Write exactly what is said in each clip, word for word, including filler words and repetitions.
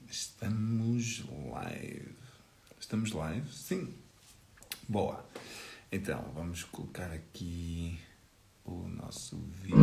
Estamos live. Estamos live? Sim. Boa. Então, vamos colocar aqui o nosso vídeo.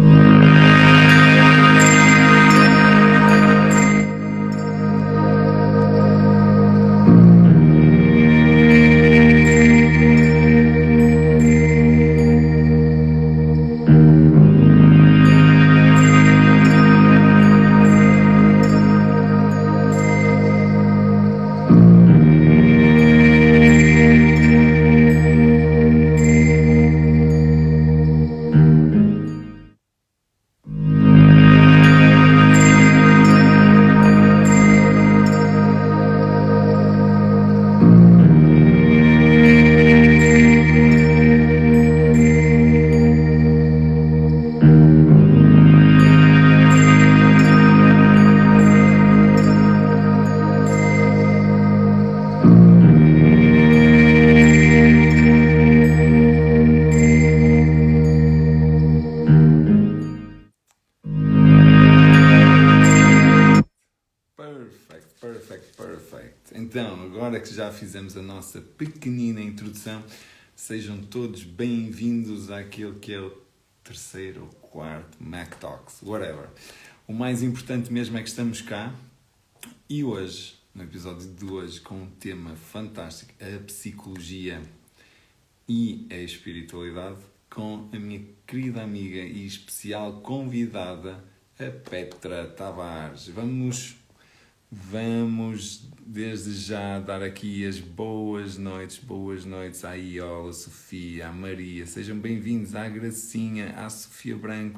Então, agora que já fizemos a nossa pequenina introdução, sejam todos bem-vindos àquele que é o terceiro ou quarto Mac Talks, whatever. O mais importante mesmo é que estamos cá e hoje, no episódio de hoje, com um tema fantástico, a psicologia e a espiritualidade, com a minha querida amiga e especial convidada, a Petra Tavares. Vamos... Vamos desde já dar aqui as boas noites, boas noites à Iola, à Sofia, à Maria. Sejam bem-vindos à Gracinha, à Sofia Branco,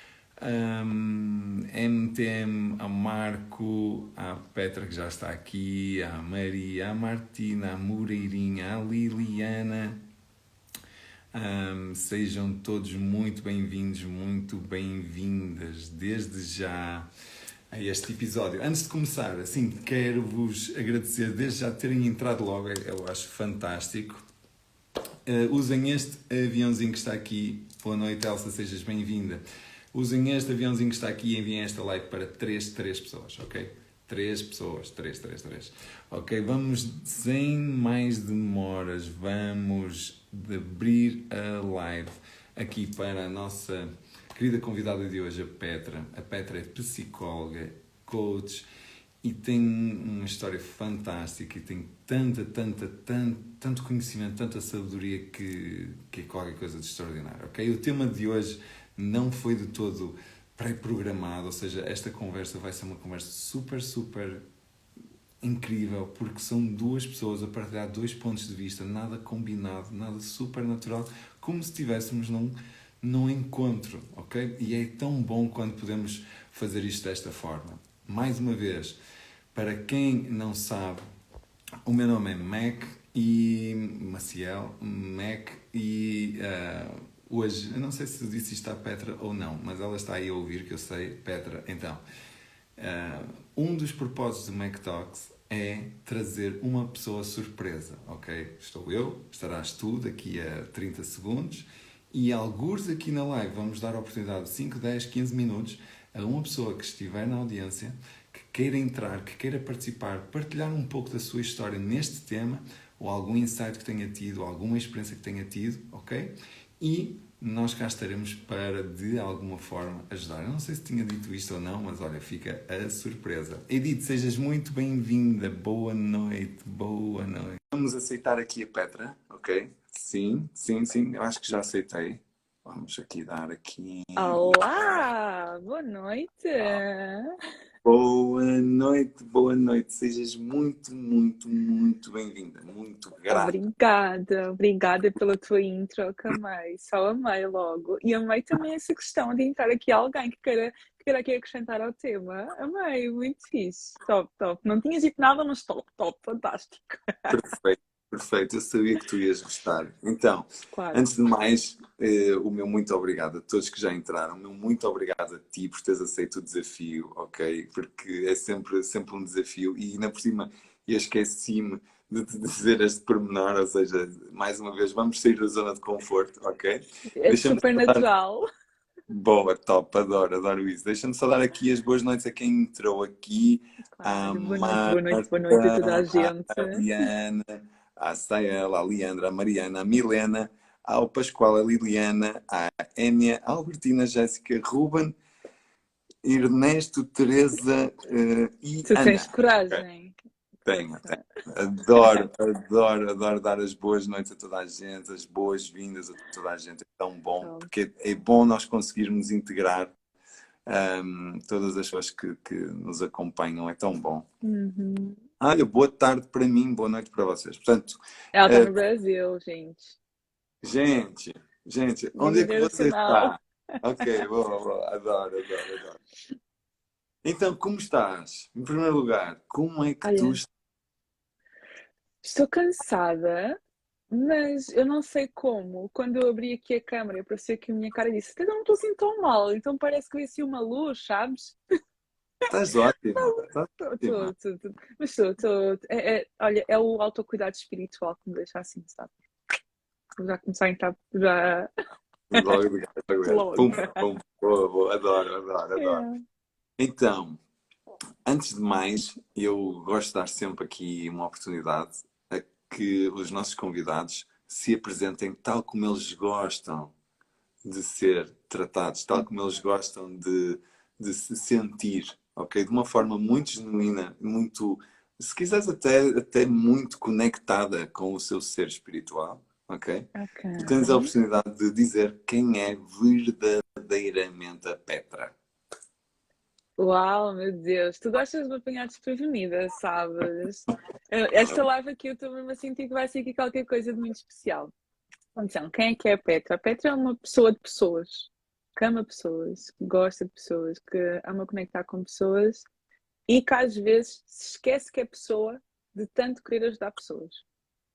um, M T M, ao Marco, à Petra que já está aqui, à Maria, à Martina, à Moreirinha, à Liliana. Um, sejam todos muito bem-vindos, muito bem-vindas desde já a este episódio. Antes de começar, assim, quero-vos agradecer desde já terem entrado logo, eu acho fantástico. Uh, usem este aviãozinho que está aqui. Boa noite, Elsa, sejas bem-vinda. Usem este aviãozinho que está aqui e enviem esta live para três, três pessoas, ok? três pessoas, três, três, três. Ok, vamos, sem mais demoras, vamos abrir a live aqui para a nossa querida convidada de hoje, a Petra. A Petra é psicóloga, coach e tem uma história fantástica e tem tanta, tanta, tanto, tanto conhecimento, tanta sabedoria que, que é qualquer coisa de extraordinário, ok? O tema de hoje não foi de todo pré-programado, ou seja, esta conversa vai ser uma conversa super, super incrível, porque são duas pessoas a partilhar dois pontos de vista, nada combinado, nada super natural, como se estivéssemos num num encontro, ok? E é tão bom quando podemos fazer isto desta forma. Mais uma vez, para quem não sabe, o meu nome é Mac e Maciel, Mac e uh, hoje, eu não sei se disse isto à Petra ou não, mas ela está aí a ouvir, que eu sei, Petra. Então, uh, um dos propósitos do Mac Talks é trazer uma pessoa surpresa, ok? Estou eu, estarás tu daqui a trinta segundos. E algures aqui na live vamos dar a oportunidade de cinco, dez, quinze minutos a uma pessoa que estiver na audiência, que queira entrar, que queira participar, partilhar um pouco da sua história neste tema, ou algum insight que tenha tido, ou alguma experiência que tenha tido, ok? E nós cá estaremos para, de alguma forma, ajudar. Eu não sei se tinha dito isto ou não, mas olha, fica a surpresa. Edith, sejas muito bem-vinda. Boa noite, boa noite. Vamos aceitar aqui a Petra, ok? Sim, sim, sim, eu acho que já aceitei. Vamos aqui dar aqui... Olá, boa noite. Boa noite, boa noite. Sejas muito, muito, muito bem-vinda. Muito grata. Obrigada, obrigada pela tua intro, que amei. Só amei logo. E amei também essa questão de entrar aqui alguém que queira, que queira aqui acrescentar ao tema. Amei, muito fixe. Top, top. Não tinhas dito nada, mas top, top, fantástico. Perfeito. Perfeito, eu sabia que tu ias gostar. Então, Claro. Antes de mais, eh, o meu muito obrigado a todos que já entraram. O meu muito obrigado a ti por teres aceito o desafio, ok? Porque é sempre, sempre um desafio. E ainda por cima, eu esqueci-me de te dizer este pormenor, ou seja, mais uma vez, vamos sair da zona de conforto, ok? É super natural. Boa, top, adoro, adoro isso. Deixa-me só dar aqui as boas noites a quem entrou aqui. À Claro, boa noite, boa noite, boa noite a toda a Marta, à gente. Liana, à Saela, à Leandra, à Mariana, à Milena, ao Pascoal, à Liliana, à Énia, à Albertina, Jéssica, Ruben, Ernesto, Teresa eh, e Tu tens Ana. Ok, coragem. tenho, tenho. Força. Adoro, adoro, adoro dar as boas noites a toda a gente, as boas-vindas a toda a gente. É tão bom, Top. porque é bom nós conseguirmos integrar um, todas as pessoas que, que nos acompanham. É tão bom. Uhum. Olha, boa tarde para mim, boa noite para vocês. Portanto, Ela está no uh, Brasil, gente. gente, gente, Nível onde é que você internacional. está? Ok, boa, boa, adoro, adoro, adoro. Então, como estás? Em primeiro lugar, como é que tu Olha, estás? estou cansada, mas eu não sei como. Quando eu abri aqui a câmera, apareceu aqui a minha cara e disse: "Eu não estou assim tão mal, então parece que veio assim uma luz, sabes?" Estás ótima, estás Estou, ótima. estou, estou. Mas estou, estou. É, é- olha, é o autocuidado espiritual que me deixa assim, sabe? Já começar a entrar, já Logo, logo, logo. logo. Pum, pum, boa, boa, adoro, adoro, adoro. É. Então, antes de mais, eu gosto de dar sempre aqui uma oportunidade a que os nossos convidados se apresentem tal como eles gostam de ser tratados, tal como eles gostam de, de se sentir, ok? De uma forma muito genuína, muito, se quiseres até, até muito conectada com o seu ser espiritual, ok? Ok. Tu tens a oportunidade de dizer quem é verdadeiramente a Petra. Uau, meu Deus, tu gostas de me apanhar desprevenida, sabes? Eu- Esta live aqui eu estou mesmo a sentir que vai ser aqui qualquer coisa de muito especial. Então, quem é que é a Petra? A Petra é uma pessoa de pessoas, que ama pessoas, que gosta de pessoas, que ama conectar com pessoas e que às vezes se esquece que é pessoa de tanto querer ajudar pessoas.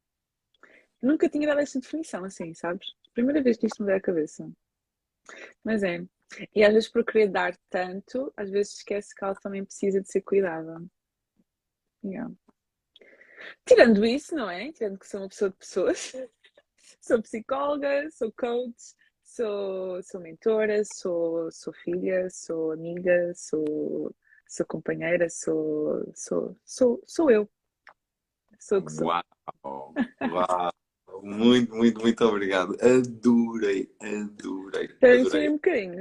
Nunca tinha dado esta definição assim, sabes? Primeira vez que isto me veio à cabeça. Mas é. E às vezes por querer dar tanto, às vezes esquece que ela também precisa de ser cuidada. Yeah. Tirando isso, não é? Tirando que sou uma pessoa de pessoas, sou psicóloga, sou coach, sou, sou mentora, sou, sou filha, sou amiga, sou, sou companheira, sou, sou, sou, sou eu. Sou o que sou. Uau! Uau! Muito, muito, muito obrigado. Adorei, adorei, Tens adorei. um bocadinho.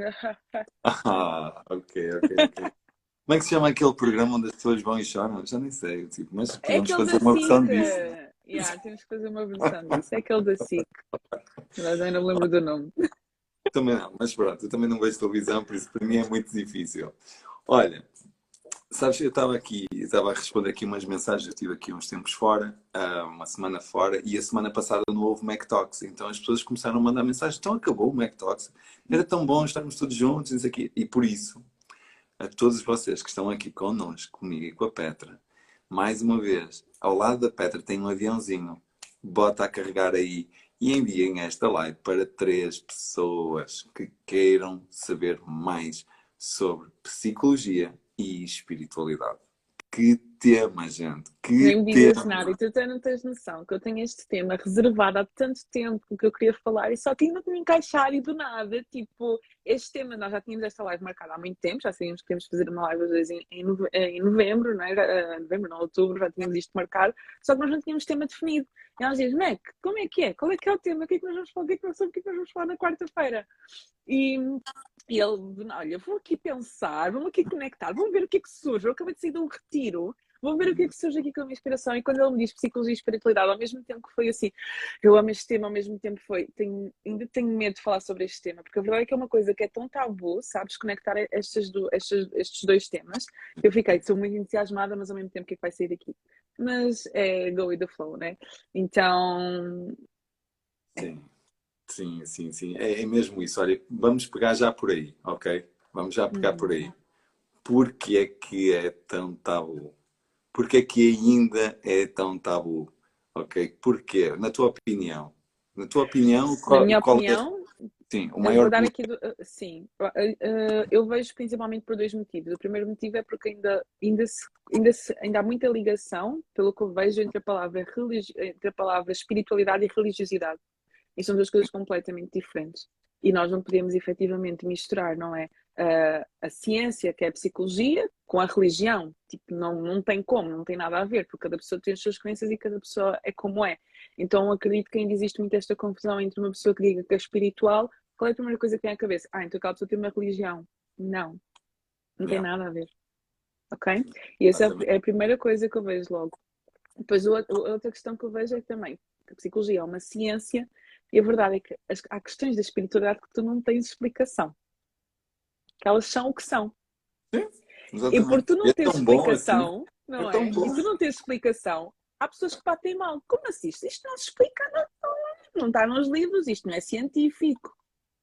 Ah, ok, ok, ok. Como é que se chama aquele programa onde as pessoas vão e choram? Já nem sei, tipo, mas É podemos aquele da fazer uma versão SIC. disso. Yeah, temos que fazer uma versão disso. É aquele da SIC. Mas eu não me lembro do nome. Também não, mas pronto, eu também não vejo televisão, por isso para mim é muito difícil. Olha, sabes, eu estava aqui, estava a responder aqui umas mensagens, eu estive aqui uns tempos fora, ah, uma semana fora, e a semana passada não houve Mac Talks, então as pessoas começaram a mandar mensagens, então acabou o Mac Talks, era tão bom estarmos todos juntos, isso aqui, e por isso, a todos vocês que estão aqui connosco, comigo e com a Petra, mais uma vez, ao lado da Petra tem um aviãozinho, bota a carregar aí e enviem esta live para três pessoas que queiram saber mais sobre psicologia e espiritualidade. Que tema, gente! Que Nem me digas nada, tema! e tu até não tens noção que eu tenho este tema reservado há tanto tempo que eu queria falar e só tinha de me encaixar e do nada, tipo, este tema, nós já tínhamos esta live marcada há muito tempo, já sabíamos que tínhamos fazer uma live às vezes em, em, nove- em novembro, não é? Uh, novembro, não, outubro, já tínhamos isto marcado, só que nós não tínhamos tema definido. E ela diz, Mac, como é que é? Qual é que é o tema? O que é que nós vamos falar? O que é que nós, sobre o que é que nós vamos falar na quarta-feira? E, e ele, olha, vou aqui pensar, vamos aqui conectar, vamos ver o que é que surge. Eu acabei de sair de um retiro, vou ver o que é que surge aqui com a minha inspiração. E quando ele me diz psicologia e espiritualidade, ao mesmo tempo que foi assim, eu amo este tema, ao mesmo tempo foi, tenho, ainda tenho medo de falar sobre este tema, porque a verdade é que é uma coisa que é tão tabu, sabes, conectar estes, do, estes, estes dois temas, que eu fiquei, sou muito entusiasmada, mas ao mesmo tempo o que é que vai sair daqui? Mas é go with the flow, né? Então, é. Sim, sim, sim, sim. É, é mesmo isso. Olha, vamos pegar já por aí, ok? Vamos já pegar por Uhum. aí. Porque é que é tão tabu? Porque é que ainda é tão tabu? Ok? Porquê? Na tua opinião. Na tua opinião, Na qual, minha qual é, opinião, sim, o eu vou maior dar bloco? aqui, do, uh, sim, Uh, uh, eu vejo principalmente por dois motivos. O primeiro motivo é porque ainda, ainda, se, ainda, se, ainda há muita ligação, pelo que eu vejo, entre a palavra, religi entre a palavra espiritualidade e religiosidade. E são duas coisas completamente diferentes. E nós não podemos efetivamente misturar, não é? A, a ciência, que é a psicologia, com a religião. Tipo, não, não tem como, não tem nada a ver, porque cada pessoa tem as suas crenças e cada pessoa é como é. Então acredito que ainda existe muito esta confusão entre uma pessoa que diga que é espiritual, qual é a primeira coisa que tem à cabeça? Ah, então aquela pessoa tem uma religião. Não, não tem Yeah, nada a ver. Ok? E essa exatamente. é a primeira coisa que eu vejo logo. Depois, a outra questão que eu vejo é que também que a psicologia é uma ciência e a verdade é que as, há questões da espiritualidade que tu não tens explicação. Que elas são o que são. Sim, E por exatamente. tu E não é teres tão bom assim. explicação, É não tão é? bom. E tu não teres explicação, há pessoas que batem mal. Como assim? Isto não se explica, não, não está nos livros, isto não é científico.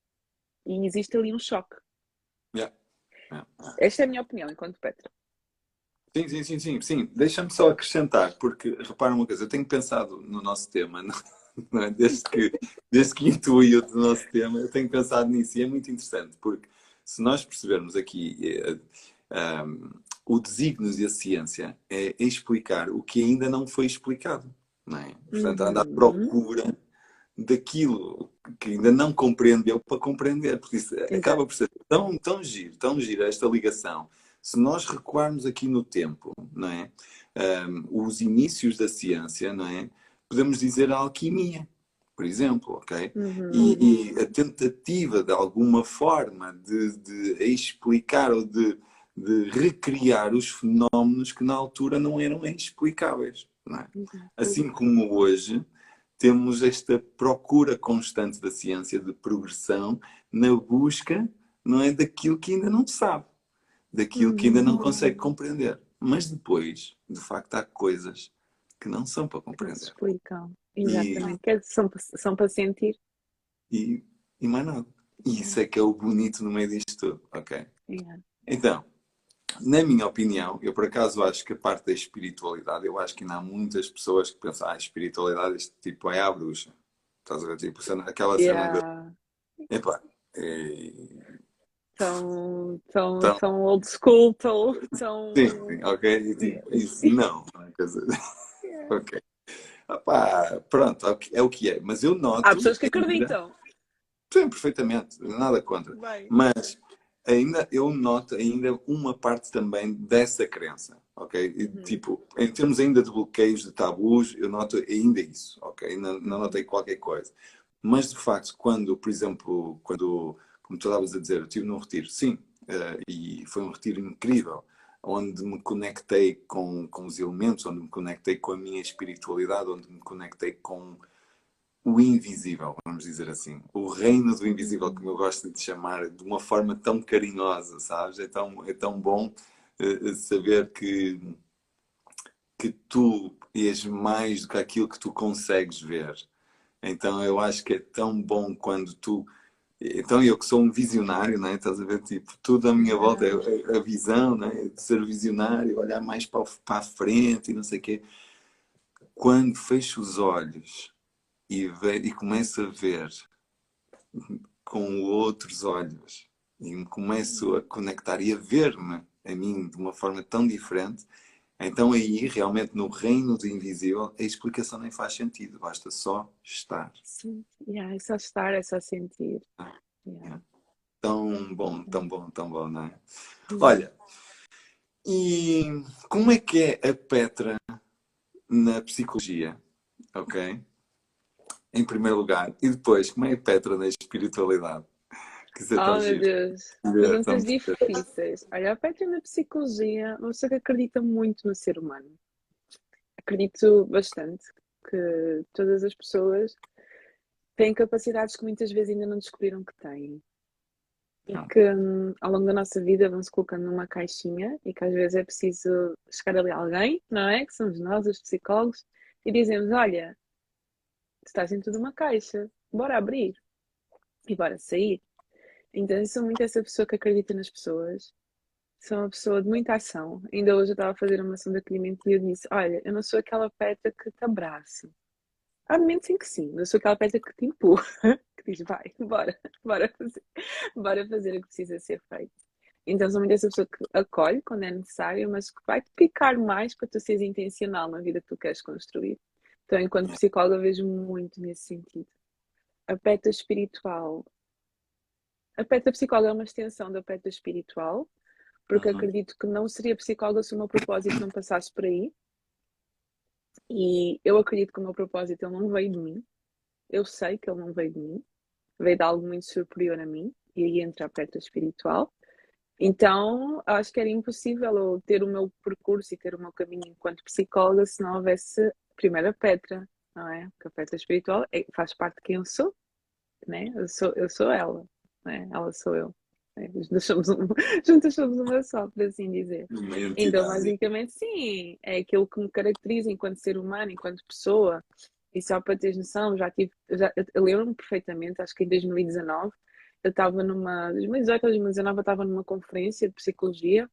E existe ali um choque. Yeah, yeah, yeah. Esta é a minha opinião, enquanto Petra. Sim, sim, sim, sim, sim. Deixa-me só acrescentar, porque repara uma coisa, eu tenho pensado no nosso tema, não não é? Desde que, desde que intuí o nosso tema, eu tenho pensado nisso e é muito interessante, porque se nós percebermos aqui eh, um, o desígnio e a ciência é explicar o que ainda não foi explicado, não é? Portanto, anda à Uhum. procura daquilo que ainda não compreendeu para compreender, porque isso Exato. acaba por ser tão, tão giro, tão giro esta ligação. Se nós recuarmos aqui no tempo, não é? Um, os inícios da ciência, não é? Podemos dizer a alquimia, por exemplo, ok? Uhum. E, e a tentativa de alguma forma de, de explicar ou de, de recriar os fenómenos que na altura não eram explicáveis, não é? Exato. Assim como hoje temos esta procura constante da ciência de progressão na busca, não é, daquilo que ainda não sabe, daquilo que ainda Uhum. não consegue compreender. Mas depois, de facto, há coisas que não são para Que não se compreender. explicam. E, Exatamente. Que é- são, são para sentir. e, e mais nada. E isso é que é o bonito no meio disto tudo, ok? Yeah. Então, na minha opinião, eu por acaso acho que a parte da espiritualidade, eu acho que ainda há muitas pessoas que pensam, ah, espiritualidade, isto tipo é a bruxa. Estás a ver? Tipo, cena- aquela cena de, Yeah. epá, é, Tão, tão, tão, tão old school, tão, sim, tão... sim, ok? E, Yeah. tipo, isso não, não é? Quer dizer, Yeah. ok. Epá, pronto, é o que é, o que é. Mas eu Há noto pessoas que ainda, acreditam. sim, perfeitamente, nada contra. Bem. Mas ainda eu noto ainda uma parte também dessa crença, ok? E, Uhum. tipo, em termos ainda de bloqueios, de tabus, eu noto ainda isso, ok? Não, não Uhum. notei qualquer coisa. Mas de facto, quando, por exemplo, quando, como tu estavas a dizer, eu estive num retiro, sim, eh, e foi um retiro incrível, onde me conectei com, com os elementos, onde me conectei com a minha espiritualidade, onde me conectei com o invisível, vamos dizer assim. O reino do invisível, como Uhum. eu gosto de chamar, de uma forma tão carinhosa, sabes? É tão, é tão bom uh, saber que, que tu és mais do que aquilo que tu consegues ver. Então eu acho que é tão bom quando tu. Então eu que sou um visionário, né? Estás a ver? Tipo, tudo à minha volta é Yeah. é a visão, né? De ser visionário, olhar mais para, para a frente e não sei o quê. Quando fecho os olhos e, ve e começo a ver com outros olhos e me começo a conectar e a ver-me a mim de uma forma tão diferente, então aí realmente no reino do invisível a explicação nem faz sentido, basta só estar. Sim. Yeah, é só estar, é só sentir. Ah, Yeah. é. Tão bom, tão bom, tão bom, não é? Yeah. Olha, e como é que é a Petra na psicologia? Ok? Em primeiro lugar. E depois, como é a Petra na espiritualidade? Que isso é tão Oh, meu giro. Deus. É tão Perguntas difíceis. Olha, a Petra na psicologia, uma pessoa que acredita muito no ser humano. Acredito bastante que todas as pessoas têm capacidades que muitas vezes ainda não descobriram que têm. E bom. que hum, ao longo da nossa vida vão-se colocando numa caixinha e que às vezes é preciso chegar ali a alguém, não é? Que somos nós, os psicólogos, e dizemos: Olha, tu estás dentro de uma caixa, bora abrir e bora sair. Então, eu sou muito essa pessoa que acredita nas pessoas, sou uma pessoa de muita ação. Ainda hoje eu estava a fazer uma ação de acolhimento e eu disse: Olha, eu não sou aquela Petra que te abraça. Há momentos em que sim, mas eu sou aquela Petra que te empurra, que diz: Vai, bora, bora fazer, bora fazer o que precisa ser feito. Então, sou muito essa pessoa que acolhe quando é necessário, mas que vai te picar mais para tu seres intencional na vida que tu queres construir. Então, enquanto psicóloga, vejo muito nesse sentido. A Petra espiritual. A Petra psicóloga é uma extensão da Petra espiritual, porque Uhum. acredito que não seria psicóloga se o meu propósito não passasse por aí. E eu acredito que o meu propósito ele não veio de mim. Eu sei que ele não veio de mim. Veio de algo muito superior a mim. E aí entra a Petra espiritual. Então, acho que era impossível eu ter o meu percurso e ter o meu caminho enquanto psicóloga se não houvesse primeiro a Petra, não é? Porque a Petra espiritual é- faz parte de quem eu sou, né? Eu sou, eu sou ela, né? Ela sou eu. Né? Juntas somos, um, juntas somos uma só, por assim dizer. Uma Então, entidade. basicamente, sim, é aquilo que me caracteriza enquanto ser humano, enquanto pessoa. E só para teres noção, já tive, já, eu lembro-me perfeitamente, acho que em dois mil e dezanove, eu estava numa, dois mil e dezoito ou dois mil e dezanove, eu estava numa conferência de psicologia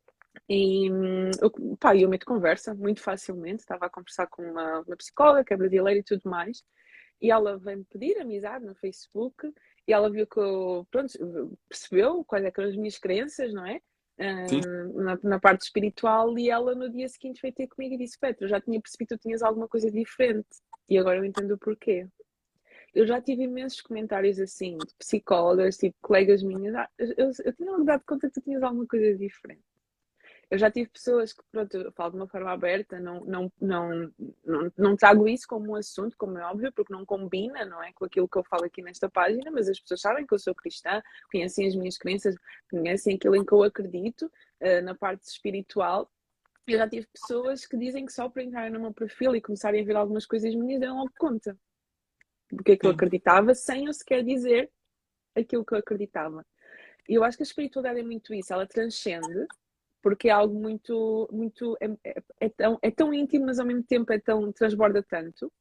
e hum, eu, pá, eu meto conversa muito facilmente, estava a conversar com uma, uma psicóloga que é brasileira e tudo mais, e ela veio-me pedir amizade no Facebook e ela viu que eu, pronto, percebeu quais é que eram as minhas crenças, não é? Sim. Hum, na, na parte espiritual, e ela no dia seguinte veio ter comigo e disse: Petra, eu já tinha percebido que tu tinhas alguma coisa diferente e agora eu entendo o porquê. Eu já tive imensos comentários assim, de psicólogas, tipo colegas minhas, ah, eu, eu, eu tinha logo dado conta que tu tinhas alguma coisa diferente. Eu já tive pessoas que, pronto, eu falo de uma forma aberta, não, não, não, não, não trago isso como um assunto, como é óbvio, porque não combina, não é, com aquilo que eu falo aqui nesta página, mas as pessoas sabem que eu sou cristã, conhecem as minhas crenças, conhecem aquilo em que eu acredito, uh, na parte espiritual. Eu já tive pessoas que dizem que só por entrarem no meu perfil e começarem a ver algumas coisas minhas, dão logo conta do que é que eu Sim. acreditava, sem eu sequer dizer aquilo que eu acreditava. E eu acho que a espiritualidade é muito isso, ela transcende, porque é algo muito, muito é, é, é tão, é tão íntimo, mas ao mesmo tempo é tão, transborda tanto,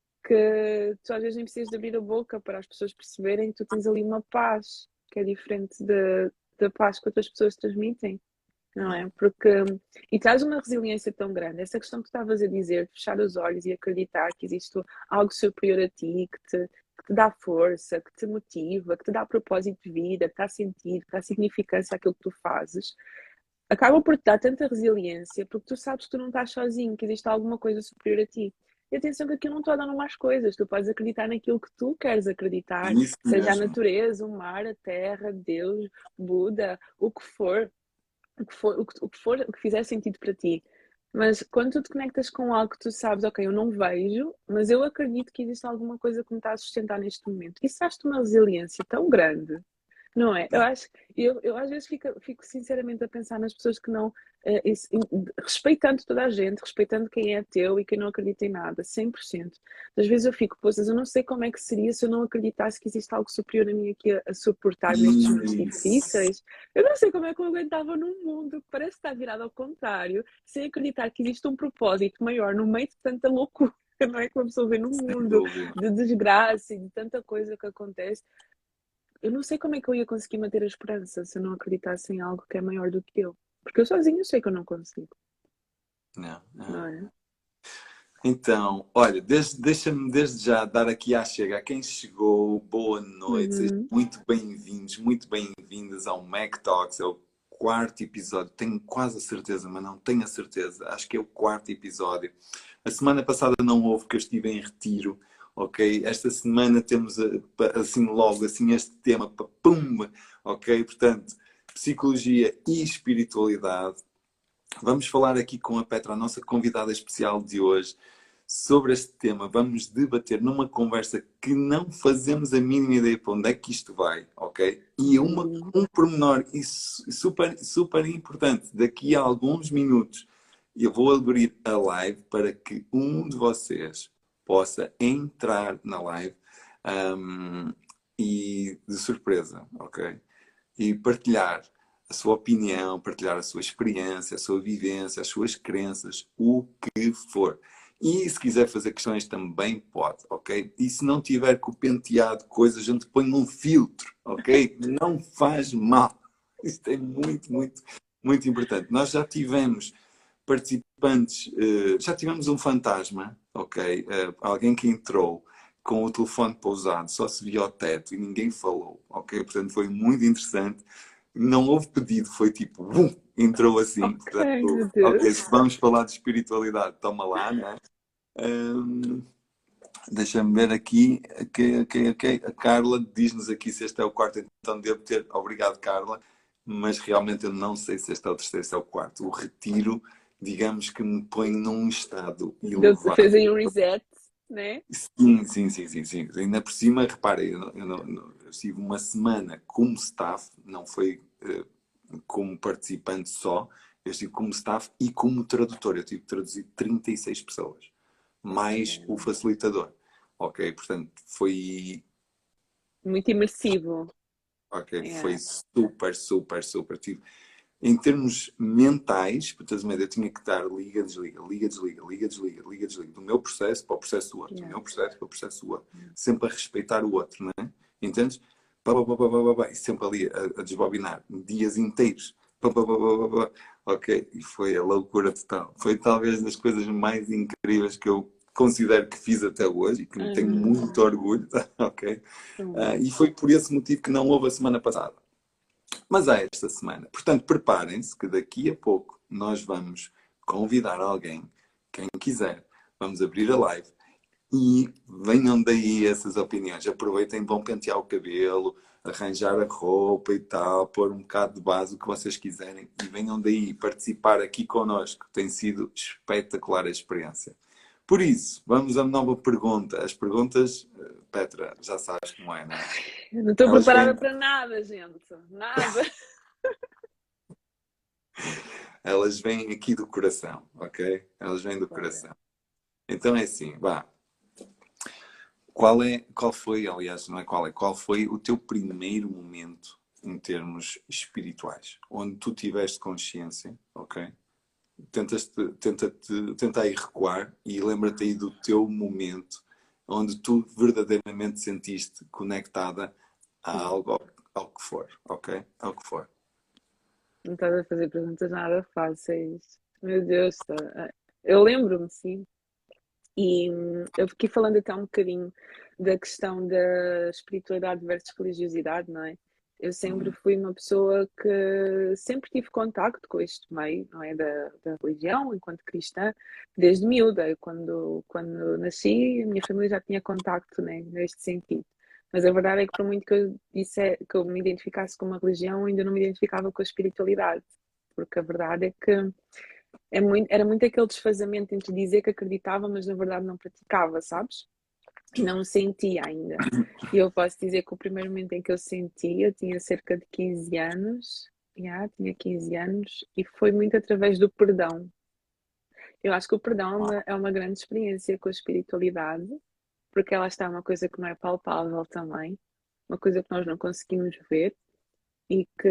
que tu às vezes nem precisas de abrir a boca para as pessoas perceberem que tu tens ali uma paz, que é diferente da, da paz que outras pessoas transmitem, não é? Porque, e traz uma resiliência tão grande, essa questão que tu estavas a dizer, fechar os olhos e acreditar que existe algo superior a ti, que te, que te dá força, que te motiva, que te dá propósito de vida, que dá sentido, que dá significância àquilo que tu fazes, acaba por te dar tanta resiliência, porque tu sabes que tu não estás sozinho, que existe alguma coisa superior a ti. E atenção que aqui eu não estou a dar mais coisas, tu podes acreditar naquilo que tu queres acreditar, Isso seja a mesmo. natureza, o mar, a terra, Deus, Buda, o que for, o que for, o que, o que for, o que fizer sentido para ti. Mas quando tu te conectas com algo que tu sabes, ok, eu não vejo, mas eu acredito que existe alguma coisa que me está a sustentar neste momento. Isso faz-te uma resiliência tão grande, não é? Eu É. acho, eu, eu às vezes fico, fico sinceramente a pensar nas pessoas que não, eh, isso- respeitando toda a gente, respeitando quem é teu e quem não acredita em nada, cem por cento. Às vezes eu fico, poças, eu não sei como é que seria se eu não acreditasse que existe algo superior a mim aqui a, a suportar-me nestes momentos Isso. difíceis. Eu não sei como é que eu aguentava num mundo que parece estar virado ao contrário, sem acreditar que existe um propósito maior no meio de tanta loucura. Não é que uma pessoa vê num Sem mundo dúvida. de desgraça e de tanta coisa que acontece. Eu não sei como é que eu ia conseguir manter a esperança se eu não acreditasse em algo que é maior do que eu. Porque eu sozinho eu sei que eu não consigo, Não, não não. é? Então, olha, desde- deixa-me desde já dar aqui à chega a quem chegou, boa noite, sejam Uhum. muito bem-vindos, muito bem-vindas ao Mac Talks, é o quarto episódio, tenho quase a certeza, mas não tenho a certeza, acho que é o quarto episódio. A semana passada não houve, porque eu estive em retiro, ok? Esta semana temos eh, pa- assim logo, assim este tema, pa- pum, ok? Portanto, psicologia e espiritualidade. Vamos falar aqui com a Petra, a nossa convidada especial de hoje, sobre este tema. Vamos debater numa conversa que não fazemos a mínima ideia para onde é que isto vai, ok? E uma, Sim. um pormenor e su- super, super importante, daqui a alguns minutos eu vou abrir a live para que um de vocês possa entrar na live, um, e de surpresa, ok? E partilhar a sua opinião, partilhar a sua experiência, a sua vivência, as suas crenças, o que for. E se quiser fazer questões também pode, ok? E se não tiver com o penteado coisa, a gente põe um filtro, ok? Não faz mal. Isto é muito, muito, muito importante. Nós já tivemos participantes, eh, já tivemos um fantasma, ok? Eh, alguém que entrou com o telefone pousado, só se via o teto e ninguém falou, ok? Portanto, foi muito interessante. Não houve pedido, foi tipo, bum, entrou assim. Ok, meu Portanto, ok, Deus. se vamos falar de espiritualidade, toma lá, né? Hum, Deixa-me ver aqui. Ok, ok, ok. A Carla diz-nos aqui se este é o quarto, então devo ter. Obrigado, Carla. Mas realmente eu não sei se este é o terceiro, se é o quarto. O retiro, digamos que me põe num estado Deu, fez elevado. aí um reset, né? Sim, sim, sim, sim, sim. Ainda por cima, reparem, eu, não- eu, não- não- eu estive uma semana como staff, não foi eh, como participante só, eu estive como staff e como tradutor. Eu tive que traduzir trinta e seis pessoas, mais o Sério. facilitador. Ok, portanto, foi, Muito imersivo. ok, foi Yeah. super, super, super. Tive, em termos mentais, para teres uma ideia, eu tinha que dar liga, desliga, liga, desliga, liga, desliga, liga, desliga, do meu processo para o processo do outro, do Yeah. meu processo para o processo do outro, sempre a respeitar o outro, não é? Entendes? Pá, pá, pá, pá, pá, pá, e sempre ali a, a desbobinar, dias inteiros. Pá, pá, pá, pá, pá, pá. Ok, e foi a loucura total. Foi talvez das coisas mais incríveis que eu considero que fiz até hoje e que me tenho Uhum. muito orgulho, ok? Ah, Uhum. e foi por esse motivo que não houve a semana passada. Mas há esta semana. Portanto, preparem-se que daqui a pouco nós vamos convidar alguém, quem quiser, vamos abrir a live e venham daí essas opiniões. Aproveitem, vão pentear o cabelo, arranjar a roupa e tal, pôr um bocado de base, o que vocês quiserem, e venham daí participar aqui connosco. Tem sido espetacular a experiência. Por isso, vamos à nova pergunta. As perguntas, eh, Petra, já sabes como é, não é? Eu não estou Elas preparada vêm para nada, gente. Nada. Elas vêm aqui do coração, ok? Elas vêm do Bora. coração. Então é assim, vá. Qual é, qual foi, aliás, não é qual é, qual foi o teu primeiro momento em termos espirituais, onde tu tiveste consciência, ok? Tentas tenta, tenta aí recuar e lembra-te aí do teu momento onde tu verdadeiramente sentiste conectada a Hum. algo, ao, ao que for, ok? Ao que for. Não estás a fazer perguntas nada fáceis. Meu Deus, tá- eu lembro-me, sim. E hum, eu fiquei falando até um bocadinho da questão da espiritualidade versus religiosidade, não é? Eu sempre Uhum. fui uma pessoa que sempre tive contacto com este meio, não é? Da, da religião, enquanto cristã, desde miúda. Eu, Quando, quando nasci, a minha família já tinha contacto, né, neste sentido. Mas a verdade é que, por muito que eu, disse, que eu me identificasse com uma religião, ainda não me identificava com a espiritualidade. Porque a verdade é que é muito, era muito aquele desfazamento entre dizer que acreditava, mas na verdade não praticava, sabes? E não sentia ainda. E eu posso dizer que o primeiro momento em que eu senti, eu tinha cerca de quinze anos, já, tinha quinze anos, e foi muito através do perdão. Eu acho que o perdão é uma, é uma grande experiência com a espiritualidade, porque ela está uma coisa que não é palpável também, uma coisa que nós não conseguimos ver e que,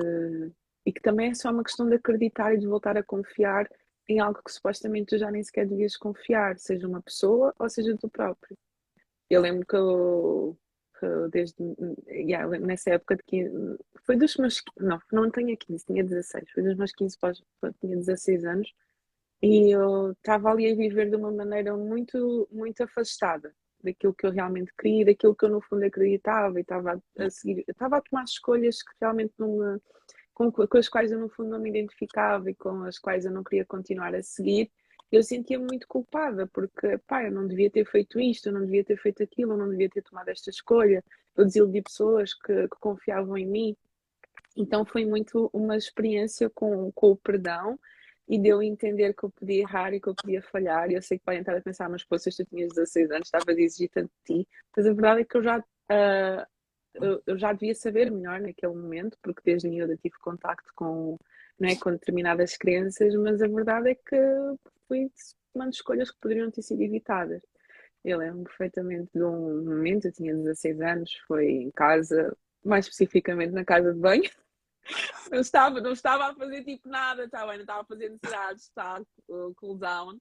e que também é só uma questão de acreditar e de voltar a confiar em algo que supostamente tu já nem sequer devias confiar, seja uma pessoa ou seja tu próprio. Eu lembro que eu, que eu desde yeah, eu lembro nessa época de quinze, foi dos meus, não, não tinha quinze, tinha dezasseis, foi dos meus quinze para tinha dezasseis anos e eu estava ali a viver de uma maneira muito, muito afastada daquilo que eu realmente queria, daquilo que eu no fundo acreditava e estava a seguir, estava a tomar escolhas que realmente não me, com, com as quais eu no fundo não me identificava e com as quais eu não queria continuar a seguir. Eu sentia-me muito culpada porque, pá, eu não devia ter feito isto, eu não devia ter feito aquilo, eu não devia ter tomado esta escolha. Eu desiludi pessoas que, que confiavam em mim. Então foi muito uma experiência com, com o perdão e deu a entender que eu podia errar e que eu podia falhar. E eu sei que podem estar a pensar, mas pô, se tu tinhas dezasseis anos, estavas a exigir tanto de ti. Mas a verdade é que eu já, uh, eu, eu já devia saber melhor naquele momento, porque desde miúda tive contacto com, não é, com determinadas crenças, mas a verdade é que fui tomando escolhas que poderiam ter sido evitadas. Eu lembro perfeitamente de um momento, eu tinha dezasseis anos, foi em casa, mais especificamente na casa de banho. Não estava, não estava a fazer tipo nada, estava, ainda estava a fazer necessidades, está uh, cool down.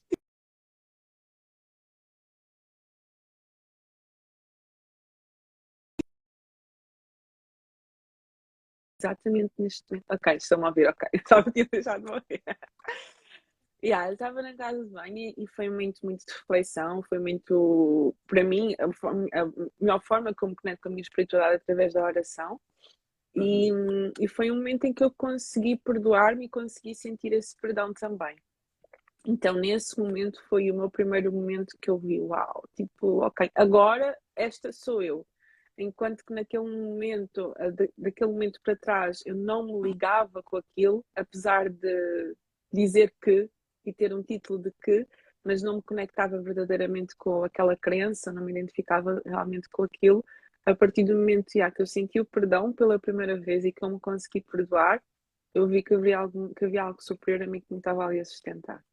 Exatamente neste momento. Ok, estão-me a ouvir, ok. Estava a deixado de ouvir. Yeah, eu estava na casa de banho e foi muito, muito de reflexão, foi muito, para mim, a, forma, a melhor forma como conecto com a minha espiritualidade através da oração. E, Uhum. e foi um momento em que eu consegui perdoar-me e consegui sentir esse perdão também. Então, nesse momento foi o meu primeiro momento que eu vi, uau, tipo, ok, agora esta sou eu. Enquanto que naquele momento, a da- daquele momento para trás, eu não me ligava com aquilo, apesar de dizer que e ter um título de que, mas não me conectava verdadeiramente com aquela crença, não me identificava realmente com aquilo. A partir do momento já, que eu senti o perdão pela primeira vez e que eu me consegui perdoar, eu vi que havia algo, que havia algo superior a mim que me estava ali a sustentar.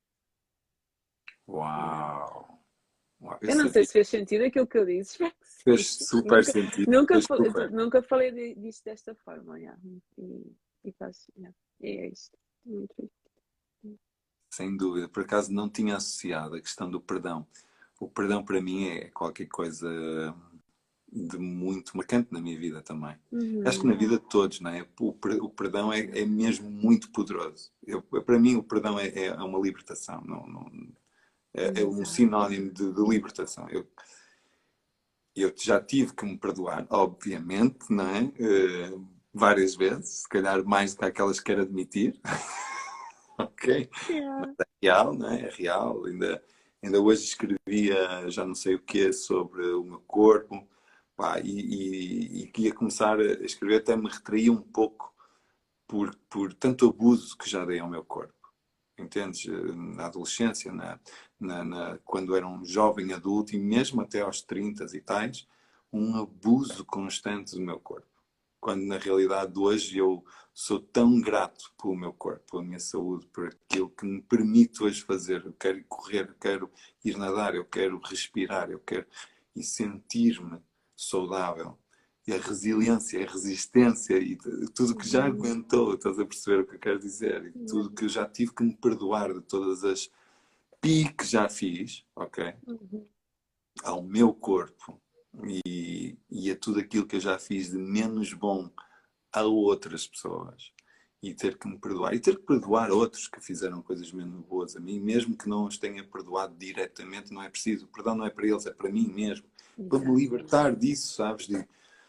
Yeah. Uau! Uau, eu Eu não sei sabia. se fez sentido aquilo que eu disse, espero que Fez sim. super Nunca, sentido. nunca, Fez fa- super. nunca falei de- disto desta forma, yeah. E, e faz, yeah. E é isto. Muito fixe. Sem dúvida. Por acaso não tinha associado a questão do perdão. O perdão para mim é qualquer coisa de muito marcante na minha vida também. Acho que na Uhum. vida de todos, não é? O, per- o perdão é, é mesmo muito poderoso. Eu, para mim, o perdão é, é uma libertação. Não, não, é, é um Exato. sinónimo de, de libertação. Eu, eu já tive que me perdoar, obviamente, não é? Eh, várias vezes, se calhar mais do que aquelas que quero admitir, ok? Yeah. Real, não é? É real. Ainda, ainda hoje escrevia já não sei o que sobre o meu corpo, pá, e, e, e que ia começar a escrever, até me retraía um pouco por, por tanto abuso que já dei ao meu corpo. Entendes? Na adolescência, na, na, na, quando era um jovem adulto e mesmo até aos trinta e tais, um abuso constante do meu corpo. Quando na realidade hoje eu sou tão grato pelo meu corpo, pela minha saúde, por aquilo que me permite hoje fazer. Eu quero correr, eu quero ir nadar, eu quero respirar, eu quero e sentir-me saudável. E a resiliência, a resistência e tudo que já Uhum. aguentou, estás a perceber o que eu quero dizer? E Yeah. tudo que eu já tive que me perdoar de todas as pi que já fiz, ok? Uhum. Ao meu corpo e, e a tudo aquilo que eu já fiz de menos bom a outras pessoas e ter que me perdoar e ter que perdoar outros que fizeram coisas menos boas a mim, mesmo que não os tenha perdoado diretamente, não é preciso. O perdão não é para eles, é para mim mesmo. Para me Exato. libertar disso, sabes? De,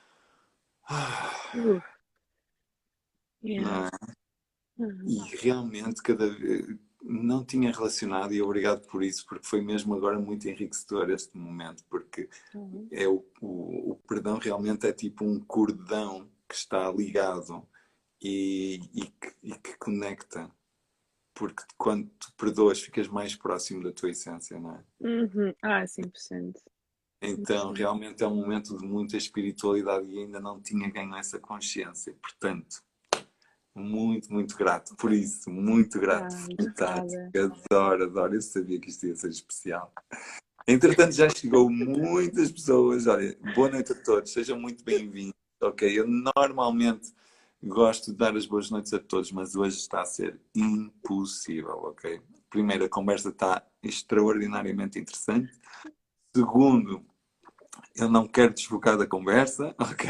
Uf. Yeah. não é? Uhum. E realmente cada vez não tinha relacionado e obrigado por isso, porque foi mesmo agora muito enriquecedor este momento, porque Uhum. é o, o, o perdão realmente é tipo um cordão que está ligado e, e, que, e que conecta, porque quando tu perdoas ficas mais próximo da tua essência, não é? Uhum. Ah, cem por cento. Então cem por cento. realmente é um momento de muita espiritualidade e ainda não tinha ganho essa consciência, portanto muito, muito grato por isso, muito grato. Ah, Fantástico, obrigada. adoro, adoro. Eu sabia que isto ia ser especial. Entretanto, já chegou muitas pessoas. Olha, boa noite a todos, sejam muito bem-vindos. Ok, eu normalmente gosto de dar as boas noites a todos, mas hoje está a ser impossível, ok? Primeiro, a conversa está extraordinariamente interessante. Segundo, eu não quero desfocar da conversa, ok?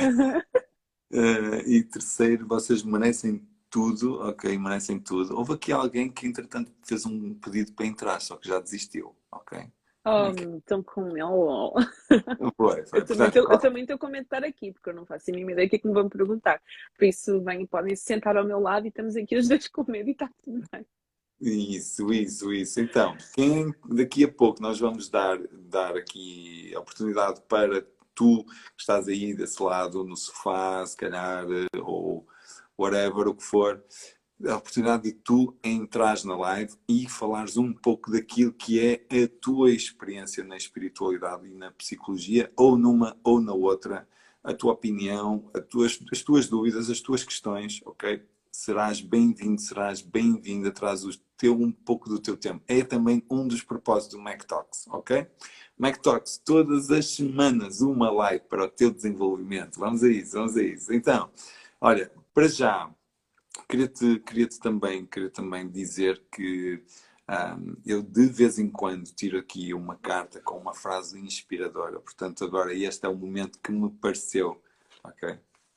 Uh, e terceiro, vocês merecem tudo, ok? Merecem tudo. Houve aqui alguém que, entretanto, fez um pedido para entrar, só que já desistiu, ok? Como é que Oh, estão com ele. foi? Eu Foi, também portanto, estou, eu também estou a comentar aqui, porque eu não faço a mínima ideia do que é que me vão perguntar. Por isso, bem, podem se sentar ao meu lado e estamos aqui os dois com medo e está tudo bem. isso, isso, isso. Então, quem daqui a pouco nós vamos dar, dar aqui a oportunidade para tu que estás aí desse lado, no sofá, se calhar, eh, ou whatever, o que for, a oportunidade de tu entrares na live e falares um pouco daquilo que é a tua experiência na espiritualidade e na psicologia, ou numa ou na outra, a tua opinião, a tuas, as tuas dúvidas, as tuas questões, ok? Serás bem-vindo, serás bem-vinda, traz o teu, um pouco do teu tempo. É também um dos propósitos do Mac Talks, ok? Mac Talks, todas as semanas, uma live para o teu desenvolvimento. Vamos a isso, vamos a isso. Então, olha, para já, Queria-te queria também, queria também dizer que um, eu de vez em quando tiro aqui uma carta com uma frase inspiradora. Portanto, agora este é o momento que me pareceu, ok?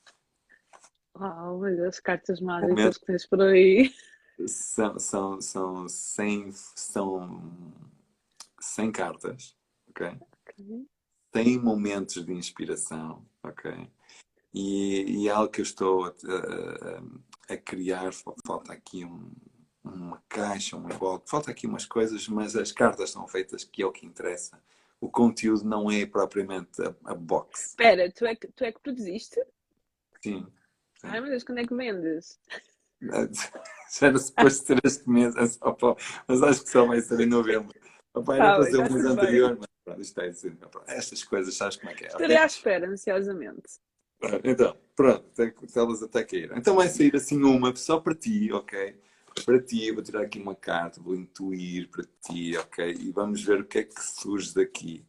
Uau, olha as cartas O mágicas momento que tens por aí. são, são, são, cem, são cem cartas, ok? Ok. cem momentos de inspiração, ok? E, e é algo que eu estou a, a- a criar, falta aqui um. uma caixa, um envelope. Falta aqui umas coisas, mas as cartas estão feitas, que é o que interessa. O conteúdo não é propriamente a, a box. Espera, tu é que, tu é que produziste? Sim, Ai, sim. meu Deus, quando é que vendes? Já era suposto ser este mês, é só para- mas acho que só vai ser em novembro. Papai era Tá, para bem, ser o tá mês tudo bem. anterior, mas pronto, isto é assim. Pronto. Estas coisas, sabes como é que é, Estarei ok? à espera, ansiosamente. Então, pronto, até- elas até caíram. Então vai sair assim uma só para ti, ok? Para ti, eu vou tirar aqui uma carta, vou intuir para ti, ok? E vamos ver o que é que surge daqui.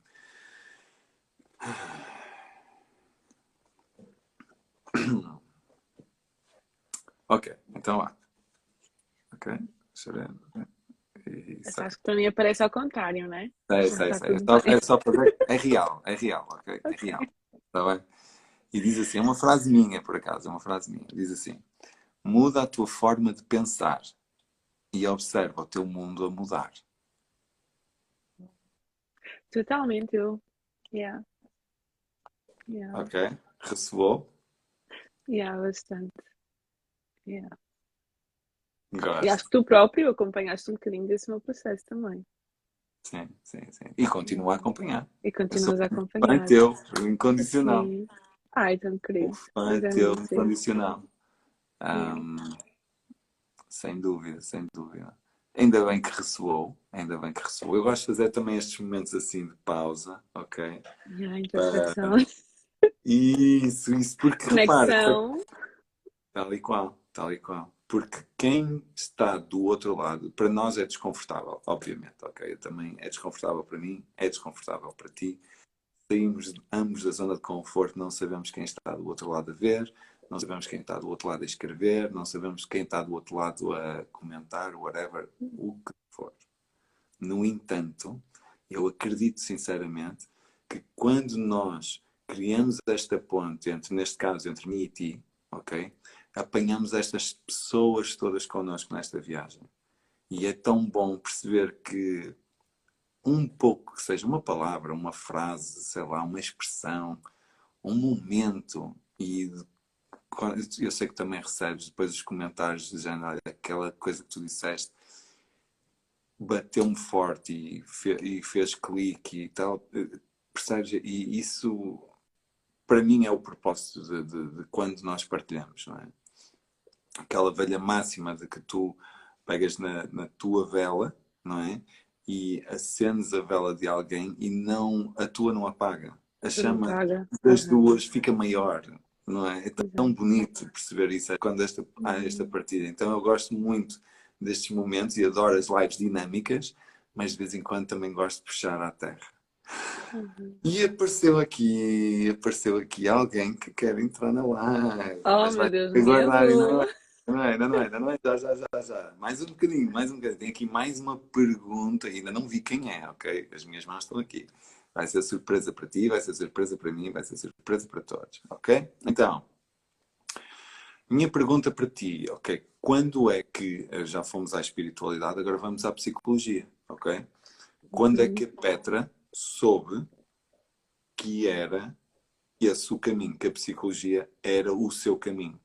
Ok, então lá. Ok? Deixa eu ver. Isso. Acho que para mim aparece ao contrário, não é? Sei, Mas sei, está sei. É tudo só, bem. é só para ver. É real, é real, ok? É Ok. real. Está bem? E diz assim, é uma frase minha, por acaso, é uma frase minha. Diz assim: muda a tua forma de pensar e observa o teu mundo a mudar. Totalmente eu. Yeah, yeah, Ok? Ressoou? yeah, bastante. Yeah. E acho Gosto. que tu próprio acompanhaste um bocadinho desse meu processo também. Sim, sim, sim. E continua a Yeah. acompanhar. E Eu sou continuas a um fã acompanhar. teu, incondicional. Sim. Ai, tão Um querido. fã Mas é teu, muito isso. incondicional. Yeah. Ahm, sem dúvida, sem dúvida. Ainda bem que ressoou, ainda bem que ressoou. Eu gosto de fazer também estes momentos assim de pausa, ok? Yeah, Para... introspecção. Isso, isso, porque repara, Conexão. tal e qual, tal e qual. Porque quem está do outro lado, para nós é desconfortável, obviamente, ok? Eu também é desconfortável para mim, é desconfortável para ti. Saímos ambos da zona de conforto, não sabemos quem está do outro lado a ver, não sabemos quem está do outro lado a escrever, não sabemos quem está do outro lado a comentar, whatever, o que for. No entanto, eu acredito sinceramente que quando nós criamos esta ponte entre, neste caso, entre mim e ti, ok? Apanhamos estas pessoas todas connosco nesta viagem. E é tão bom perceber que um pouco, que seja uma palavra, uma frase, sei lá, uma expressão, um momento, e eu sei que também recebes depois os comentários dizendo, olha, aquela coisa que tu disseste bateu-me forte e, fe, e fez clique e tal, percebes? E isso, para mim, é o propósito de, de, de quando nós partilhamos, não é? Aquela velha máxima de que tu pegas na, na tua vela, não é? E acendes a vela de alguém e não, a tua não apaga. A Tu não chama paga. das Aham. duas fica maior, não é? É tão Exato. bonito perceber isso é quando esta, há esta Uhum. partida. Então eu gosto muito destes momentos e adoro as lives dinâmicas, mas de vez em quando também gosto de puxar à terra. Uhum. E apareceu aqui, apareceu aqui alguém que quer entrar na live, Oh, mas meu vai Deus, ter que guardar, ainda não medo! é, ainda não é, ainda não é, ainda não é, já, já, já, já. Mais um bocadinho, mais um bocadinho. Tem aqui mais uma pergunta, ainda não vi quem é, ok? As minhas mãos estão aqui. Vai ser surpresa para ti, vai ser surpresa para mim, vai ser surpresa para todos, ok? Então, minha pergunta para ti, ok? Quando é que, eh, já fomos à espiritualidade, agora vamos à psicologia, ok? Quando é que Uhum. a Petra soube que era esse o caminho, que a psicologia era o seu caminho?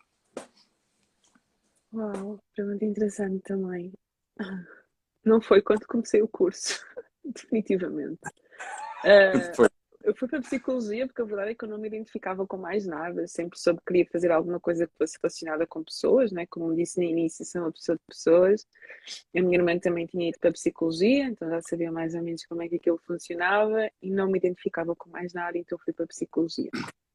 Uau, pergunta interessante também. Não foi quando comecei o curso, definitivamente. Ah, Foi. eu fui para a psicologia porque a verdade é que eu não me identificava com mais nada. Eu sempre soube que queria fazer alguma coisa que fosse relacionada com pessoas, né? Como disse no início, sou uma pessoa de pessoas. A minha irmã também tinha ido para a psicologia, então já sabia mais ou menos como é que aquilo funcionava e não me identificava com mais nada, então fui para a psicologia.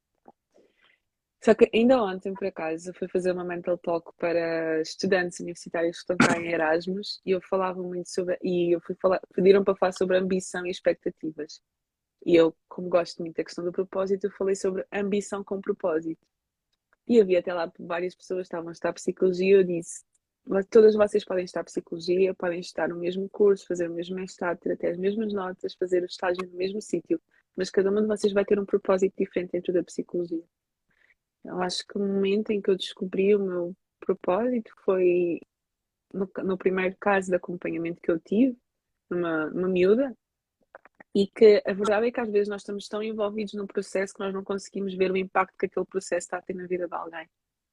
Só que ainda ontem, por acaso, eu fui fazer uma mental talk para estudantes universitários que estão cá em Erasmus e eu falava muito sobre. E eu fui falar, pediram para falar sobre ambição e expectativas. E eu, como gosto muito da questão do propósito, eu falei sobre ambição com propósito. E havia até lá várias pessoas que estavam a estudar psicologia e eu disse: todas vocês podem estudar psicologia, podem estar no mesmo curso, fazer o mesmo mestrado, ter até as mesmas notas, fazer o estágio no mesmo sítio, mas cada uma de vocês vai ter um propósito diferente dentro da psicologia. Eu acho que o momento em que eu descobri o meu propósito foi no, no primeiro caso de acompanhamento que eu tive, numa, numa miúda, e que a verdade é que às vezes nós estamos tão envolvidos num processo que nós não conseguimos ver o impacto que aquele processo está a ter na vida de alguém.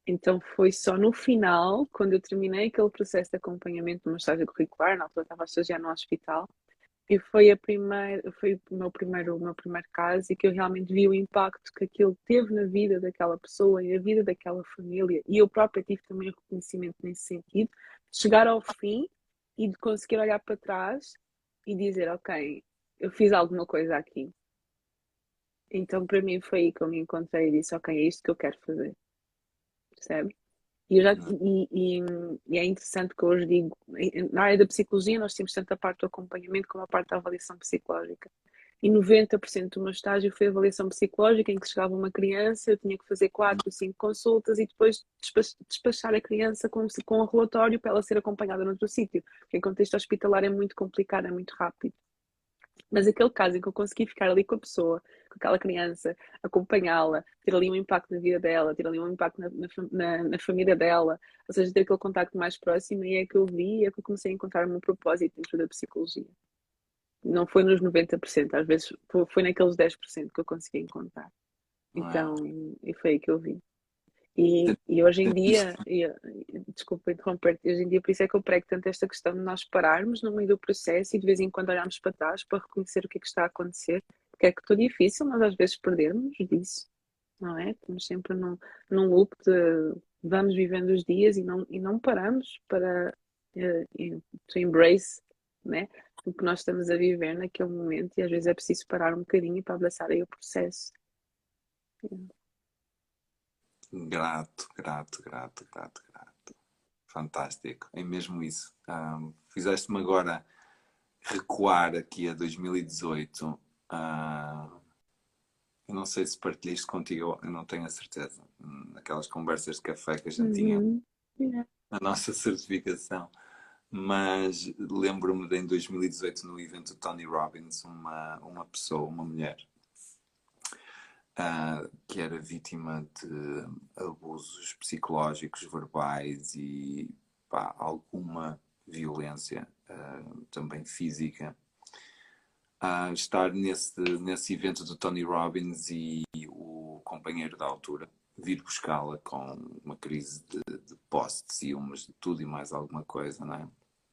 Então foi só no final, quando eu terminei aquele processo de acompanhamento de uma estágio curricular, na altura estava a estagiar no hospital, e foi a primeira, foi o meu primeiro, o meu primeiro caso e que eu realmente vi o impacto que aquilo teve na vida daquela pessoa e na vida daquela família. E eu própria tive também o reconhecimento nesse sentido, de chegar ao fim e de conseguir olhar para trás e dizer, ok, eu fiz alguma coisa aqui. Então para mim foi aí que eu me encontrei e disse, ok, é isto que eu quero fazer, percebe? E, eu já, e, e, e é interessante que eu hoje digo, na área da psicologia nós temos tanto a parte do acompanhamento como a parte da avaliação psicológica. E noventa por cento do meu estágio foi avaliação psicológica, em que chegava uma criança, eu tinha que fazer quatro, cinco consultas e depois despachar a criança com, com um relatório para ela ser acompanhada noutro sítio. Porque em contexto hospitalar é muito complicado, é muito rápido. Mas aquele caso em que eu consegui ficar ali com a pessoa, com aquela criança, acompanhá-la, ter ali um impacto na vida dela, ter ali um impacto na, na, na família dela, ou seja, ter aquele contacto mais próximo, e é que eu vi, e é que eu comecei a encontrar o meu propósito dentro da psicologia. Não foi nos noventa por cento, às vezes foi naqueles dez por cento que eu consegui encontrar. Uau. Então, e foi aí que eu vi. E, e hoje em dia, e, desculpa interromper, hoje em dia por isso é que eu prego tanto esta questão de nós pararmos no meio do processo e de vez em quando olharmos para trás para reconhecer o que é que está a acontecer, porque é que estou difícil, mas às vezes perdermos disso, não é? Estamos sempre num, num loop de vamos vivendo os dias e não, e não paramos para uh, to embrace, né? O que nós estamos a viver naquele momento e às vezes é preciso parar um bocadinho para abraçar aí o processo. Grato, grato, grato, grato, grato. Fantástico. É mesmo isso. Um, fizeste-me agora recuar aqui a dois mil e dezoito. Uh, eu não sei se partilhei isto contigo, eu não tenho a certeza. Naquelas conversas de café que a gente tinha, Uhum. Yeah. a nossa certificação. Mas lembro-me de em dois mil e dezoito, no evento do Tony Robbins, uma, uma pessoa, uma mulher, uh, que era vítima de abusos psicológicos, verbais e pá, alguma violência, uh, também física, a estar nesse, nesse evento do Tony Robbins e o companheiro da altura vir buscá-la com uma crise de, de posse, de ciúmes, de tudo e mais alguma coisa, não é?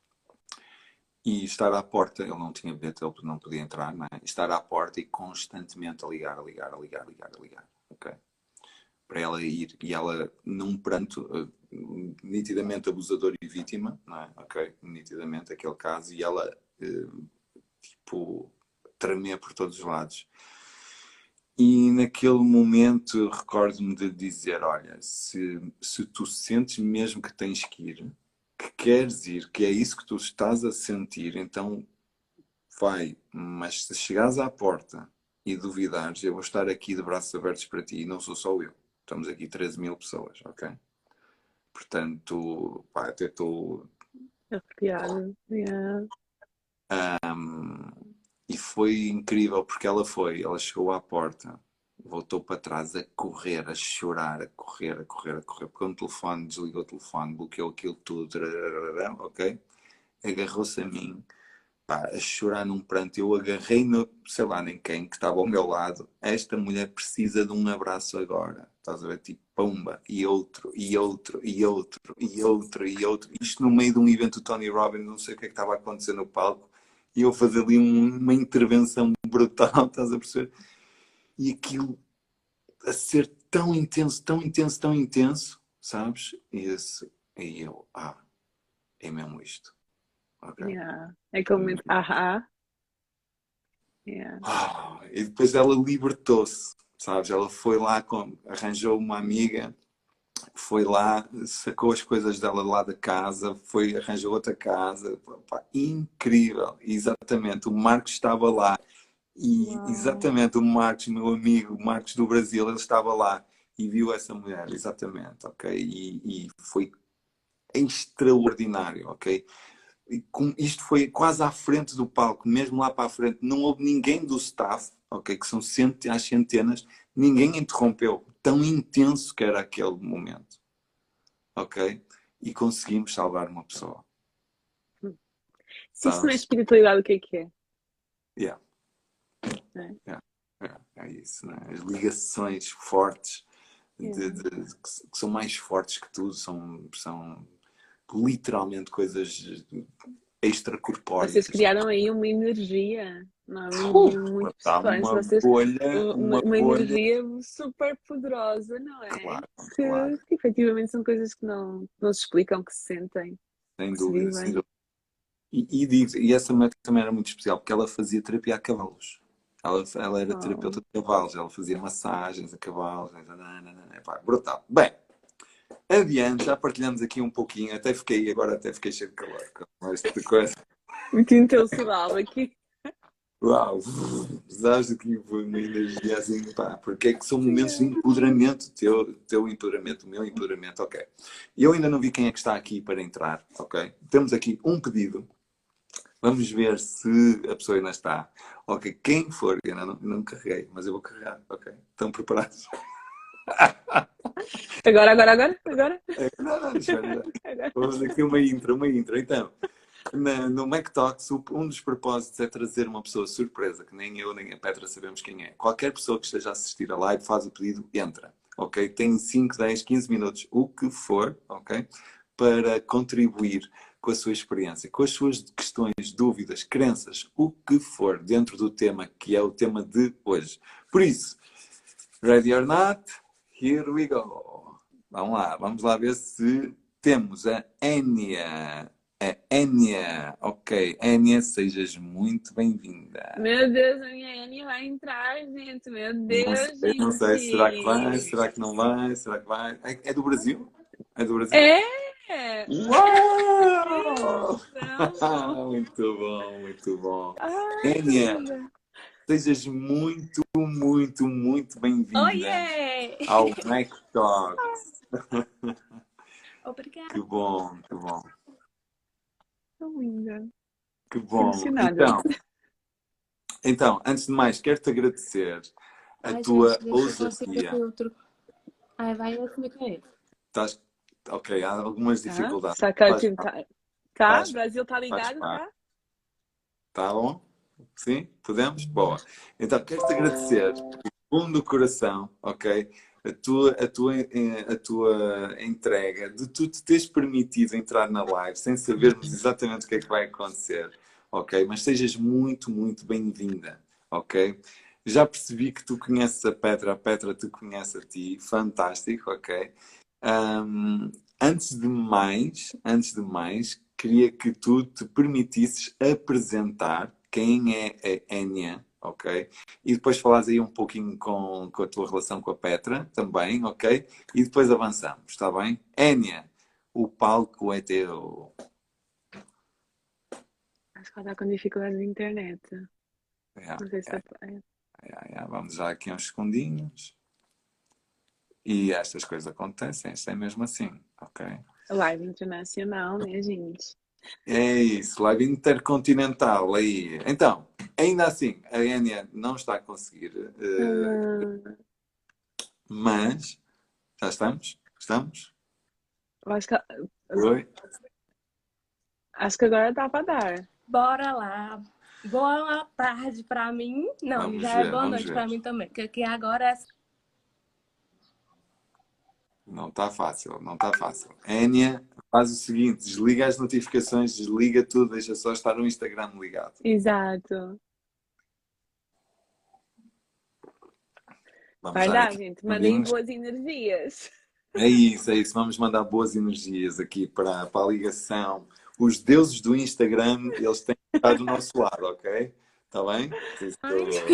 E estar à porta, ele não tinha bilhete, ele não podia entrar, não é? Estar à porta e constantemente a ligar, a ligar, a ligar, a ligar, a ligar, ok? Para ela ir, e ela num pranto, uh, nitidamente abusador e vítima, não é? Ok? Nitidamente aquele caso, e ela, uh, tipo, tremer por todos os lados. E naquele momento recordo-me de dizer, olha, se, se tu sentes mesmo que tens que ir, que queres ir, que é isso que tu estás a sentir, então vai. Mas se chegares à porta e duvidares, eu vou estar aqui de braços abertos para ti, e não sou só eu. Estamos aqui treze mil pessoas, ok? Portanto, pá, até estou... Arrepiada. Yeah. Um, e foi incrível porque ela foi, ela chegou à porta, voltou para trás a correr, a chorar, a correr, a correr, a correr, pegou no telefone, desligou o telefone, bloqueou aquilo tudo, ok? Agarrou-se a mim, pá, a chorar num pranto. Eu agarrei no, sei lá nem quem, que estava ao meu lado. Esta mulher precisa de um abraço agora. Estás a ver? Tipo, pumba, e outro, e outro, e outro, e outro, e outro. Isto no meio de um evento do Tony Robbins, não sei o que é que estava a acontecer no palco. E eu fazer ali um, uma intervenção brutal, estás a perceber? E aquilo a ser tão intenso, tão intenso, tão intenso, sabes? E, esse, e eu, ah, é mesmo isto. Ok? Yeah. É aquele momento, ahá. Yeah. Ah, e depois ela libertou-se, sabes? Ela foi lá, com, arranjou uma amiga, foi lá, sacou as coisas dela lá da casa, foi, arranjou outra casa. Pá, incrível, exatamente. O Marcos estava lá. E Uau. exatamente o Marcos, meu amigo, o Marcos do Brasil, ele estava lá e viu essa mulher, exatamente, ok? E, e foi extraordinário, ok? E com, isto foi quase à frente do palco, mesmo lá para a frente, não houve ninguém do staff, ok? Que são cent, às centenas, ninguém interrompeu. Tão intenso que era aquele momento, ok? E conseguimos salvar uma pessoa, Se isso não é sabes? espiritualidade, o que é que é? Yeah, É. yeah, yeah, é isso, né? As ligações fortes de, de, que, que são mais fortes que tudo, são, são literalmente coisas extracorpóreas. Vocês criaram aí uma energia, não é? Uma Uh, energia muito Está forte. uma Vocês, bolha, uma, uma uma bolha, energia super poderosa, não é? claro, claro, Que, que efetivamente são coisas que não, não se explicam, que se sentem, sem que se dúvida, sem vivem. dúvida. E, e, digo, e essa médica também era muito especial, porque ela fazia terapia a cavalos. Ela, ela era terapeuta Oh. de cavalos, ela fazia massagens a cavalos. Nananana, epá, brutal. Bem, adiante, já partilhamos aqui um pouquinho, até fiquei, agora até fiquei cheio de calor com esta coisa. Muito intensidade aqui. Uau, sabes que foi uma energia assim, pá, porque é que são momentos de empoderamento, teu, teu empoderamento, o meu empoderamento, ok. E eu ainda não vi quem é que está aqui para entrar, ok. Temos aqui um pedido, vamos ver se a pessoa ainda está. Ok, quem for, eu não, não carreguei, mas eu vou carregar, ok. Estão preparados? Agora, agora, agora, agora. Não, não, espera, Agora. vamos fazer aqui uma intro, uma intro, então. Na, no Mac Talks, um dos propósitos é trazer uma pessoa surpresa, que nem eu nem a Petra sabemos quem é. Qualquer pessoa que esteja a assistir a live faz o pedido, entra, ok? Tem cinco, dez, quinze minutos, o que for, ok? Para contribuir com a sua experiência, com as suas questões, dúvidas, crenças, o que for, dentro do tema, que é o tema de hoje. Por isso, ready or not, here we go. Vamos lá, vamos lá ver se temos a Enya. A Enya. Ok, Enya, sejas muito bem-vinda. Meu Deus, a minha Annie vai entrar, gente. Meu Não Deus, sei, não sei, será que vai? gente. Será que não vai? Será que vai? É, é do Brasil? É do Brasil? É! Uau! Então. Muito bom, muito bom. Ai, que Enya, linda. sejas muito, muito, muito bem-vinda Oiê! ao Mac Talks. Obrigada. Que bom, que bom, Tão linda. que Fiquei bom. emocionada. Então, então, antes de mais, quero-te agradecer a Ai, tua gente, deixa eu só acender o ousadia. filtro. Ai, vai eu comigo com ele. Estás... Ok, há algumas Tá? dificuldades. Só que o Faz time parte, tá. Tá? faz, Brasil tá faz ligado, parte. tá? Tá bom? Sim? Podemos? Boa. Então, quero-te agradecer, do fundo do coração, ok? A tua, a, tua, a tua entrega, de tu te teres permitido entrar na live sem sabermos exatamente o que é que vai acontecer, ok? Mas sejas muito, muito bem-vinda, ok? Já percebi que tu conheces a Petra, a Petra te conhece a ti, fantástico, ok? Um, antes de mais, antes de mais, queria que tu te permitisses apresentar quem é a Enya, ok? E depois falares aí um pouquinho com, com a tua relação com a Petra também, ok? E depois avançamos, está bem? Enya, o palco é teu. Acho que ela tá com dificuldade de internet. É, Não sei se é, tá. é. é, é. Vamos já aqui uns segundinhos. E estas coisas acontecem, isto é mesmo assim, ok? Live internacional, né, gente? É isso, live intercontinental aí. Então, ainda assim, a Enya não está a conseguir, eh, Ah, mas já estamos? Estamos? eu acho que, Oi? acho que agora dá pra dar. Bora lá. Boa tarde pra mim. Não, Vamos já é ver, boa vamos noite pra ver. mim também. Porque aqui agora é. Não está fácil, não está fácil. Enya, faz o seguinte, desliga as notificações, desliga tudo, deixa só estar o Instagram ligado. Exato. Vamos Vai dar dar, aqui gente. uns Mandem segundinhos. boas energias. É isso, é isso. Vamos mandar boas energias aqui para, para a ligação. Os deuses do Instagram, eles têm que estar do nosso lado, ok? Está bem? Isso. Ai,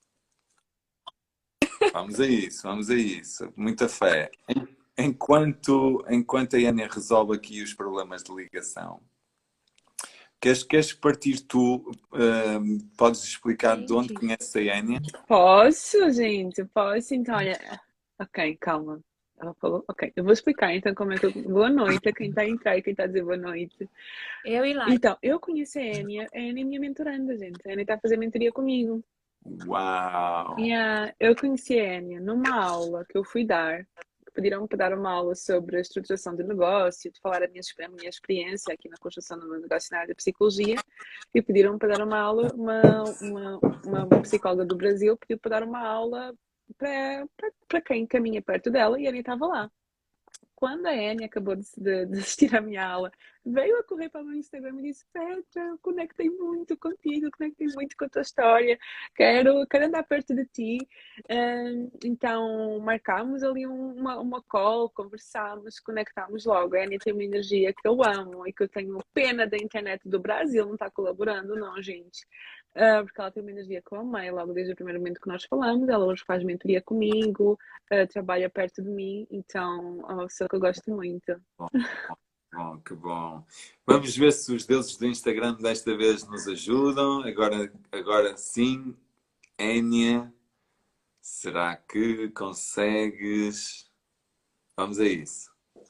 Vamos a isso, vamos a isso. Muita fé. En- Enquanto, enquanto a Enya resolve aqui os problemas de ligação, queres, queres partir tu? Hum, podes explicar de onde gente. conheces a Enya? Posso, gente? Posso? Então, olha. Ok, calma. Ela falou. Ok, eu vou explicar então como é que eu. Boa noite a quem está a entrar e quem está a dizer boa noite. Eu e Lai. Então, eu conheci a Enya. A Enya é minha mentoranda, gente. A Enya está a fazer mentoria comigo. E Uau! ah, eu conheci a Enya numa aula que eu fui dar. Pediram para dar uma aula sobre a estruturação de negócio, de falar a minha, a minha experiência aqui na construção do meu negócio na área da psicologia. E pediram para dar uma aula, uma, uma, uma psicóloga do Brasil pediu para dar uma aula para, para, para quem caminha perto dela e a Annie estava lá. Quando a Annie acabou de, de, de assistir à minha aula, veio a correr para o meu Instagram e disse: Petra, conectei muito contigo, conectei muito com a tua história, quero, quero andar perto de ti. Um, então marcámos ali um, uma, uma call, conversámos, conectámos logo. A Annie tem uma energia que eu amo e que eu tenho pena da internet do Brasil não estar colaborando, não, gente. Uh, porque ela tem uma energia que eu amei logo desde o primeiro momento que nós falamos. Ela hoje faz mentoria comigo, uh, trabalha perto de mim, então é uma pessoa que eu gosto muito. Bom, bom, que bom. Vamos ver se os deuses do Instagram desta vez nos ajudam. Agora, agora sim, Enya, será que consegues? Vamos a isso.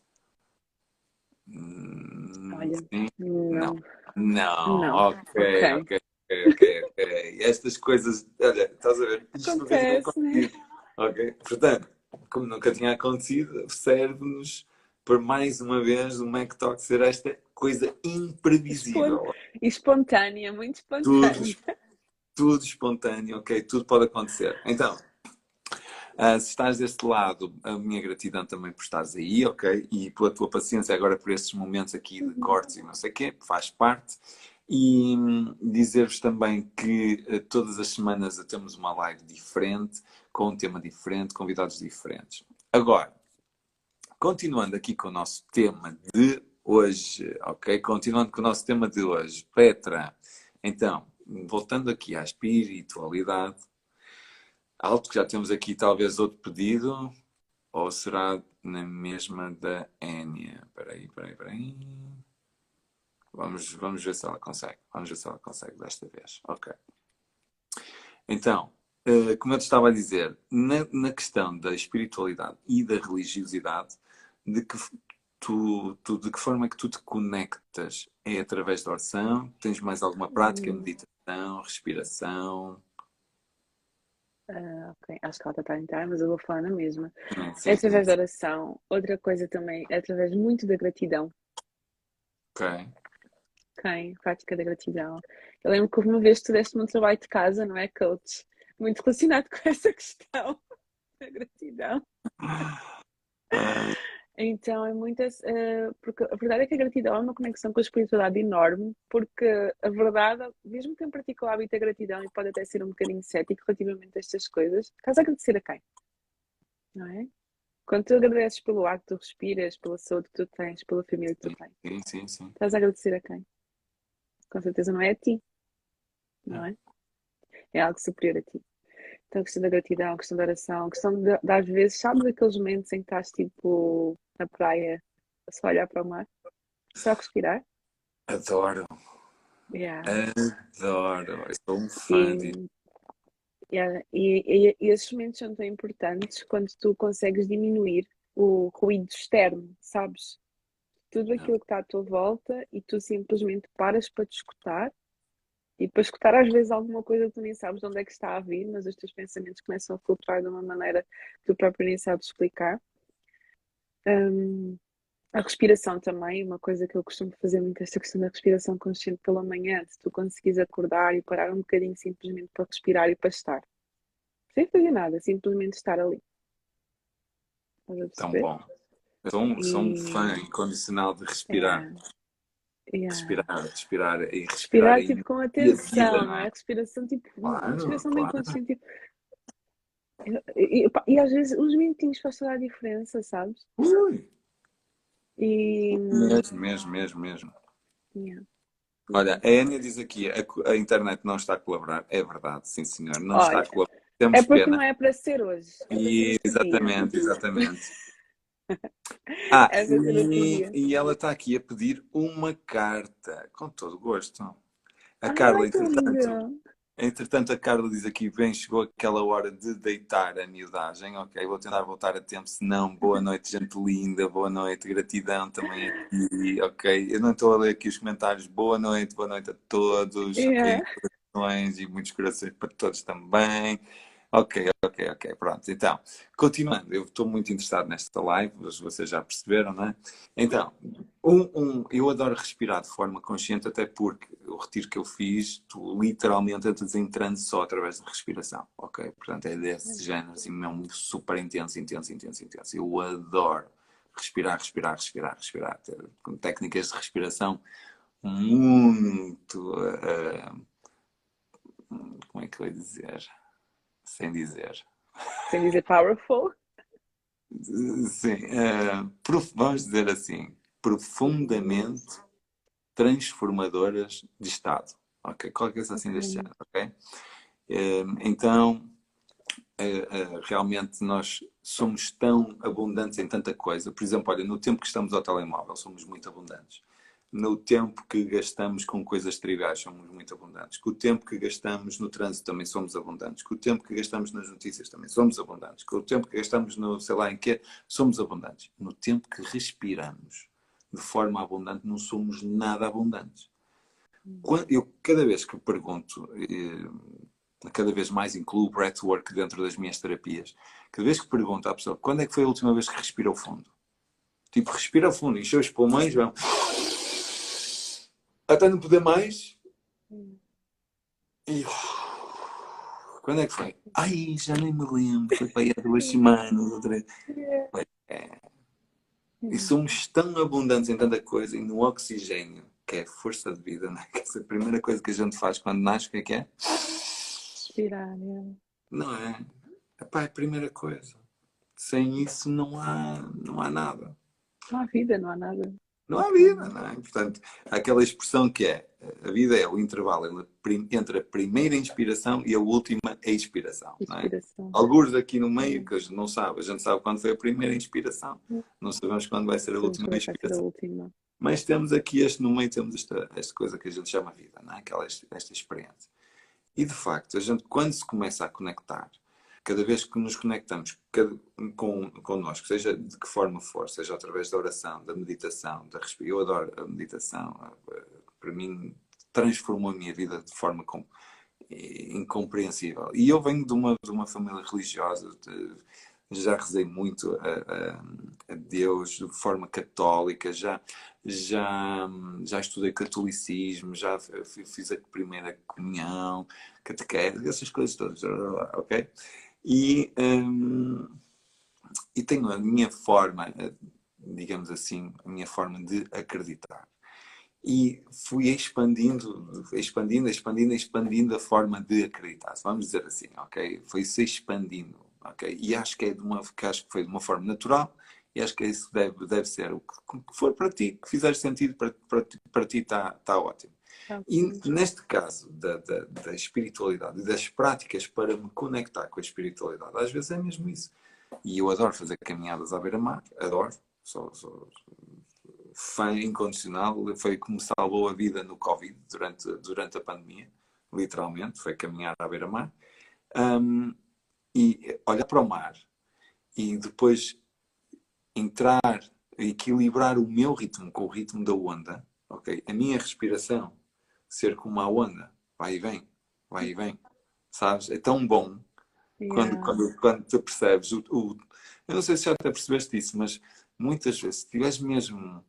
Hum, Olha, sim? não. Não. Não. Ok, Ok. ok, ok, ok, ok. Estas coisas, olha, estás a ver? Isto nunca tinha Acontece, né? acontecido. Ok? Portanto, como nunca tinha acontecido, serve-nos por mais uma vez o Mac Talk ser esta coisa Espon- imprevisível. Espontânea, muito Tudo, espontânea. tudo espontâneo, ok? Tudo pode acontecer. Então, ah, se estás deste lado, a minha gratidão também por estares aí, ok? E pela tua paciência agora por estes momentos aqui de Uhum. cortes e não sei o quê, faz parte. E hum, dizer-vos também que eh, todas as semanas temos uma live diferente, com um tema diferente, convidados diferentes. Agora, continuando aqui com o nosso tema de hoje, ok? Continuando com o nosso tema de hoje, Petra. Então, voltando aqui à espiritualidade, algo que já temos aqui talvez outro pedido, ou será na mesma da Enya? Espera aí, espera aí, espera aí. Vamos, vamos ver se ela consegue. Vamos ver se ela consegue desta vez. Ok. Então, eh, como eu te estava a dizer, na, na questão da espiritualidade e da religiosidade, de que f- tu, tu- de que forma é que tu te conectas? É através da oração? Tens mais alguma prática? Hum, Meditação, respiração? ah, ok, acho que ela está a entrar, mas eu vou falar na mesma. Sim, É sim, sim. através da oração. Outra coisa também é através muito da gratidão. Ok. Ok, prática da gratidão. Eu lembro que uma vez tu deste-me um trabalho de casa, não é, coach? Muito relacionado com essa questão da gratidão. Ah, Então é muitas. eh, porque a verdade é que a gratidão é uma conexão com a espiritualidade enorme, porque a verdade, mesmo que em particular habita a gratidão e pode até ser um bocadinho cético relativamente a estas coisas, estás a agradecer a quem? Não é? Quando tu agradeces pelo ar que tu respiras, pela saúde que tu tens, pela família que tu tens, sim, sim, sim. estás a agradecer a quem? Com certeza não é a ti, não é? É algo superior a ti. Então, a questão da gratidão, a questão da oração, a questão de, de às vezes, sabes aqueles momentos em que estás tipo na praia, só olhar para o mar, só respirar? Adoro, Yeah. adoro. Eu sou um fã disso. E, yeah, e, e, e esses momentos são tão importantes quando tu consegues diminuir o ruído externo, sabes? Tudo aquilo que está à tua volta e tu simplesmente paras para te escutar e para escutar às vezes alguma coisa que tu nem sabes de onde é que está a vir, mas os teus pensamentos começam a filtrar de uma maneira que tu próprio nem sabes explicar. Um, a respiração também, uma coisa que eu costumo fazer muito, esta questão da respiração consciente pela manhã, se tu conseguires acordar e parar um bocadinho simplesmente para respirar e para estar. Sem fazer nada, simplesmente estar ali. Estás a Tão perceber? bom. Eu sou um, sou um fã E incondicional de respirar. yeah, yeah. Respirar, respirar e respirar a Respirar tipo com energia de vida, atenção, não não é? é? Respiração tipo, Claro, respiração bem claro. consciente. Tipo, e, e, pá, e às vezes uns minutinhos faz toda a diferença, sabes? Ui, E mesmo, mesmo, mesmo, mesmo. yeah, Olha, yeah. a Enya diz aqui, a, co- a internet não está a colaborar. É verdade, sim senhor, não está a Olha, colaborar. é Temos porque não pena. é para ser hoje, é para ser E, outro dia. exatamente, exatamente. Ah, É para ser outro e, dia. e ela está aqui a pedir uma carta, com todo o gosto. A Ai, Carla, que entretanto, lindo! entretanto, a Carla diz aqui, bem, chegou aquela hora de deitar a miudagem, ok, vou tentar voltar a tempo, se não, boa noite, gente linda, boa noite, gratidão também aqui, ok, eu não estou a ler aqui os comentários, boa noite, boa noite a todos, Yeah. ok, corações e muitos corações para todos também, ok, ok, ok, pronto, então, continuando, eu estou muito interessado nesta live, vocês já perceberam, não é? Então, um, um, eu adoro respirar de forma consciente, até porque o retiro que eu fiz, tu literalmente entras em transe só através da respiração, ok? Portanto, é desse género, assim, mesmo super intenso, intenso, intenso, intenso. Eu adoro respirar, respirar, respirar, respirar. Ter técnicas de respiração muito... Uh, como é que eu ia dizer? Sem dizer. Sem dizer powerful. Sim, uh, prof, vamos dizer assim, profundamente transformadoras de estado, ok? Qualquer coisa assim deste género, ok? Uh, então, uh, uh, realmente nós somos tão abundantes em tanta coisa. Por exemplo, olha, no tempo que estamos ao telemóvel, somos muito abundantes. No tempo que gastamos com coisas triviais, somos muito abundantes. Com o tempo que gastamos no trânsito, também somos abundantes. Com o tempo que gastamos nas notícias, também somos abundantes. Com o tempo que gastamos no, sei lá em quê, somos abundantes. No tempo que respiramos de forma abundante, não somos nada abundantes. Quando, eu, cada vez que pergunto, eh, cada vez mais incluo breathwork dentro das minhas terapias, cada vez que pergunto à pessoa, quando é que foi a última vez que respirou fundo? Tipo, respira fundo, encheu os pulmões, vão... até não poder mais. E quando é que foi? Ai, já nem me lembro. Foi para aí há duas semanas ou três. É. E somos tão abundantes em tanta coisa, e no oxigênio, que é força de vida, não é? Que é a primeira coisa que a gente faz quando nasce, o que é que é? Respirar, é. Não é? Epá, é a primeira coisa. Sem isso não há, não há nada. Não há vida, não há nada. Não há vida, não é? Portanto, há aquela expressão que é, a vida é o intervalo entre a primeira inspiração e a última expiração, não é? Inspiração. Alguns aqui no meio que a gente não sabe, a gente sabe quando foi a primeira inspiração, não sabemos quando vai ser a última Vai ser a expiração. última. Mas temos aqui este, no meio temos esta, esta coisa que a gente chama vida, não é? Aquela, esta experiência. E de facto, a gente quando se começa a conectar, cada vez que nos conectamos com, connosco, seja de que forma for, seja através da oração, da meditação, da respiração, eu adoro a meditação, para mim transformou a minha vida de forma com, incompreensível. E eu venho de uma, de uma família religiosa, de, já rezei muito a, a, a Deus de forma católica, já, já, já estudei catolicismo, já fiz a primeira comunhão, catequese, essas coisas todas, ok? E, um, e tenho a minha forma, digamos assim, a minha forma de acreditar. E fui expandindo, expandindo, expandindo, expandindo a forma de acreditar. Vamos dizer assim, ok? Foi-se expandindo, ok? E acho que, é de uma, que acho que foi de uma forma natural e acho que isso deve, deve ser o que, que for para ti, que fizer sentido para, para, para ti está tá ótimo. E neste caso da, da, da espiritualidade e das práticas para me conectar com a espiritualidade, às vezes é mesmo isso. E eu adoro fazer caminhadas à beira-mar, adoro, sou, sou fã incondicional, foi como salvou a vida no Covid durante, durante a pandemia, literalmente, foi caminhar à beira-mar. Um, e olhar para o mar e depois entrar, equilibrar o meu ritmo com o ritmo da onda, ok? A minha respiração ser como a onda, vai e vem, vai e vem, sabes? É tão bom quando, Yeah. quando, quando tu percebes o, o... Eu não sei se já até percebeste isso, mas muitas vezes, se estiveres mesmo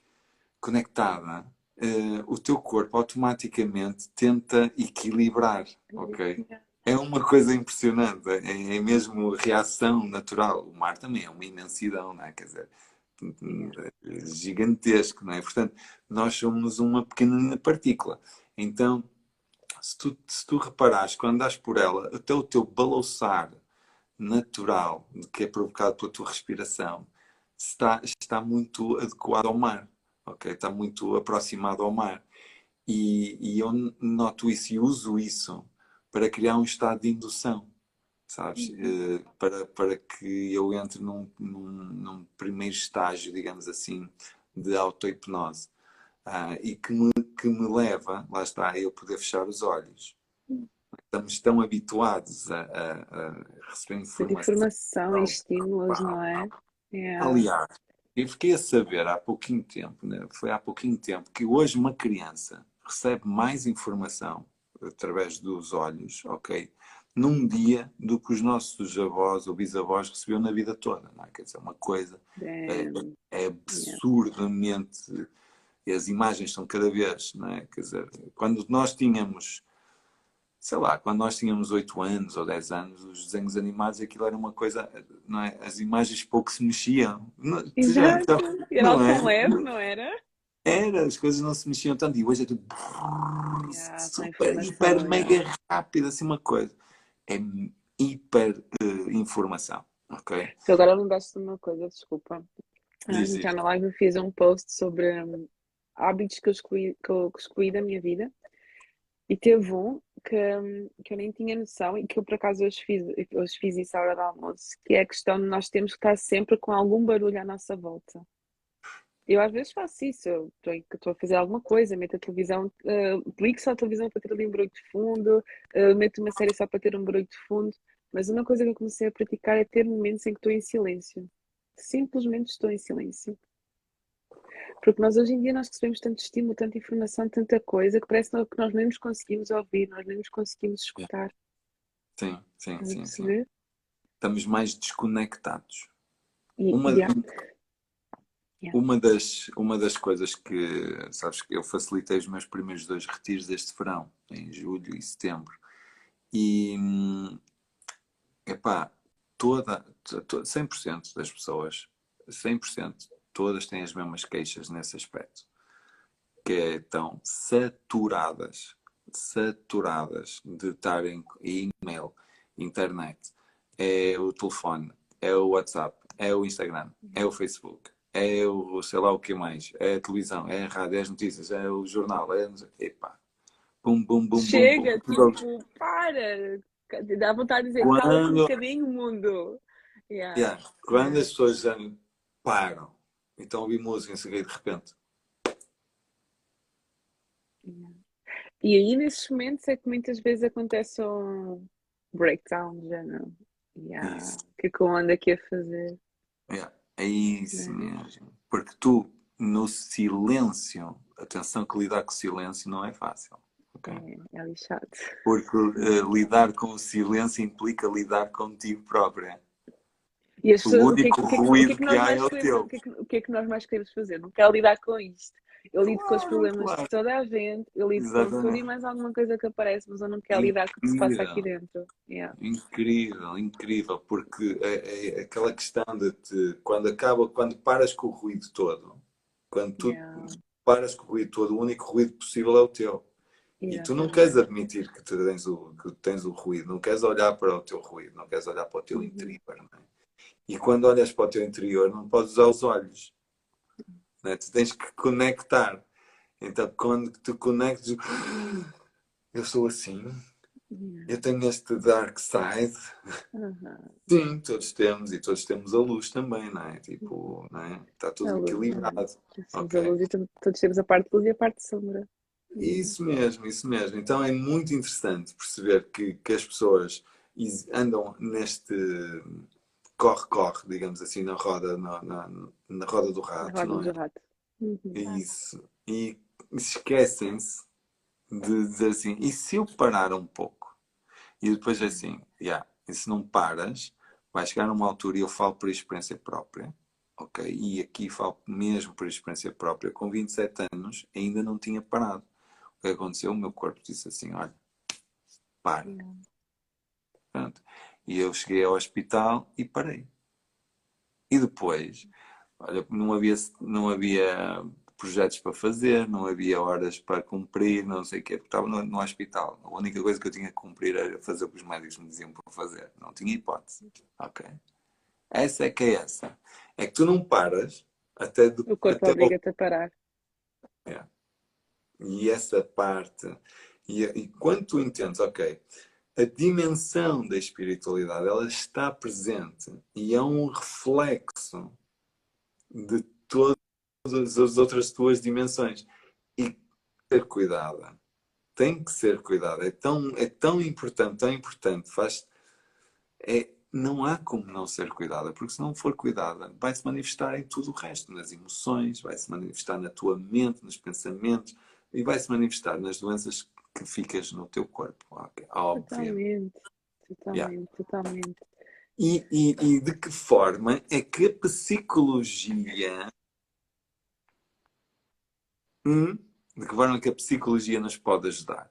conectada, uh, o teu corpo automaticamente tenta equilibrar, ok? É uma coisa impressionante, é, é mesmo reação natural. O mar também é uma imensidão, não é? Quer dizer, gigantesco, não é? Portanto, nós somos uma pequena partícula. Então, se tu, se tu reparares, quando andas por ela, até o teu balouçar natural, que é provocado pela tua respiração, está, está muito adequado ao mar, ok? Está muito aproximado ao mar. E, e eu noto isso e uso isso para criar um estado de indução, sabes? Uhum. Uh, para, para que eu entre num, num, num primeiro estágio, digamos assim, de auto-hipnose. Uh, e que me, que me leva, lá está, a eu poder fechar os olhos. Estamos tão habituados a, a, a receber informação. informação e estímulos, não é? Yeah. Aliás, eu fiquei a saber há pouquinho tempo, né? Foi há pouquinho tempo, que hoje uma criança recebe mais informação através dos olhos, ok? Num dia do que os nossos avós ou bisavós recebiam na vida toda, não é? Quer dizer, uma coisa é, é absurdamente E as imagens são cada vez, não é? Quer dizer, quando nós tínhamos, sei lá, quando nós tínhamos oito anos ou dez anos, os desenhos animados, aquilo era uma coisa, não é? As imagens pouco se mexiam. Não, tu já- Exato. Era não algo é? tão leve, não era? Era, as coisas não se mexiam tanto. E hoje é tudo Yeah, com a super, hiper, informação, yeah. mega rápido, assim uma coisa. É hiper eh, informação, ok? Tu agora lembraste de uma coisa, desculpa. Ah, Diz já isto. na live eu fiz um post sobre hum, hábitos que eu excluí, que eu excluí da minha vida. E teve um que, hum, que eu nem tinha noção e que eu por acaso hoje fiz, hoje fiz isso à hora do almoço, que é a questão de nós termos que estar sempre com algum barulho à nossa volta. Eu às vezes faço isso, eu estou em- estou a fazer alguma coisa, meto a televisão, eh, ligo só a televisão para ter ali um barulho de fundo, eh, meto uma série só para ter um barulho de fundo, mas uma coisa que eu comecei a praticar é ter momentos em que estou em silêncio. Simplesmente estou em silêncio. Porque nós hoje em dia nós recebemos tanto estímulo, tanta informação, tanta coisa, que parece que nós nem nos conseguimos ouvir, nós nem nos conseguimos escutar. Sim, sim, Estás a sim, sim. perceber? Estamos mais desconectados. E, Uma, yeah, yeah. uma, das, uma das coisas que, sabes, que eu facilitei os meus primeiros dois retiros deste verão, em julho e setembro. E, hum, epá, toda, to- cem por cento das pessoas, cem por cento, todas têm as mesmas queixas nesse aspecto. Que é, estão saturadas, saturadas de estar em e-mail, internet, é o telefone, é o WhatsApp, é o Instagram, é o Facebook, é o sei lá o que mais, é a televisão, é a rádio, é as notícias, é o jornal, é... Epá, bum, bum, bum, bum, bum. Chega, tipo, para! Dá vontade de dizer, cala-te um Quando, bocadinho, mundo. Yeah, yeah, quando yeah, as pessoas já param, então ouvir música em seguida de repente. yeah. E aí, nesses momentos, é que muitas vezes acontece um breakdown, já não. Yeah. Isso. O que é que eu ando aqui a fazer? É, é isso Né? mesmo. Porque tu, no silêncio, atenção que lidar com o silêncio não é fácil. Ok? É, é lixado. Porque eh, lidar com o silêncio implica lidar contigo própria. E as O pessoas, o que, é único que- o que, é que- o que é ruído que que nós há é mais o queremos, o teu. que é que, o que é que nós mais queremos fazer? Não quero lidar com isto. Eu lido com os Claro, problemas de claro. toda a gente, eu lido com tudo e Exatamente. mais alguma coisa que aparece, mas eu não quero lidar com o que se passa aqui Incrível. dentro. Yeah. Incrível, incrível. Porque é, é aquela questão de te, quando acaba, quando paras com o ruído todo, quando tu Yeah. paras com o ruído todo, o único ruído possível é o teu. E tu não queres Exatamente. admitir que tu tens o, que tens o ruído, não queres olhar para o teu ruído, não queres olhar para o teu Uhum. interior. Não é? E quando olhas para o teu interior, não podes usar os olhos. Não é? Tu tens que conectar. Então, quando tu conectas, eu sou assim, Yeah. eu tenho este dark side. Uhum. Sim, todos temos, e todos temos a luz também, não é? Tipo, não é? Está A tudo luz, equilibrado. uhum. Somos a Ok? luz e to- todos temos a parte de luz e a parte de sombra. Uhum. Isso mesmo, isso mesmo. Então é muito interessante perceber que, que as pessoas is- andam neste corre-corre, digamos assim, na roda, na, na, na roda do Na rato, roda não é? do rato. Uhum. Isso. E esquecem-se de dizer assim, e se eu parar um pouco? E depois é assim, yeah, e se não paras, vai chegar a uma altura, e eu falo por experiência própria, ok? E aqui falo mesmo por experiência própria, com vinte e sete anos ainda não tinha parado. O que aconteceu? O meu corpo disse assim, olha, para. Yeah. Pronto. E eu cheguei ao hospital e parei. E depois, olha, não havia, não havia projetos para fazer, não havia horas para cumprir, não sei o quê, porque estava no, no hospital. A única coisa que eu tinha que cumprir era fazer o que os médicos me diziam para fazer. Não tinha hipótese. Ok? Essa é que é essa. É que tu não paras até, de, O corpo até ao... obriga-te a parar. É. E essa parte... E, e quando tu entendes, ok, a dimensão da espiritualidade, ela está presente e é um reflexo de todas as outras tuas dimensões. E ter cuidado. Tem que ser cuidado. É tão, é tão importante, tão importante. Faz, é, não há como não ser cuidada, porque se não for cuidada, vai se manifestar em tudo o resto, nas emoções, vai se manifestar na tua mente, nos pensamentos, e vai se manifestar nas doenças que ficas no teu corpo. Óbvio. Totalmente. Yeah. Totalmente, totalmente. E, e, e de que forma é que a psicologia Hum? De que forma que a psicologia nos pode ajudar?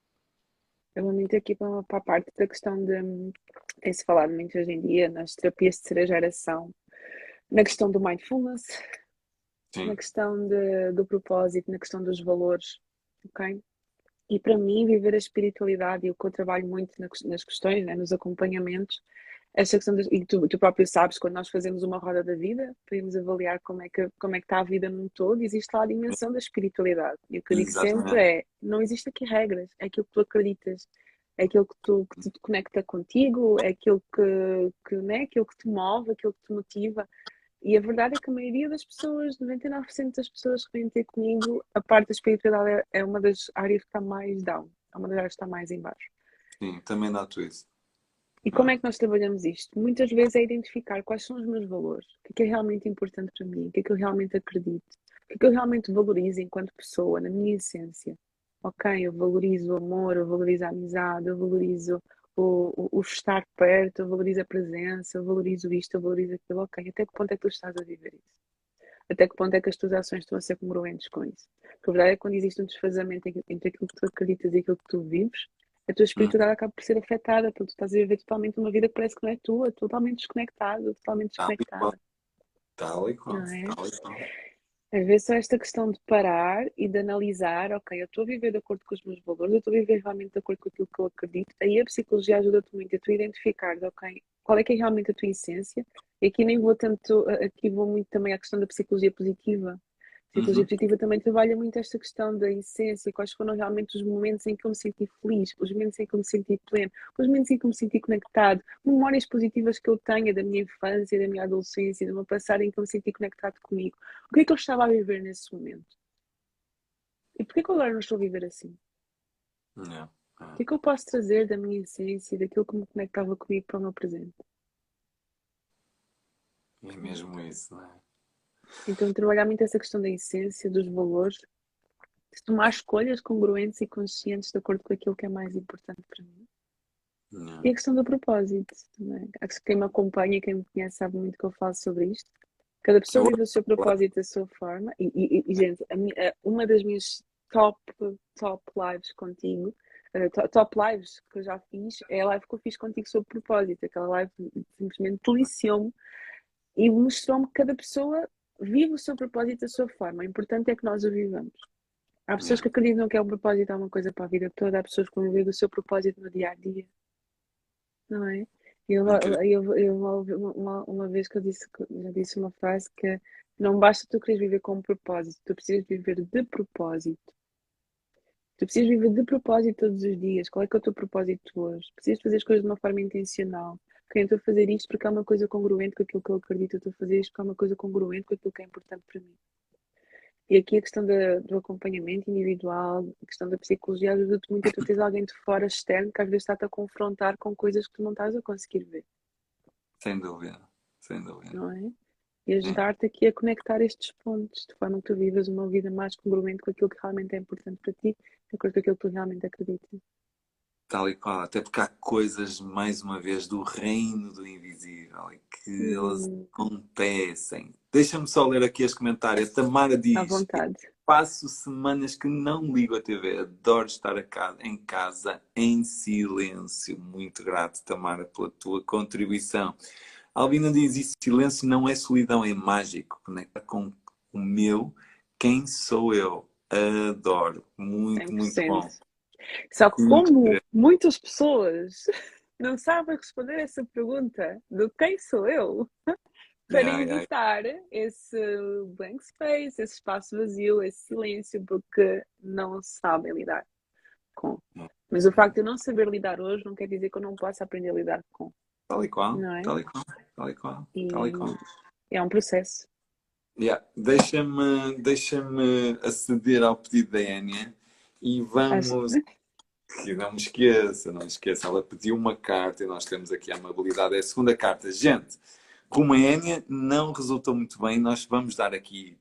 Eu vou muito aqui para, para a parte da questão de. Tem-se falado muito hoje em dia nas terapias de terceira geração, na questão do mindfulness, na Sim, questão de, do propósito, na questão dos valores, ok? E para mim, viver a espiritualidade e o que eu trabalho muito nas, nas questões, né, nos acompanhamentos, esta questão, de, e tu, tu próprio sabes, quando nós fazemos uma roda da vida, podemos avaliar como é que, como é que está a vida num todo, existe lá a dimensão da espiritualidade. E o que eu digo sempre exatamente. é, não existe aqui regras, é aquilo que tu acreditas, é aquilo que, tu, que te conecta contigo, é aquilo que, que, né, aquilo que te move, aquilo que te motiva. E a verdade é que a maioria das pessoas, noventa e nove por cento das pessoas que vêm ter comigo, a parte da espiritualidade é, é uma das áreas que está mais down, é uma das áreas que está mais em baixo. Sim, também noto isso. E como É. é que nós trabalhamos isto? Muitas vezes é identificar quais são os meus valores, o que é que é realmente importante para mim, o que é que eu realmente acredito, o que é que eu realmente valorizo enquanto pessoa, na minha essência. Ok, eu valorizo o amor, eu valorizo a amizade, eu valorizo o, o, o estar perto, eu valorizo a presença, eu valorizo isto, eu valorizo aquilo. Ok, até que ponto é que tu estás a viver isso? Até que ponto é que as tuas ações estão a ser congruentes com isso? Porque a verdade é que quando existe um desfazamento entre aquilo que tu acreditas e aquilo que tu vives, a tua Hum. espiritualidade acaba por ser afetada, porque tu estás a viver totalmente uma vida que parece que não é tua, totalmente desconectado, totalmente Tal e qual. desconectada, Tal e qual. não é? Tal e qual. Às vezes só esta questão de parar e de analisar, ok, eu estou a viver de acordo com os meus valores, eu estou a viver realmente de acordo com aquilo que eu acredito, aí a psicologia ajuda-te muito a tu identificar, ok, qual é que é realmente a tua essência, e aqui nem vou tanto, aqui vou muito também à questão da psicologia positiva. A psicologia Uhum. positiva também trabalha muito esta questão da essência, quais foram realmente os momentos em que eu me senti feliz, os momentos em que eu me senti pleno, os momentos em que eu me senti conectado, memórias positivas que eu tenho da minha infância, da minha adolescência, do meu passado em que eu me senti conectado comigo. O que é que eu estava a viver nesse momento? E porquê que eu agora não estou a viver assim? Não. O É. que é que eu posso trazer da minha essência, daquilo que me conectava comigo para o meu presente? É mesmo isso, não é? Então, trabalhar muito essa questão da essência, dos valores, de tomar escolhas congruentes e conscientes de acordo com aquilo que é mais importante para mim. E Não. a questão do propósito também. Acho que quem me acompanha, quem me conhece, sabe muito que eu falo sobre isto. Cada É pessoa vive outra o seu palavra. propósito da sua forma. E, e- e, gente, a minha- a- uma das minhas top, top lives contigo, eh, to- top lives que eu já fiz, é a live que eu fiz contigo sobre propósito. Aquela live simplesmente deliciou-me e mostrou-me que cada pessoa vive o seu propósito da sua forma. O importante é que nós o vivamos. Há pessoas Yeah. que acreditam que é um propósito, é uma coisa para a vida toda. Há pessoas que vão viver o seu propósito no dia a dia, não é? Eu, Incrível. eu, eu uma, uma, uma vez que eu disse, já disse uma frase que não basta tu queres viver com um propósito, tu precisas viver de propósito. Tu precisas viver de propósito todos os dias. Qual é que é o teu propósito hoje? Precisas fazer as coisas de uma forma intencional. Ok, eu estou a fazer isto porque é uma coisa congruente com aquilo que eu acredito. Eu estou a fazer isto porque é uma coisa congruente com aquilo que é importante para mim. E aqui a questão da, do acompanhamento individual, a questão da psicologia ajuda-te muito a tu teres alguém de fora externo que às vezes está-te a confrontar com coisas que tu não estás a conseguir ver, Sem dúvida. Sem dúvida. não é? E Sim. ajudar-te aqui a conectar estes pontos, de forma que tu vivas uma vida mais congruente com aquilo que realmente é importante para ti, de acordo com aquilo que tu realmente acreditas. Tal e qual. Até porque há coisas, mais uma vez, do reino do invisível e que elas Uhum. acontecem. Deixa-me só ler aqui este comentário. A Tamara À diz: vontade. passo semanas que não ligo a T V. Adoro estar a casa, em casa, em silêncio. Muito grato, Tamara, pela tua contribuição. A Albina diz: e silêncio não é solidão, é mágico. Conecta com o meu, quem sou eu. Adoro. Muito, muito cem por cento. bom. Só que Muito como bom. muitas pessoas não sabem responder essa pergunta do quem sou eu, para Yeah, yeah. evitar esse blank space, esse espaço vazio, esse silêncio, porque não sabem lidar com. Mas o facto de eu não saber lidar hoje não quer dizer que eu não possa aprender a lidar com, Tal e qual, não é? tal e qual, tal e qual, tal e qual. E é um processo. Yeah. Deixa-me deixa-me aceder ao pedido da Enya e Acho- vamos. Que não me esqueça, não me esqueça. Ela pediu uma carta e nós temos aqui a amabilidade. É a segunda carta. Gente, como a Enya não resultou muito bem, nós vamos dar aqui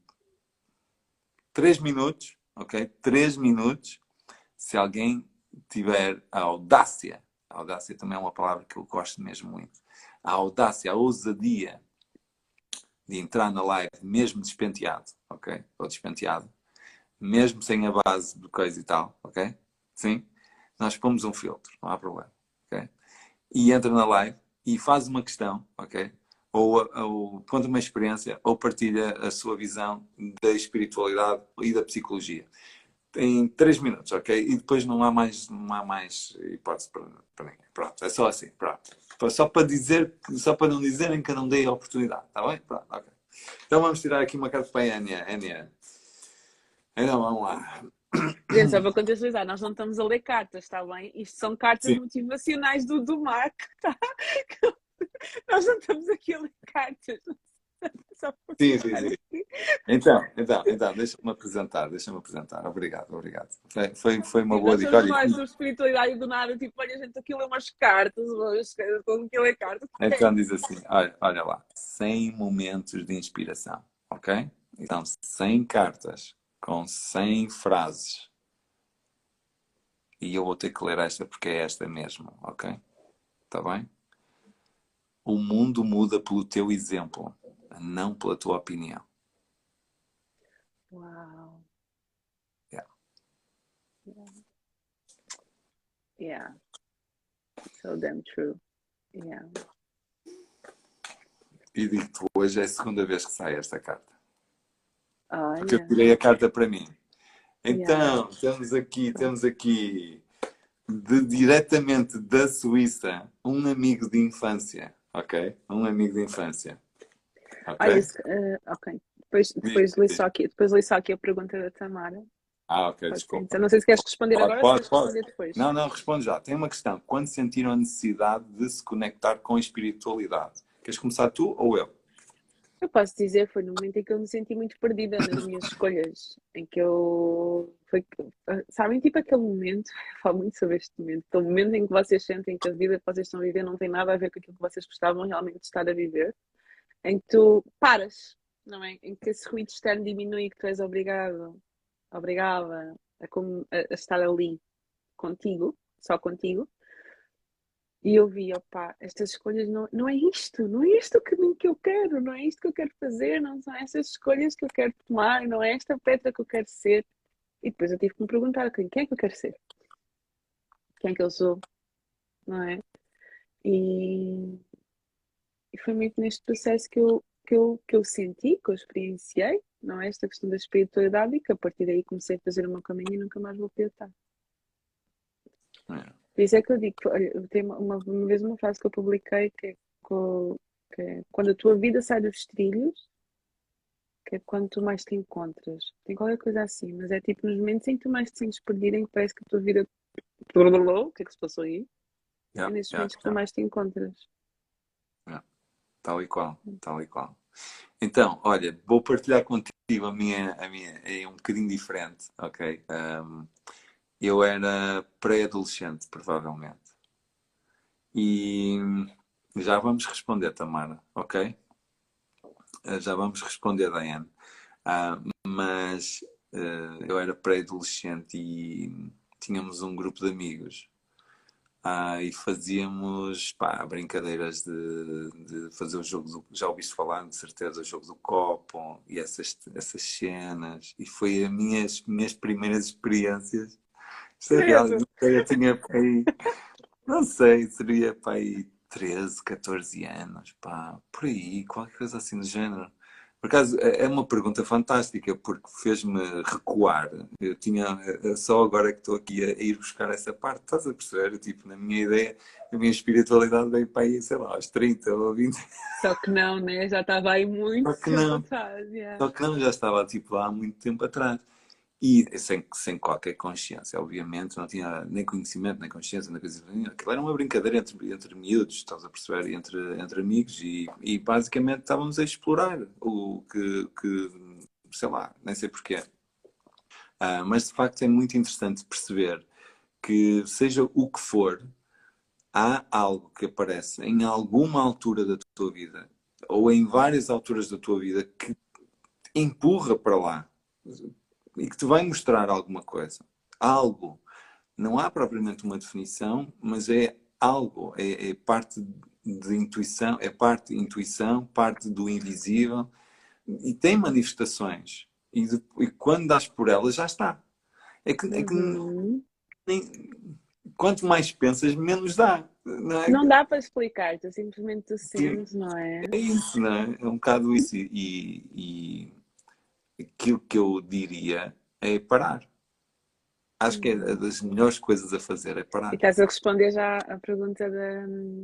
três minutos, ok? Três minutos. Se alguém tiver a audácia, a audácia também é uma palavra que eu gosto mesmo muito, a audácia, a ousadia de entrar na live mesmo despenteado, ok? Ou despenteado, mesmo sem a base de coisa e tal, ok? Sim? Nós pomos um filtro, não há problema, ok? E entra na live e faz uma questão, ok? Ou, ou conta uma experiência, ou partilha a sua visão da espiritualidade e da psicologia. Em três minutos, ok? E depois não há mais, não há mais hipótese para, para ninguém. Pronto, é só assim, pronto. Só para dizer, só para não dizerem que eu não dei a oportunidade, está bem? Pronto, ok. Então vamos tirar aqui uma carta para a Ania. Ania. Então vamos lá. Gente, só para contextualizar, nós não estamos a ler cartas, está bem? Isto são cartas Sim. motivacionais do, do Marco, tá? Nós não estamos aqui a ler cartas. Só para Sim, sim, falar sim. aqui. Então, então, então, deixa-me apresentar, deixa-me apresentar. Obrigado, obrigado. Foi, foi, foi uma Sim, boa nós dica. estamos Olha, mais sobre espiritualidade e do nada, tipo, olha, gente, aquilo é umas cartas, como que ler cartas. então diz assim, olha, olha lá, cem momentos de inspiração, ok? Então, cem cartas com cem frases. E eu vou ter que ler esta porque é esta mesmo, ok? Está bem? O mundo muda pelo teu exemplo, não pela tua opinião. Uau. Yeah. Yeah. Yeah. So damn true. Yeah. E digo-te, hoje é a segunda vez que sai esta carta. Porque eu Olha. tirei a carta para mim. Yeah. Então, temos aqui, temos aqui, de, diretamente da Suíça, um amigo de infância, ok? Um amigo de infância, Ah, ok? esse, uh, ok. Depois, Diz, depois, li diz. só aqui, depois li só aqui a pergunta da Tamara. Ah, ok, Pode ser. desculpa. Então, não sei se queres responder Pode, agora ou se pode, queres pode. responder depois. Não, não, responde já. Tem uma questão. Quando sentiram a necessidade de se conectar com a espiritualidade? Queres começar tu ou eu? Eu posso dizer, foi no momento em que eu me senti muito perdida nas minhas escolhas, em que eu, foi, sabem, tipo aquele momento, eu falo muito sobre este momento, aquele momento em que vocês sentem que a vida que vocês estão a viver não tem nada a ver com aquilo que vocês gostavam realmente de estar a viver, em que tu paras, não é? Em que esse ruído externo diminui e que tu és obrigado, obrigada a, como- a- a estar ali contigo, só contigo. E eu vi, opá, estas escolhas não, não é isto, não é este o caminho que eu quero, não é isto que eu quero fazer, não são estas escolhas que eu quero tomar, não é esta Petra que eu quero ser. E depois eu tive que me perguntar quem, quem é que eu quero ser, quem é que eu sou, não é? E, e foi muito neste processo que eu, que, eu, que eu senti, que eu experienciei, não é? Esta questão da espiritualidade e que a partir daí comecei a fazer o meu caminho e nunca mais voltei a estar. É. Por isso é que eu digo, olha, eu tenho uma, uma vez uma frase que eu publiquei que é, co- que é quando a tua vida sai dos trilhos, que é quando tu mais te encontras. Tem qualquer coisa assim, mas é tipo nos momentos em que tu mais te sentes perdido, em que parece que a tua vida. O que é que se passou aí? É Yeah, nesses yeah, momentos que tu yeah, mais te encontras. yeah. Tal e qual, tal e qual. Então, olha, vou partilhar contigo a minha, a minha, é um bocadinho diferente, ok? Um, eu era pré-adolescente, provavelmente. E já vamos responder, Tamara, ok? Uh, Já vamos responder, Diane. Ah, mas uh, eu era pré-adolescente e tínhamos um grupo de amigos. Ah, e fazíamos pá, brincadeiras de, de fazer o jogo do, já ouviste falar, de certeza, o jogo do copo e essas, essas cenas. E foi as minhas, minhas primeiras experiências. Isto é real, Credo! eu tinha pá, aí, não sei, seria pá, aí treze, catorze anos, pá, por aí, qualquer coisa assim do género. Por acaso, é é uma pergunta fantástica, porque fez-me recuar. Eu tinha, eh, só agora é que estou aqui a, a ir buscar essa parte, estás a perceber? Tipo, na minha ideia, a minha espiritualidade veio para aí, sei lá, aos trinta ou vinte. Só que não, né? Já estava aí muito Só que tempo não, atrás. Yeah. só que não, já estava tipo lá há muito tempo atrás. E sem, sem qualquer consciência, obviamente, não tinha nem conhecimento, nem consciência, nem coisa nenhuma. Aquilo era uma brincadeira entre, entre miúdos, estás a perceber, entre, entre amigos, e, e basicamente estávamos a explorar o que, que sei lá, nem sei porquê. Ah, mas de facto é muito interessante perceber que, seja o que for, há algo que aparece em alguma altura da tua vida, ou em várias alturas da tua vida, que te empurra para lá e que te vai mostrar alguma coisa. Algo. Não há propriamente uma definição, mas é algo. É, é parte de intuição, é parte de intuição, parte do invisível e tem manifestações. e, de- e quando dás por elas, já está. É que, é que Uhum. nem- quanto mais pensas, menos dá. Não é? Não dá para explicar, tu simplesmente tu Sim, sentes, não é? é isso, não é? É um bocado isso. E, e aquilo que eu diria é parar. Acho que é Uhum. das melhores coisas a fazer, é E parar. estás a responder já à pergunta da,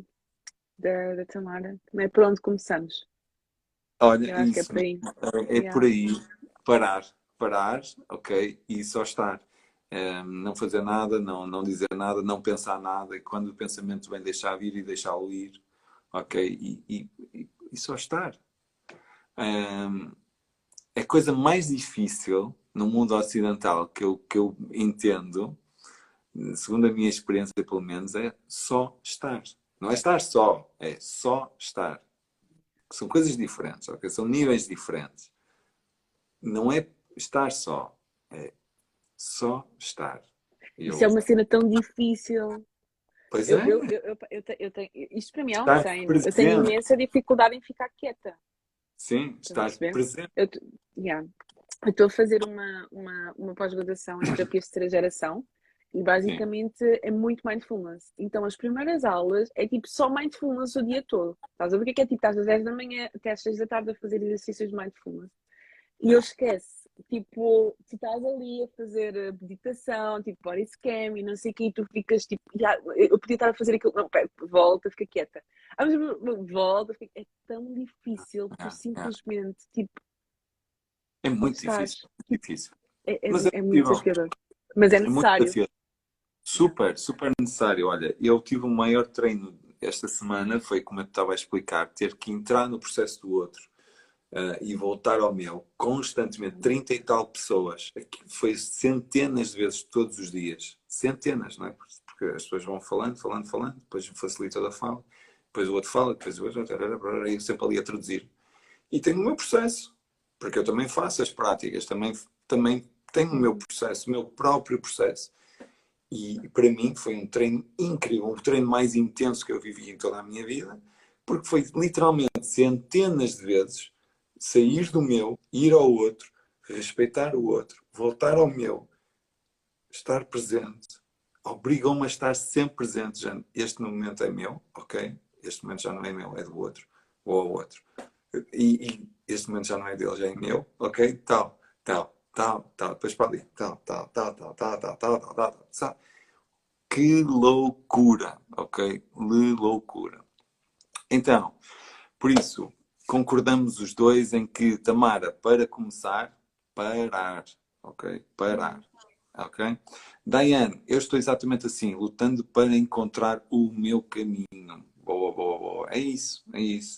da, da Tamara. Não é por onde começamos? Olha, Eu acho que é isso por aí. é por Yeah. aí. Parar, parar, ok? E só estar. Eh, não fazer nada, não, não dizer nada, não pensar nada. E quando o pensamento vem, deixar vir e deixá-lo ir, ok? E, e, e- e só estar. Eh, a coisa mais difícil no mundo ocidental que eu, que eu entendo, segundo a minha experiência pelo menos, é só estar. Não é estar só, é só estar. São coisas diferentes, ok? São níveis diferentes. Não é estar só, é só estar. Isso é Eu, uma cena tão difícil. pois Eu, é, eu, eu, eu, eu te- eu tenho, isto para mim é um estar treino. Eu tenho presente. imensa dificuldade em ficar quieta. Sim, Estás a estar perceber? presente. Eu, t- yeah. Eu estou a fazer uma, uma, uma pós-graduação em terapias de terceira geração e Sim, basicamente é muito mindfulness. Então as primeiras aulas é tipo só mindfulness o dia todo. Estás a ver o que é que é tipo? Estás às dez da manhã até às seis da tarde a fazer exercícios de mindfulness. E eu é. esquece, tipo, tu estás ali a fazer eh, meditação, tipo body scan e não sei o que, e tu ficas tipo, "Ya, eu podia estar a fazer aquilo, não, pera, volta, fica quieta. Ah, mas volta, fica... é tão difícil tu É, é. simplesmente, tipo, É muito difícil, estás, muito difícil. é, é, Mas é é muito possível, desafiador, mas é é muito necessário. desafiador. Yeah. Super, super necessário. Olha, eu tive o maior treino esta semana, foi como eu te estava a explicar, ter que entrar no processo do outro. Uh, e voltar ao meu constantemente, trinta e tal pessoas, aqui foi centenas de vezes todos os dias, centenas, não é? Porque as pessoas vão falando, falando, falando, depois o facilitador fala, depois o outro fala, depois o outro, e eu sempre ali a traduzir. E tenho o meu processo, porque eu também faço as práticas, também, também tenho o meu Uhum. processo, o meu próprio processo. E para mim foi um treino incrível, o treino mais intenso que eu vivi em toda a minha vida, porque foi literalmente centenas de vezes sair do meu, ir ao outro, respeitar o outro, voltar ao meu, estar presente. Obrigou-me a estar sempre presente. Já, este momento é meu, ok? Este momento já não é meu, é do outro, ou ao outro. E, e este momento já não é dele, já é meu, ok? Tal, tal, tal, tal. Depois para ali, tal, tal, tal, tal, tal, tal, tal, tal, tal, tal. Que loucura, ok? Que loucura. Então, por isso, concordamos os dois em que, Tamara, para começar, parar, ok? Parar, Uhum. ok? Diane, eu estou exatamente assim, lutando para encontrar o meu caminho. Boa, boa, boa. É isso, é isso.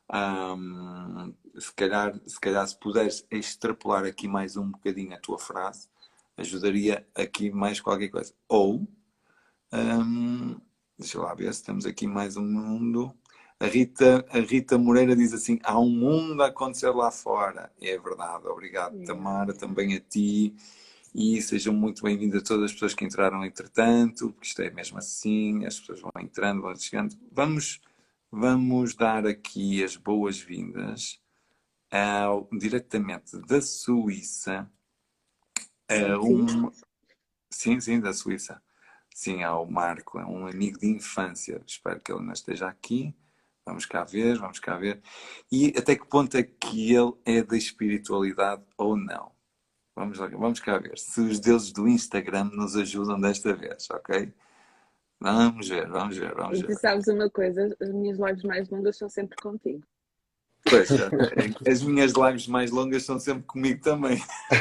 Ahm, se calhar, se calhar, se puderes extrapolar aqui mais um bocadinho a tua frase, ajudaria aqui mais qualquer coisa. Ou Hum, deixa lá ver se temos aqui mais um mundo. A Rita, a Rita Moreira diz assim: há um mundo a acontecer lá fora. É verdade. Obrigado, Yeah. Tamara, também a ti. E sejam muito bem-vindas todas as pessoas que entraram entretanto, porque isto é mesmo assim, as pessoas vão entrando, vão chegando. Vamos, vamos dar aqui as boas-vindas ao, diretamente da Suíça, a Sim. um. Sim, sim, da Suíça. Sim, ao Marco, é um amigo de infância. Espero que ele não esteja aqui. Vamos cá ver, vamos cá ver. E até que ponto é que ele é da espiritualidade ou não? Vamos, lá- vamos cá ver. Se os deuses do Instagram nos ajudam desta vez, ok? Vamos ver, vamos ver, vamos E tu ver. sabes uma coisa, as minhas lives mais longas são sempre contigo. Pois, já, as minhas lives mais longas são sempre comigo também.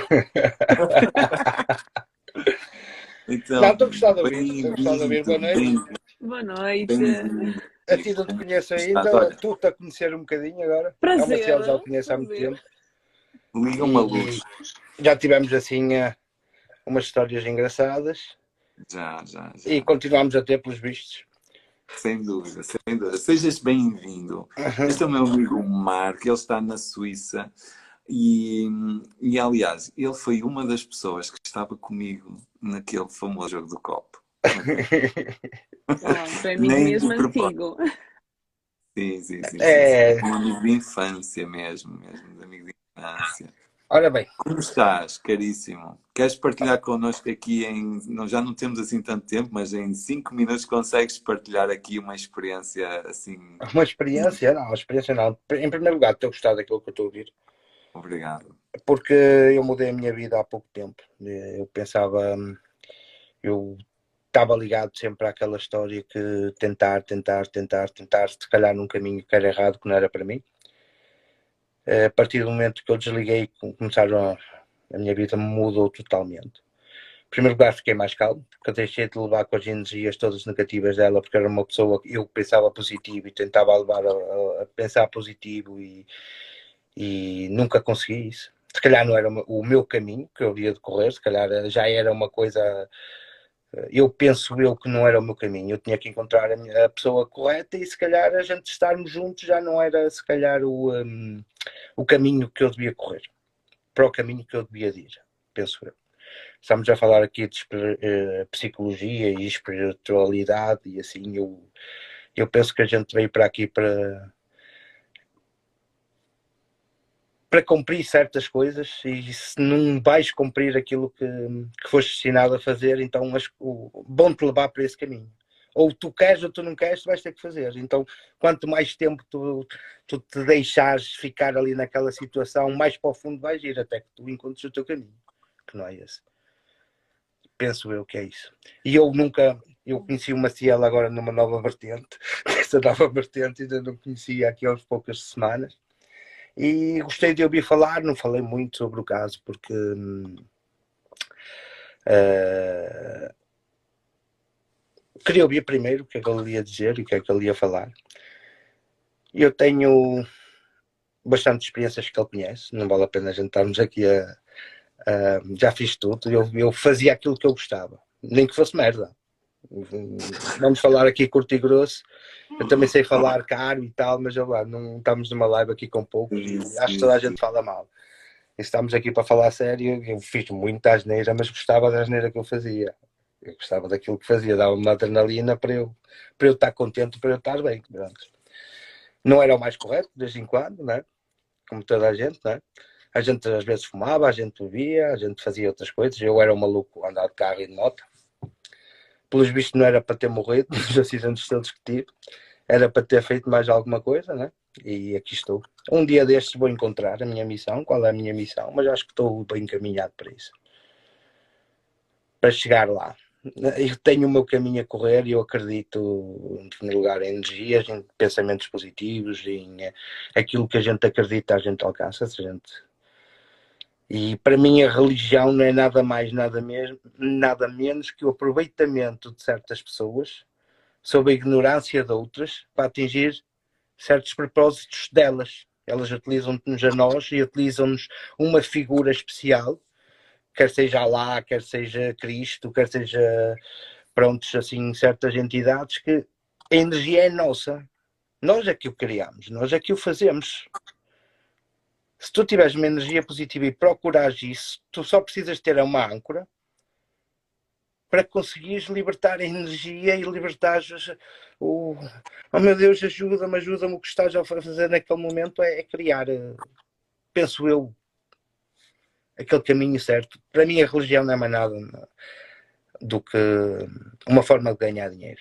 Não, Então, estou a gostar de ouvir, estou a gostar de ouvir. bem-vindo, Boa noite. bem-vindo, Boa noite. bem-vindo. A ti não te Como conheço estás? ainda, Olha, estou-te a conhecer um bocadinho agora. É uma Prazer, Ciel, já o conheço há muito prazer. tempo. liga uma luz. E já tivemos assim eh, umas histórias engraçadas Já, já, e já. continuamos a ter pelos vistos. Sem dúvida, sem dúvida. Sejas bem-vindo. Este é o meu amigo Marco, ele está na Suíça e, e, aliás, ele foi uma das pessoas que estava comigo naquele famoso jogo do copo. Ok? Ah, tu é amigo Nem de mesmo propósito. antigo. Sim, sim, sim, sim, sim. É, Um amigo de infância mesmo, mesmo, de amigo de infância. Ora bem, Como estás, caríssimo? Queres partilhar connosco aqui em. Não, já não temos assim tanto tempo, mas em cinco minutos consegues partilhar aqui uma experiência assim. uma experiência, não, uma experiência não. Em primeiro lugar, estou a gostar daquilo que eu estou a ouvir, Obrigado. porque eu mudei a minha vida há pouco tempo. Eu pensava, hum, eu estava ligado sempre àquela história que tentar, tentar, tentar, tentar, se calhar num caminho que era errado, que não era para mim. A partir do momento que eu desliguei, começaram a, a minha vida mudou totalmente. Em primeiro lugar, fiquei mais calmo, porque eu deixei de levar com as energias todas negativas dela, porque era uma pessoa que eu pensava positivo e tentava levar a, a, a pensar positivo e, e nunca consegui isso. Se calhar não era o meu caminho que eu havia de correr, se calhar já era uma coisa. Eu penso eu que não era o meu caminho, eu tinha que encontrar a, minha, a pessoa correta e se calhar a gente estarmos juntos já não era se calhar o, um, o caminho que eu devia correr, para o caminho que eu devia ir, penso eu. Estamos a falar aqui de uh, psicologia e espiritualidade e assim, eu, eu penso que a gente veio para aqui para para cumprir certas coisas e se não vais cumprir aquilo que, que foste destinado a fazer, então vão-te levar para esse caminho. Ou tu queres ou tu não queres, tu vais ter que fazer. Então, quanto mais tempo tu, tu te deixares ficar ali naquela situação, mais para o fundo vais ir até que tu encontres o teu caminho, que não é esse. Penso eu que é isso. E eu nunca, eu conheci o Maciel agora numa nova vertente, essa nova vertente ainda não conhecia aqui há poucas semanas. E gostei de ouvir falar, não falei muito sobre o caso, porque uh, queria ouvir primeiro o que é que ele ia dizer e o que é que ele ia falar. Eu tenho bastante experiências que ele conhece, não vale a pena a gente estarmos aqui a, a já fiz tudo, eu, eu fazia aquilo que eu gostava, nem que fosse merda. Vamos falar aqui curto e grosso. Eu também sei falar caro e tal, mas eu, lá, não estamos numa live aqui com poucos e acho que toda a gente fala mal. E estamos aqui para falar sério, eu fiz muita asneira, mas gostava da asneira que eu fazia. Eu gostava daquilo que fazia, dava uma adrenalina para eu, para eu estar contente, para eu estar bem. Não era o mais correto, de vez em quando, né? Como toda a gente, né? A gente às vezes fumava, a gente bebia, a gente fazia outras coisas. Eu era um maluco a andar de carro e de moto. Pelos vistos não era para ter morrido nos acidentes todos que tive, era para ter feito mais alguma coisa, né? E aqui estou. Um dia destes vou encontrar a minha missão, qual é a minha missão, mas acho que estou bem encaminhado para isso. Para chegar lá. Eu tenho o meu caminho a correr e eu acredito, em primeiro lugar, em energias, em pensamentos positivos, em aquilo que a gente acredita, a gente alcança, a gente... E para mim a religião não é nada mais, nada, mesmo, nada menos que o aproveitamento de certas pessoas sob a ignorância de outras para atingir certos propósitos delas. Elas utilizam-nos a nós e utilizam-nos uma figura especial, quer seja Alá, quer seja Cristo, quer seja, prontos, assim, certas entidades que a energia é nossa. Nós é que o criamos, nós é que o fazemos. Se tu tiveres uma energia positiva e procurares isso, tu só precisas ter uma âncora para conseguires libertar a energia e libertares o... Oh meu Deus, ajuda-me, ajuda-me, o que estás a fazer naquele momento é, é criar, penso eu, aquele caminho certo. Para mim a religião não é mais nada do que uma forma de ganhar dinheiro.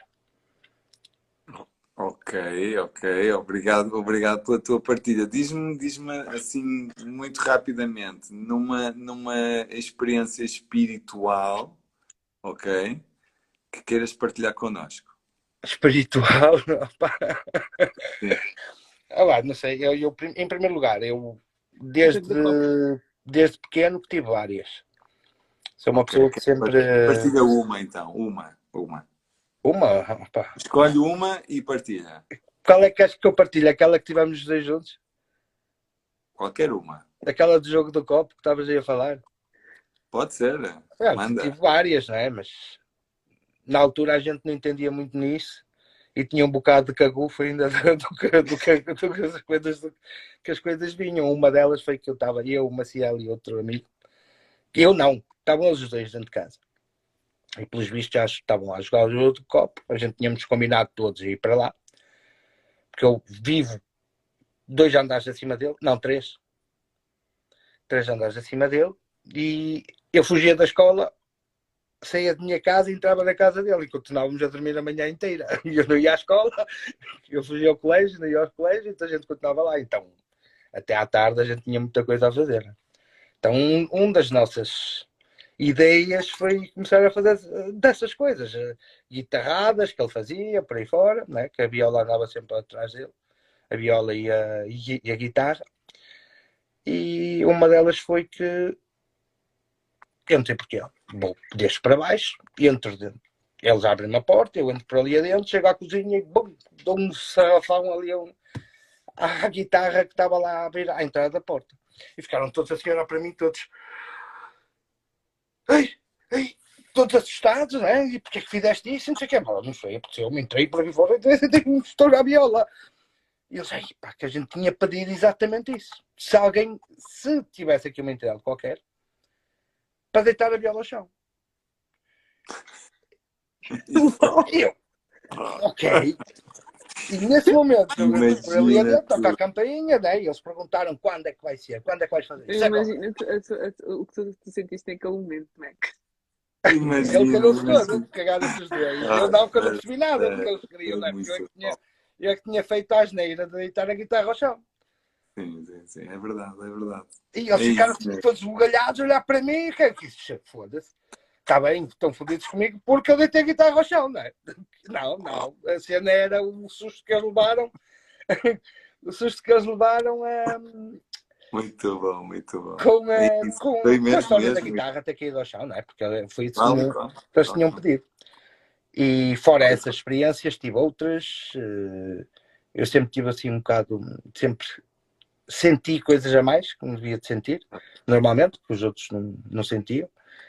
Ok, ok, obrigado, obrigado pela tua partilha. Diz-me, diz-me assim, muito rapidamente, numa, numa experiência espiritual, ok, que queiras partilhar connosco. Espiritual, opa. Sim. Ah, lá, não sei, eu, eu, em primeiro lugar, eu desde, desde pequeno que tive várias. Sou uma Ok, pessoa que sempre... partilha uma então, uma, uma. Uma? Opa. Escolhe uma e partilha. Qual é que acho que eu partilho? Aquela que tivemos os dois juntos? Qualquer uma. Aquela do jogo do copo que estavas aí a falar? Pode ser, É, manda. tive várias, não é? Mas na altura a gente não entendia muito nisso e tinha um bocado de cagufo ainda do, do, do, do, do, que, as coisas, do que as coisas vinham. Uma delas foi que eu estava, eu, o Maciel e outro amigo. Eu não, estavam os dois dentro de casa. E pelos vistos já estavam lá a jogar o jogo do copo. A gente tínhamos combinado todos a ir para lá. Porque eu vivo dois andares acima dele, não, três. três andares acima dele, e eu fugia da escola, saía da minha casa e entrava na casa dele, e continuávamos a dormir a manhã inteira. E eu não ia à escola, eu fugia ao colégio, não ia ao colégio, então a gente continuava lá. Então, até à tarde a gente tinha muita coisa a fazer. Então, um, um das nossas ideias foi começar a fazer dessas coisas, guitarradas que ele fazia, por aí fora, né? Que a viola andava sempre atrás dele, a viola e a, e a guitarra. E uma delas foi que eu não sei porquê, vou desço para baixo, entro dentro. Eles abrem uma porta, eu entro para ali adentro, chego à cozinha e bum, dou um sarrafão ali um, à guitarra que estava lá a abrir à entrada da porta. E ficaram todos assim a olhar para mim, todos. Ei, ei, todos assustados, né? E porquê que fizeste isso? Não sei o que. Não sei, porque eu me entrei para vir fora e tenho que me estourar a viola. E eu sei, pá, que a gente tinha pedido exatamente isso. Se alguém, se tivesse aqui uma entidade qualquer, para deitar a viola ao chão. E eu, ok. E nesse momento, eu entro por ali Imagina adentro, toco a tu. campainha, né? E eles perguntaram quando é que vai ser, quando é que vais fazer Eu isso agora. imagino tu- a tu- a tu- o que tu, tu sentiste naquele momento, Mac. Ele Imagina, calou-se todo, imagina. cagaram-se os dois. Ah, Eu não, que eu não é, percebi nada do que é, eles queriam, é né? Porque eu é muito que tinha, bom. eu é que tinha feito a asneira de deitar a guitarra ao chão. Sim, sim, sim, é verdade, é verdade. E É eles ficaram isso mesmo. todos bugalhados a olhar para mim. E que é que isso? Foda-se. Está bem, estão fodidos comigo porque eu deitei a guitarra ao chão, não é? Não, não. A cena era o susto que eles levaram. O susto que eles levaram é, Muito bom, muito bom. com, É é, isso. com, Foi com a mesmo, história da mesmo. guitarra ter caído ao chão, não é? Porque foi isso Claro, que claro, que eles tinham claro. pedido. E fora Claro. essas experiências, tive outras. eh, Eu sempre tive assim um bocado. Sempre senti coisas a mais que não devia de sentir, normalmente, que os outros não, não sentiam.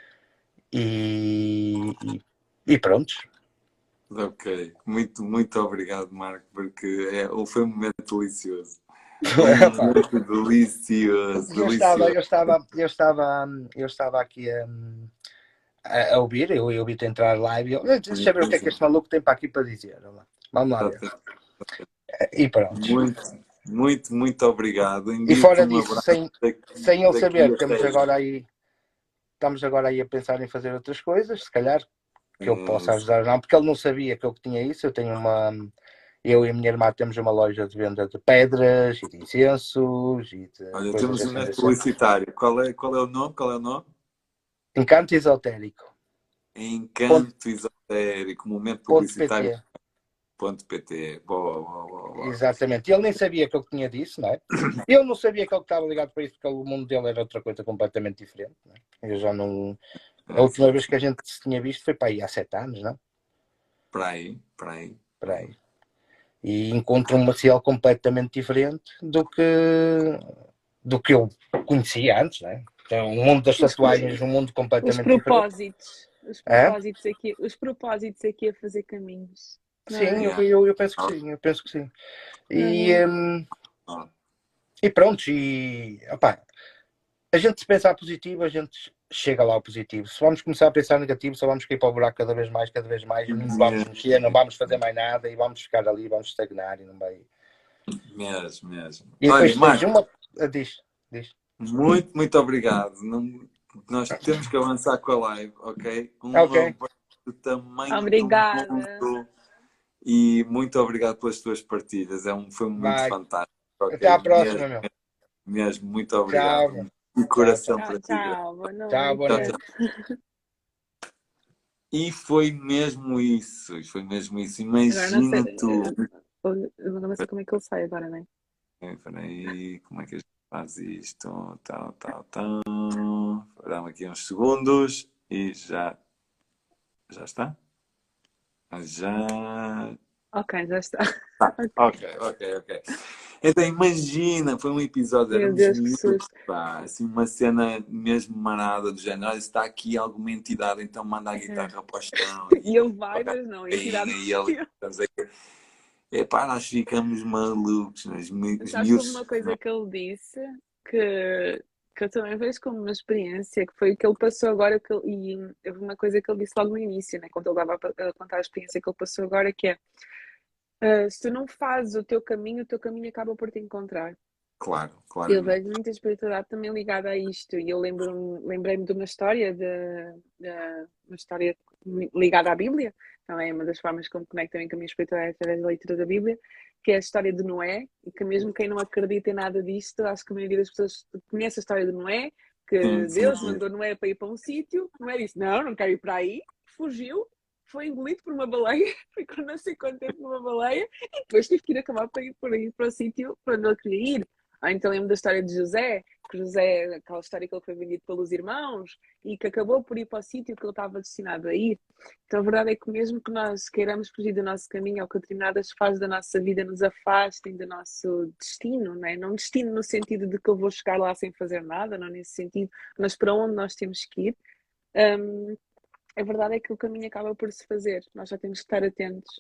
E, e, e pronto. Ok, muito, muito obrigado, Marco, porque é, foi um momento delicioso. Um momento delicioso, Eu estava, delicioso. eu estava, eu estava, eu estava aqui a, a, a ouvir, eu, eu vi-te entrar live e eu, deixa eu ver o que é que este maluco tem para aqui para dizer. Vamos lá ver. E pronto. Muito, muito, muito obrigado. E Envio-te fora um disso, abraço sem, daqui, sem ele daqui saber, a temos três. agora aí, estamos agora aí a pensar em fazer outras coisas, se calhar que eu possa É, ajudar ou não, porque ele não sabia que eu tinha isso. Eu tenho uma, eu e a minha irmã temos uma loja de venda de pedras e de incensos e de olha, coisas temos um assim momento desse género. publicitário. Qual é, qual é o nome? Qual é o nome? Encanto Esotérico. Encanto Esotérico, momento Ponto publicitário. .pt. Ponto .pt. Boa, boa, boa, boa. Exatamente. Ele nem sabia que eu tinha disso, não é? Eu não sabia que ele estava ligado para isso, porque o mundo dele era outra coisa completamente diferente. Não é? Eu já não. A última vez que a gente se tinha visto foi para aí há sete anos, não? Para aí, para aí. Para aí. E encontro um Maciel completamente diferente do que do que eu conhecia antes, não é? Então, um mundo das tatuagens, um mundo Os completamente diferente. propósitos. Os É? propósitos aqui, os propósitos aqui a fazer caminhos. Não Sim, é? eu, eu, eu penso que sim, eu penso que sim. E, Uhum. hum, e pronto, e opá, a gente se pensar positivo, a gente chega lá ao positivo. Se vamos começar a pensar negativo, só vamos cair para o buraco cada vez mais, cada vez mais, e não vamos mexer, não vamos fazer mais nada, e vamos ficar ali, vamos estagnar e não vai. Mesmo, mesmo. E depois Olha, Marco, tens uma. ah, Diz, diz. muito, muito obrigado. Não, nós temos que avançar com a live, ok? Um Ok. abraço do tamanho Obrigada. do mundo e muito obrigado pelas tuas partilhas. É um, foi muito Vai. fantástico. Okay? Até à próxima, mesmo, meu. mesmo, muito obrigado. Tchau. De coração Tchau, para ti. tchau. Boa noite. Tchau, boa noite. E foi mesmo isso. Foi mesmo isso. Agora não Imagina sei. tu. Eu eu não sei como é que ele sai agora, não é? Espera aí, como é que a gente faz isto? Tal, tal, tal. Dá-me aqui uns segundos e já. Já está? Já. Ok, já está. Ah, ok, ok, ok. Então imagina, foi um episódio, Meu éramos Deus, que miúdos, susto. pá, assim, uma cena mesmo marada do género. Olha, se está aqui alguma entidade, então manda a guitarra para o chão. E ele vai, mas não. E a cidade E ele, estamos aqui. Epá, nós ficamos malucos, os mi- os Sabes que houve miúdos. uma coisa que ele disse que, que eu também vejo como uma experiência, que foi o que ele passou agora, que ele- e houve uma coisa que ele disse logo no início, né, quando ele estava a, a contar a experiência que ele passou agora, que é ah, se tu não fazes o teu caminho, o teu caminho acaba por te encontrar. Claro, Eu claramente. vejo muita espiritualidade também ligada a isto, e eu lembro lembrei-me de uma história, de, de- uma história ligada à Bíblia, também é uma das formas como conecto também com a minha espiritualidade através da leitura da Bíblia, que é a história de Noé, e que mesmo quem não acredita em nada disto, acho que a maioria das pessoas conhece a história de Noé, que Sim, sim, Deus sim. mandou Noé para ir para um sítio, Noé disse, não, não quero ir para aí, fugiu, foi engolido por uma baleia, ficou não sei quanto tempo numa baleia, e depois tive que ir acabar para ir, para ir para o sítio para onde ele queria ir. Ah, então lembro da história de José, que José, aquela história que ele foi vendido pelos irmãos e que acabou por ir para o sítio que ele estava destinado a ir. Então a verdade é que mesmo que nós queiramos fugir do nosso caminho, ou que determinadas fases da nossa vida nos afastem do nosso destino, não é? Não destino no sentido de que eu vou chegar lá sem fazer nada, não nesse sentido, mas para onde nós temos que ir. Hum, a verdade é que o caminho acaba por se fazer. Nós já temos que estar atentos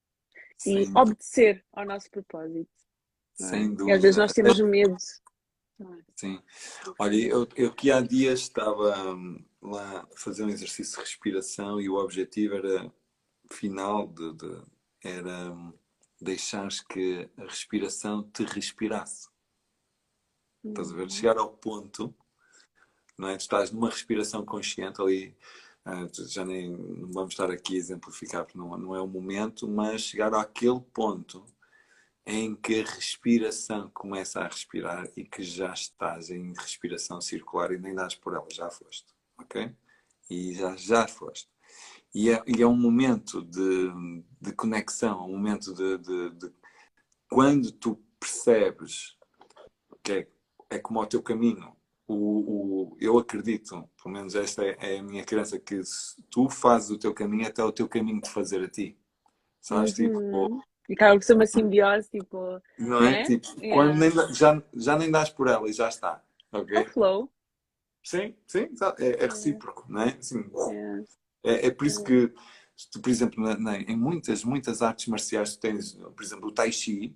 e Sem, dú- obedecer ao nosso propósito, não é? sem E às vezes dúvida. nós temos medo, não é? Sim. Olha, eu, eu aqui há dias estava hum, lá a fazer um exercício de respiração e o objetivo era final de, de- era hum, deixares que a respiração te respirasse. Estás a ver? Uhum. Chegar ao ponto, não é? Tu estás numa respiração consciente ali, ah, tu já nem não vamos estar aqui a exemplificar porque não, não é o momento, mas chegar àquele ponto em que a respiração começa a respirar e que já estás em respiração circular e nem dás por ela, já foste, ok? E já, já foste. E é, e é um momento de, de conexão, um momento de, de, de quando tu percebes que é, é como o teu caminho. O, o, eu acredito, pelo menos esta é, é a minha crença, que se tu fazes o teu caminho, até o teu caminho te fazer a ti. Sabes? Tipo, Uhum. E acaba por ser uma simbiose, tipo, não é? né? Tipo, quando Yeah. nem, dá- já, já nem dás por ela e já está. É o Ok? flow. Sim, sim, é, é Yeah. recíproco, não é? Assim, Yeah. é, é por isso Yeah. que, tu, por exemplo, na- na- em muitas, muitas artes marciais, tu tens, por exemplo, o Tai Chi,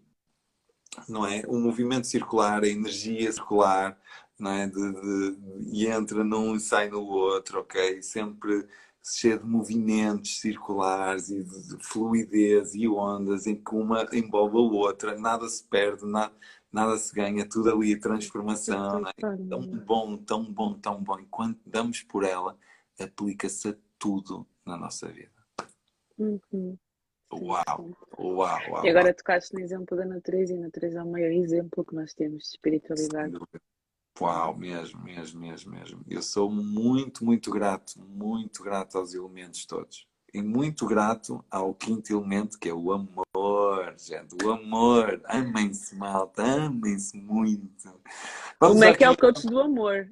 não é? O movimento circular, a energia circular, não é? De, de- e entra num e sai no outro, ok? Sempre cheio de movimentos circulares e de, de fluidez e ondas em que uma envolve a outra, nada se perde, nada, nada se ganha, tudo ali, Eu transformação, tô não é? Tão falando. bom, tão bom, tão bom. E quando damos por ela, aplica-se a tudo na nossa vida. Uhum. Uau, cem por cento. uau, E uau, uau. agora tocaste no exemplo da natureza, e a natureza é o maior exemplo que nós temos de Sem espiritualidade. dúvida. Uau, mesmo, mesmo, mesmo, mesmo. Eu sou muito, muito grato, muito grato aos elementos todos. E muito grato ao quinto elemento, que é o amor, gente. O amor. Amem-se, malta. Amem-se muito. O Vamos Mac é o aqui. coach do amor.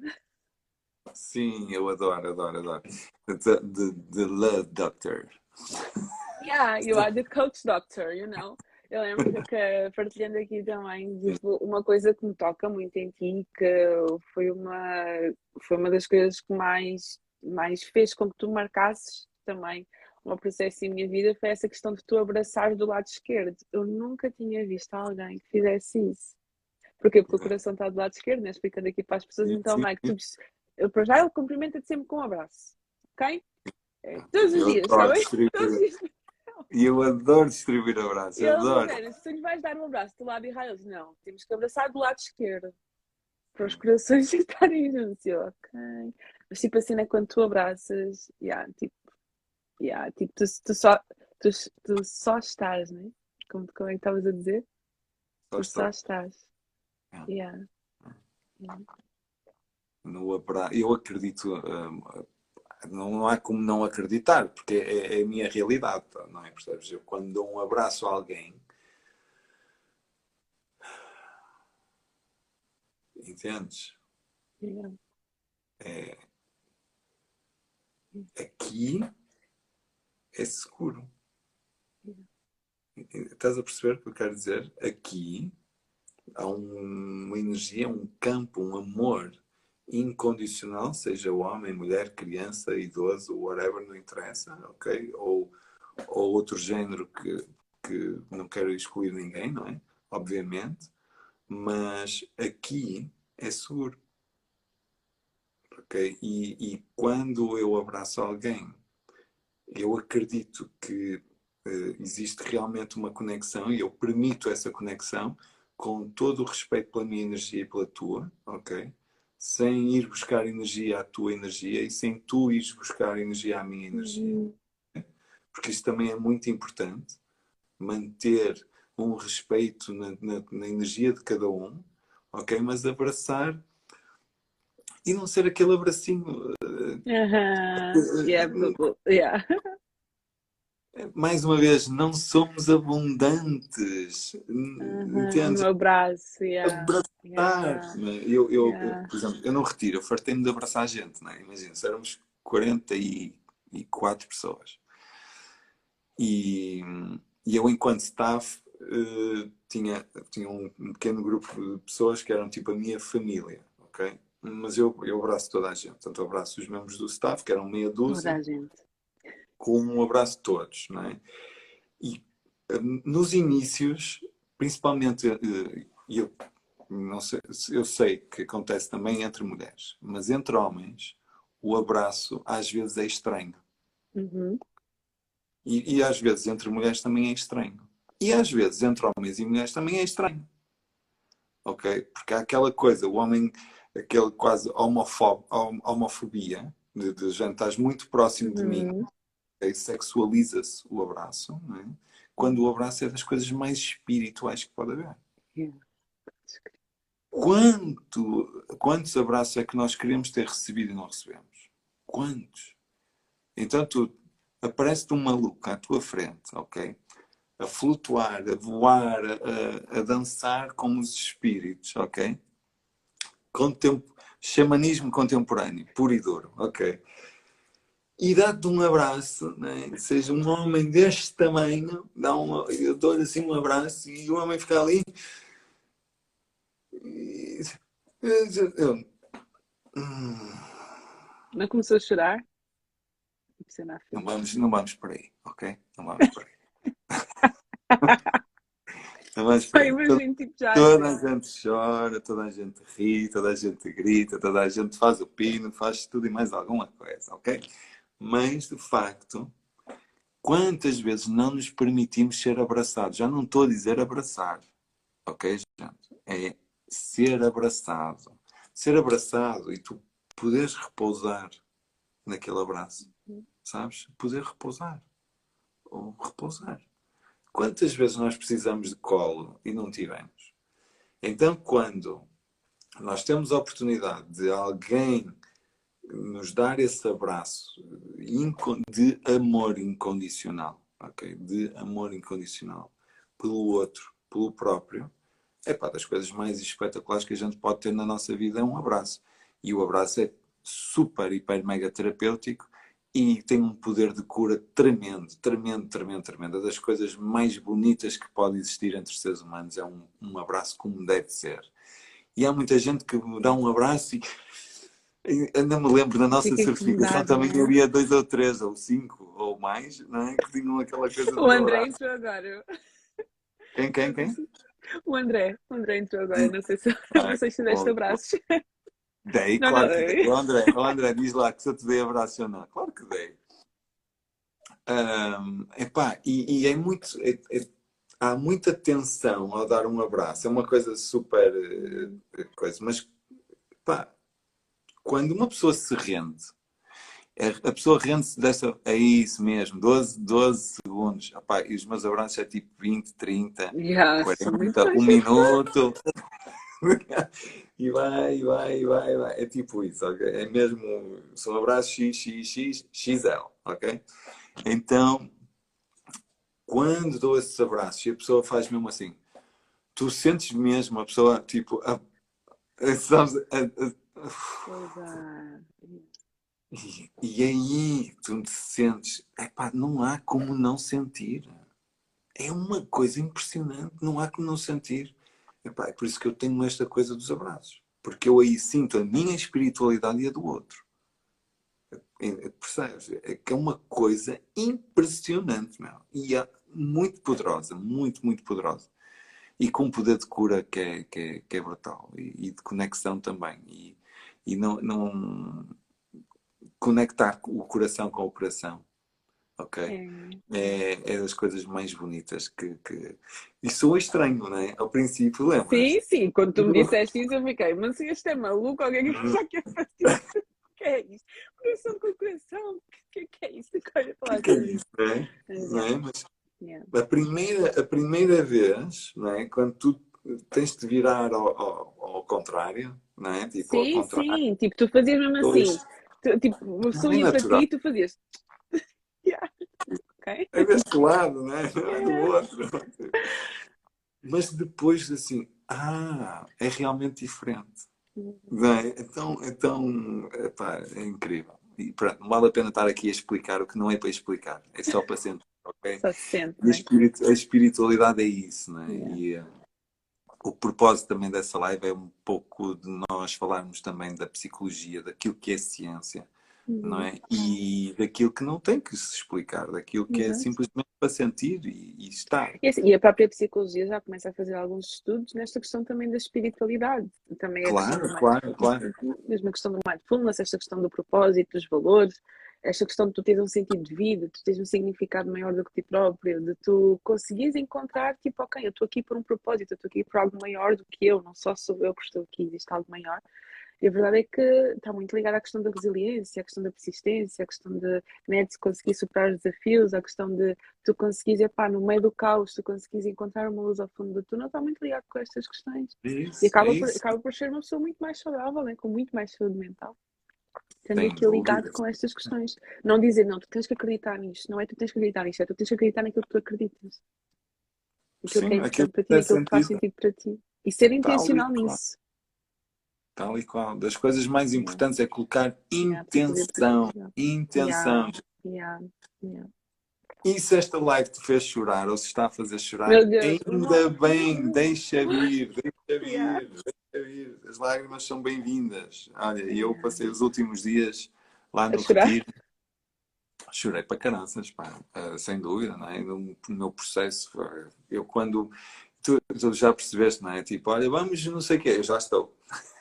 Sim, eu adoro, adoro, adoro. The, the, the Love Doctor. Yeah, you are the coach doctor, you know. Eu lembro que, partilhando aqui também, tipo, uma coisa que me toca muito em ti, que foi uma, foi uma das coisas que mais, mais fez com que tu marcasses também um processo em minha vida, foi essa questão de tu abraçares do lado esquerdo. Eu nunca tinha visto alguém que fizesse isso. Porquê? Porque o coração está do lado esquerdo, né? Explicando aqui para as pessoas. Sim, Então, sim, Mike, sim. tu, eu, para já ele cumprimenta-te sempre com um abraço, ok? É, todos os Eu dias, está adoro bem? Todos os distribuir. dias. E eu adoro distribuir abraços. E ele do Adoro. género, se tu lhe vais dar um abraço do lado errado, eles, não, temos que abraçar do lado esquerdo, para os corações estarem juntos. Eu, ok. Mas tipo assim, é quando tu abraças, yeah, tipo, yeah, tipo tu, tu, só, tu, tu só estás, né? Como, como é que estavas a dizer? Só Tu só estou. estás. Yeah. Yeah. No abra... Eu acredito, hum, não há como não acreditar, porque é, é a minha realidade, não é? Percebes? Eu quando dou um abraço a alguém, entendes? Yeah. É, aqui é seguro. Estás a perceber o que eu quero dizer? Aqui há um- uma energia, um campo, um amor incondicional, seja homem, mulher, criança, idoso, whatever, não interessa, ok? Ou, ou outro género que, que não quero excluir ninguém, não é? Obviamente, mas aqui é seguro, ok? E, e quando eu abraço alguém, eu acredito que eh, existe realmente uma conexão e eu permito essa conexão com todo o respeito pela minha energia e pela tua, ok? Sem ir buscar energia à tua energia e sem tu ires buscar energia à minha energia. Uhum. Porque isso também é muito importante, manter um respeito na, na, na energia de cada um, ok? Mas abraçar e não ser aquele abracinho. Aham. Yeah, bu- bu- yeah. Mais uma vez, não somos abundantes. Aham. No Entendes? abraço, yeah. Abraçar. Yeah. Eu, eu, eu, Yeah. por exemplo, eu não retiro, eu fartei-me de abraçar a gente, não é? Imagina, se éramos quarenta e quatro pessoas. E, e eu, enquanto staff, eh, tinha, tinha um, um pequeno grupo de pessoas que eram tipo a minha família, ok? Mas eu, eu abraço toda a gente. Portanto, eu abraço os membros do staff, que eram meia Toda dúzia, a gente. com um abraço de todos, não é? E eh, nos inícios, principalmente, eh, eu, não sei, eu sei que acontece também entre mulheres, mas entre homens, o abraço às vezes é estranho. Uhum. E, e às vezes entre mulheres também é estranho. E às vezes entre homens e mulheres também é estranho. Ok? Porque há aquela coisa, o homem, aquele quase homofob, hom- homofobia, de, de gente, estás muito próximo de mim, Uhum. okay? Sexualiza-se o abraço, não é? Quando o abraço é das coisas mais espirituais que pode haver. Yeah. Quanto, quantos abraços é que nós queremos ter recebido e não recebemos? Quantos? Então tu aparece-te um maluco à tua frente, ok? A flutuar, a voar, a, a dançar como os espíritos, ok? Contem- Xamanismo contemporâneo, puro e duro, ok? E dá-te um abraço, né? Seja um homem deste tamanho, dá uma, eu dou-lhe assim um abraço e o homem fica ali. E, eu, hum, Não começou a chorar? Isso na não frente. vamos, não vamos por aí, ok? Não vamos por aí. Não vamos por Só aí. imagino, tipo, já Toda a assim. gente chora, toda a gente ri, toda a gente grita, toda a gente faz o pino, faz tudo e mais alguma coisa, ok? Mas, de facto, quantas vezes não nos permitimos ser abraçados? Já não estou a dizer abraçar, ok, gente? É ser abraçado. Ser abraçado e tu poderes repousar naquele abraço, sabes? Poder repousar. Ou repousar. Quantas vezes nós precisamos de colo e não tivemos? Então, quando nós temos a oportunidade de alguém nos dar esse abraço de amor incondicional, ok? De amor incondicional pelo outro, pelo próprio, é pá, das coisas mais espetaculares que a gente pode ter na nossa vida é um abraço. E o abraço é super, hiper, mega terapêutico e tem um poder de cura tremendo, tremendo, tremendo, tremendo. É das coisas mais bonitas que pode existir entre seres humanos é um, um abraço como deve ser. E há muita gente que me dá um abraço e ainda me lembro, na nossa Fica certificação incomodado, também não é? havia dois ou três, ou cinco, ou mais, não é? Que tinham aquela coisa O do André abraço. entrou agora. Quem, quem, Não sei quem? se... O André. O André entrou agora. Não sei se, não Ai, sei se deste bom, abraços. dei, Não, não. claro que dei. O André, o André diz lá que se eu te dei abraço ou não. Claro que dei. Um, epá, e, e é muito... É, é, há muita tensão ao dar um abraço. É uma coisa super... eh, coisa. Mas, pá, quando uma pessoa se rende, a pessoa rende-se dessa... É isso mesmo. doze, doze segundos. Epá, e os meus abraços é tipo vinte, trinta, Yeah, são muito quarenta, um mais. minuto. E vai, e vai, e vai, e vai. É tipo isso, ok? É mesmo... São abraços X, X, X, X L, ok? Então... Quando dou esses abraços e a pessoa faz mesmo assim, tu sentes mesmo a pessoa, tipo, a, a, sabes, a, a, Pois é. e, e aí tu te sentes, epá, não há como não sentir. É uma coisa impressionante, não há como não sentir. Epá, é por isso que eu tenho esta coisa dos abraços. Porque eu aí sinto a minha espiritualidade e a do outro. Percebes? É que é uma coisa impressionante, meu. E é muito poderosa, muito, muito poderosa. E com um poder de cura que é, que é, que é brutal. E, e de conexão também. E, e não, não conectar o coração com o coração. ok? É. É, é das coisas mais bonitas que, que... E sou estranho, não é? Ao princípio, lembras? Sim, sim, quando tu me disseste isso, eu fiquei, mas este é maluco, alguém que já quer fazer isso. O que é isso? Coração com coração, o que, que é isso? Olha, O falar que é sobre isso, isso. não é? Mas, Não yeah, é? Mas yeah. a primeira, a primeira vez, não é? Quando tu tens de virar ao, ao, ao contrário, não é? Tipo, ao Sim, contrário, sim, tipo, tu fazias mesmo assim. dois, Tu, tipo, uma pessoa não é ia para ti natural. e tu fazias. Yeah, ok? É deste lado, não é? Não é do Yeah. outro. Mas depois, assim, ah, é realmente diferente. Não é? Então, então epá, é incrível. E pronto, não vale a pena estar aqui a explicar o que não é para explicar. É só para sentir, ok? Só se sente, E a, não é? espiritu- a espiritualidade é isso, não é? Yeah. E eh, o propósito também dessa live é um pouco de nós falarmos também da psicologia, daquilo que é ciência, não Uhum. é? E daquilo que não tem que se explicar, daquilo que é Exato. simplesmente para sentir e, e estar. E, assim, e a própria psicologia já começa a fazer alguns estudos nesta questão também da espiritualidade. Também a questão do Claro, claro, claro. mindfulness, mesmo a questão do mindfulness, esta questão do propósito, dos valores, esta questão de tu teres um sentido de vida, tu tens um significado maior do que ti próprio, de tu conseguires encontrar, tipo, ok, eu estou aqui por um propósito, eu estou aqui por algo maior do que eu, não só sou eu que estou aqui, existe algo maior. E a verdade é que está muito ligada à questão da resiliência, à questão da persistência, à questão de, né, de se conseguir superar os desafios, à questão de tu conseguires, epá, no meio do caos, tu conseguires encontrar uma luz ao fundo do túnel, está muito ligado com estas questões. É E isso, é acaba por, isso. acaba por ser uma pessoa muito mais saudável, né, com muito mais saúde mental, tendo Sem aquilo ligado dúvidas. com estas questões. Não dizer, não, tu tens que acreditar nisto, não é tu tens que acreditar nisto, é tu tens que acreditar naquilo que tu acreditas, naquilo que é Sim, aquilo importante que para ti, faz naquilo que faz sentido. sentido para ti. E ser Tal e intencional qual. nisso. Tal e qual. Das coisas mais Yeah. importantes é colocar Yeah, psicologia intenção. positiva. Intenção. Yeah, yeah, yeah. E se esta live te fez chorar ou se está a fazer chorar, Meu Deus, ainda não, bem, deixa vir, deixa yeah. vir, deixa vir. As lágrimas são bem-vindas. Olha, e eu Yeah. passei os últimos dias lá A no chorar? retiro. Chorei para caraças, pá, uh, sem dúvida, não é? No, no meu processo, uh, eu quando. Tu, tu já percebeste, não é? Tipo, olha, vamos, não sei o quê, eu já estou.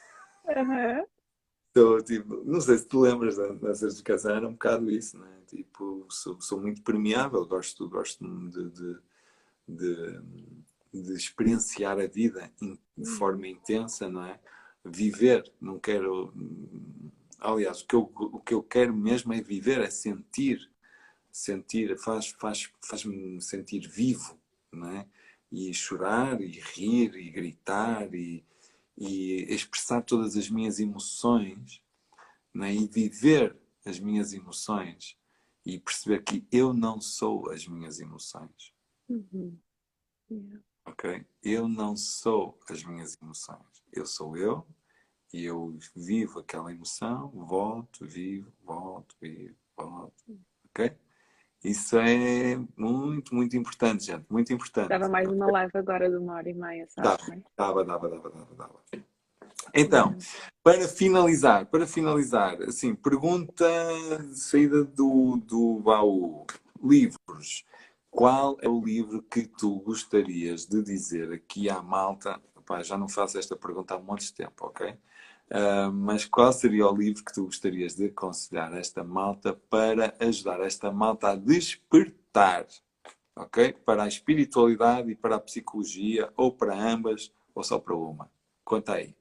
Uhum. Estou, tipo, não sei se te lembras da, da certificação, era um bocado isso, não é? Tipo, sou, sou muito permeável, gosto, gosto de, de, de, de experienciar a vida in, de forma intensa, não é? Viver, não quero. Aliás, o que eu, o que eu quero mesmo é viver, é sentir. Sentir, faz, faz, faz-me sentir vivo, não é? E chorar, e rir, e gritar, e, e expressar todas as minhas emoções, não é? E viver as minhas emoções e perceber que eu não sou as minhas emoções, Uhum. Yeah. ok? Eu não sou as minhas emoções. Eu sou eu e eu vivo aquela emoção, volto, vivo, volto, vivo, volto, ok? Isso é muito, muito importante, gente. Muito importante. Dava mais uma live agora de uma hora e meia, Dava, sabes, não é? dava, dava, dava, dava, dava. Então, Yeah. para finalizar, para finalizar, assim, pergunta de saída do, do baú. Livros. Qual é o livro que tu gostarias de dizer aqui à malta? Epá, já não faço esta pergunta há um monte de tempo, ok? Uh, mas qual seria o livro que tu gostarias de aconselhar a esta malta para ajudar esta malta a despertar, ok? Para a espiritualidade e para a psicologia, ou para ambas, ou só para uma? Conta aí.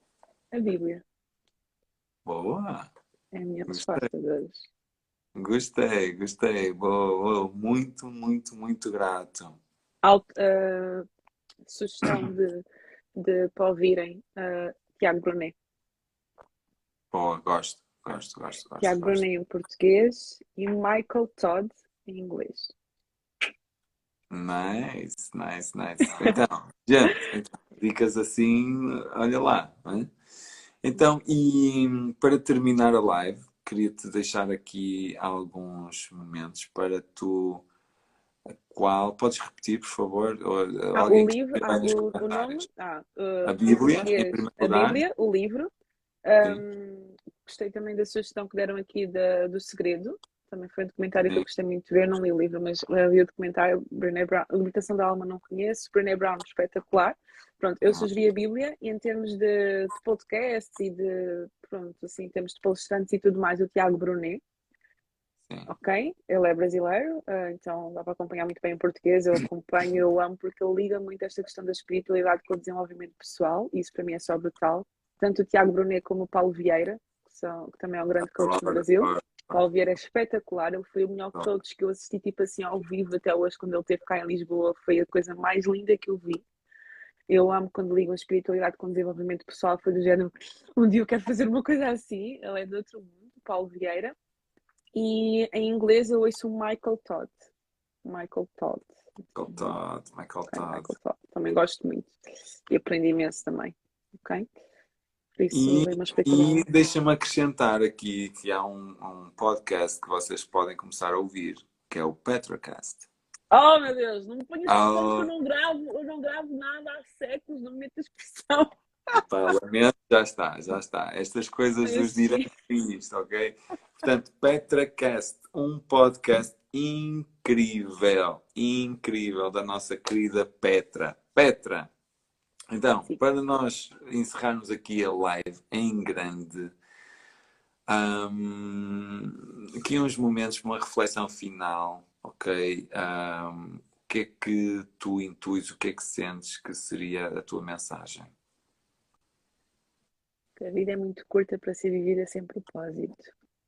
A Bíblia Boa! é a minha Gostei, resposta de hoje. gostei, gostei. Boa, boa. Muito, muito, muito grato. Alt, uh, sugestão de, de para ouvirem uh, Tiago Brunet. Boa, gosto, gosto, gosto, gosto, Tiago gosto. Brunet em português e Michael Todd em inglês. Nice, nice, nice. Então, gente, então, dicas assim, olha lá. Hein? Então, e para terminar a live, queria-te deixar aqui alguns momentos para tu. Qual? Podes repetir, por favor? Ou Ah, o alguém que livro, estiver ah, aí nos o, o nome, comentários. ah, A uh, em Bíblia, em português, primeiro a lugar. Bíblia, o livro. Sim, Um, gostei também da sugestão que deram aqui da, do Segredo. Também foi um documentário que eu sim. gostei muito de ver. Não li o livro, mas li o documentário. Brené Brown, A Libertação da Alma não conheço. Brené Brown, espetacular. Pronto, eu sugeri a Bíblia e em termos de, de podcasts e de, pronto, assim, em termos de palestrantes e tudo mais, o Tiago Brunet. sim. ok? Ele é brasileiro, ah, então dá para acompanhar muito bem em português. Eu acompanho, eu amo, porque ele liga muito esta questão da espiritualidade com o desenvolvimento pessoal, e isso para mim é só brutal. Tanto o Tiago Brunet como o Paulo Vieira, que, são, que também é um grande coach no Claro, Brasil. claro, O Paulo Vieira é espetacular, ele foi o melhor coach que eu assisti, tipo assim, ao vivo até hoje, quando ele esteve cá em Lisboa. Foi a coisa mais linda que eu vi. Eu amo quando ligam a espiritualidade com desenvolvimento pessoal, foi do género, um dia eu quero fazer uma coisa assim. Ele é de outro mundo, o Paulo Vieira. E em inglês eu ouço o Michael Todd. Michael Todd. Michael Todd, Michael Ok, Todd. Michael Todd. Também gosto muito. E aprendi imenso também. Ok? Por isso, E, dei uma e espectadora. deixa-me acrescentar aqui que há um, um podcast que vocês podem começar a ouvir, que é o PetraCast. Oh, meu Deus, não me ponhas pressão, porque eu Oh, não gravo, eu não gravo nada há séculos, não me metas pressão. pá, lamento, já está, já está. Estas coisas Eu dos sei. direitos e isto, ok? Portanto, PetraCast, um podcast incrível, incrível da nossa querida Petra. Petra, então, Sim. para nós encerrarmos aqui a live em grande, hum, aqui uns momentos, uma reflexão final, ok? Hum, o que é que tu intuis, o que é que sentes que seria a tua mensagem? Que a vida é muito curta para ser vivida sem propósito.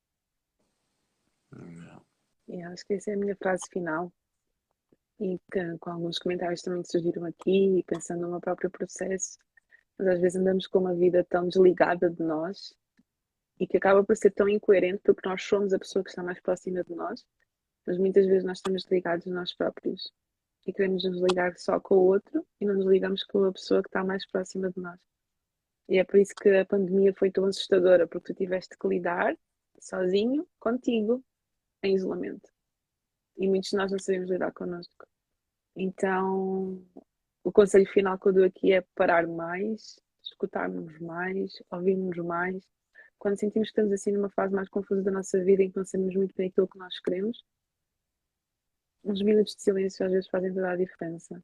Não. E acho que essa é a minha frase final. E que, com alguns comentários também que surgiram aqui, e pensando no meu próprio processo, mas às vezes andamos com uma vida tão desligada de nós e que acaba por ser tão incoerente, porque nós somos a pessoa que está mais próxima de nós, mas muitas vezes nós estamos ligados de nós próprios e queremos nos ligar só com o outro e não nos ligamos com a pessoa que está mais próxima de nós. E é por isso que a pandemia foi tão assustadora, porque tu tiveste que lidar sozinho, contigo, em isolamento. E muitos de nós não sabemos lidar connosco. Então, o conselho final que eu dou aqui é parar mais, escutarmos mais, ouvirmos mais. Quando sentimos que estamos assim numa fase mais confusa da nossa vida, em que não sabemos muito bem aquilo que nós queremos, uns minutos de silêncio às vezes fazem toda a diferença.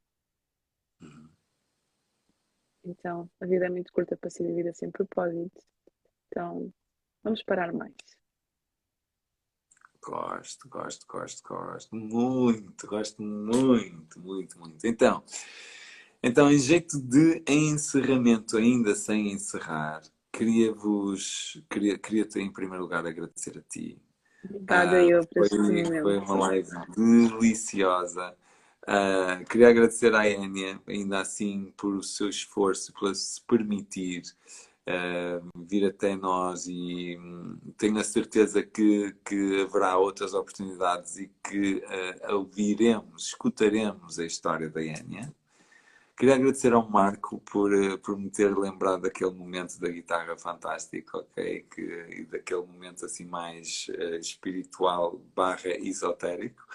Então, a vida é muito curta para ser vivida sem propósito. Então, vamos parar mais. Gosto, gosto, gosto, gosto. Muito, gosto muito, muito, muito. Então, então em jeito de encerramento, ainda sem encerrar, queria-vos, queria, queria-te em primeiro lugar agradecer a ti. Obrigada Ah, eu por foi, este foi momento. uma live deliciosa. Ah, queria agradecer à Enya, ainda assim, por o seu esforço, por se permitir ah, vir até nós, e hum, tenho a certeza que, que haverá outras oportunidades e que ah, ouviremos, escutaremos a história da Enya. Queria agradecer ao Marco por, eh, por me ter lembrado daquele momento da guitarra fantástica, ok? Que, e daquele momento assim mais eh, espiritual barra esotérico.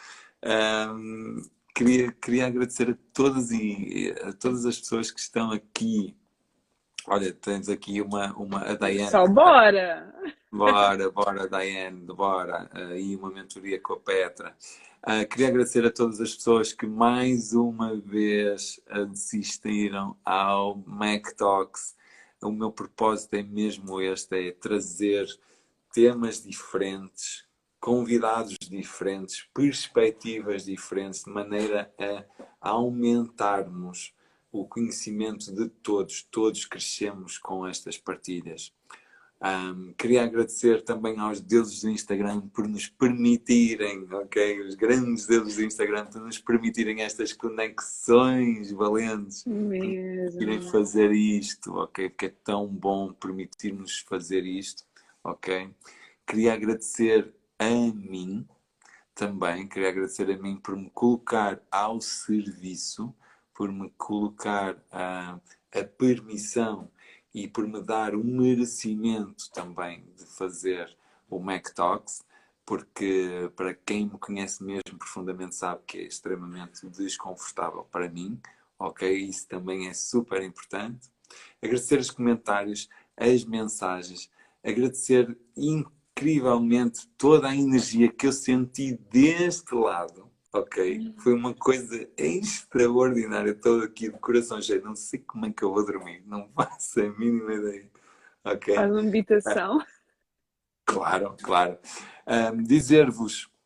Ahm, queria, queria agradecer a todas e a todas as pessoas que estão aqui. Olha, temos aqui uma, uma a Diane. Só bora! Bora, bora, Diane, bora. Uh, e uma mentoria com a Petra. Uh, queria agradecer a todas as pessoas que mais uma vez assistiram ao Mac Talks. O meu propósito é mesmo este, é trazer temas diferentes, convidados diferentes, perspectivas diferentes, de maneira a aumentarmos o conhecimento de todos. Todos crescemos com estas partilhas. Um, queria agradecer também aos deuses do Instagram por nos permitirem, ok? Os grandes deuses do Instagram por nos permitirem estas conexões valentes, permitirem Mesmo. fazer isto, ok? Porque é tão bom permitir-nos fazer isto, ok? Queria agradecer a mim também, queria agradecer a mim por me colocar ao serviço, por me colocar a, a permissão e por me dar o merecimento também de fazer o Mac Talks, porque para quem me conhece mesmo profundamente sabe que é extremamente desconfortável para mim, ok? Isso também é super importante. Agradecer os comentários, as mensagens, agradecer incrivelmente toda a energia que eu senti deste lado. Ok? Foi uma coisa extraordinária. Estou aqui de coração cheio. Não sei como é que eu vou dormir. Não faço a mínima ideia. Ok? Faz uma meditação. Claro, claro. Um, dizer-vos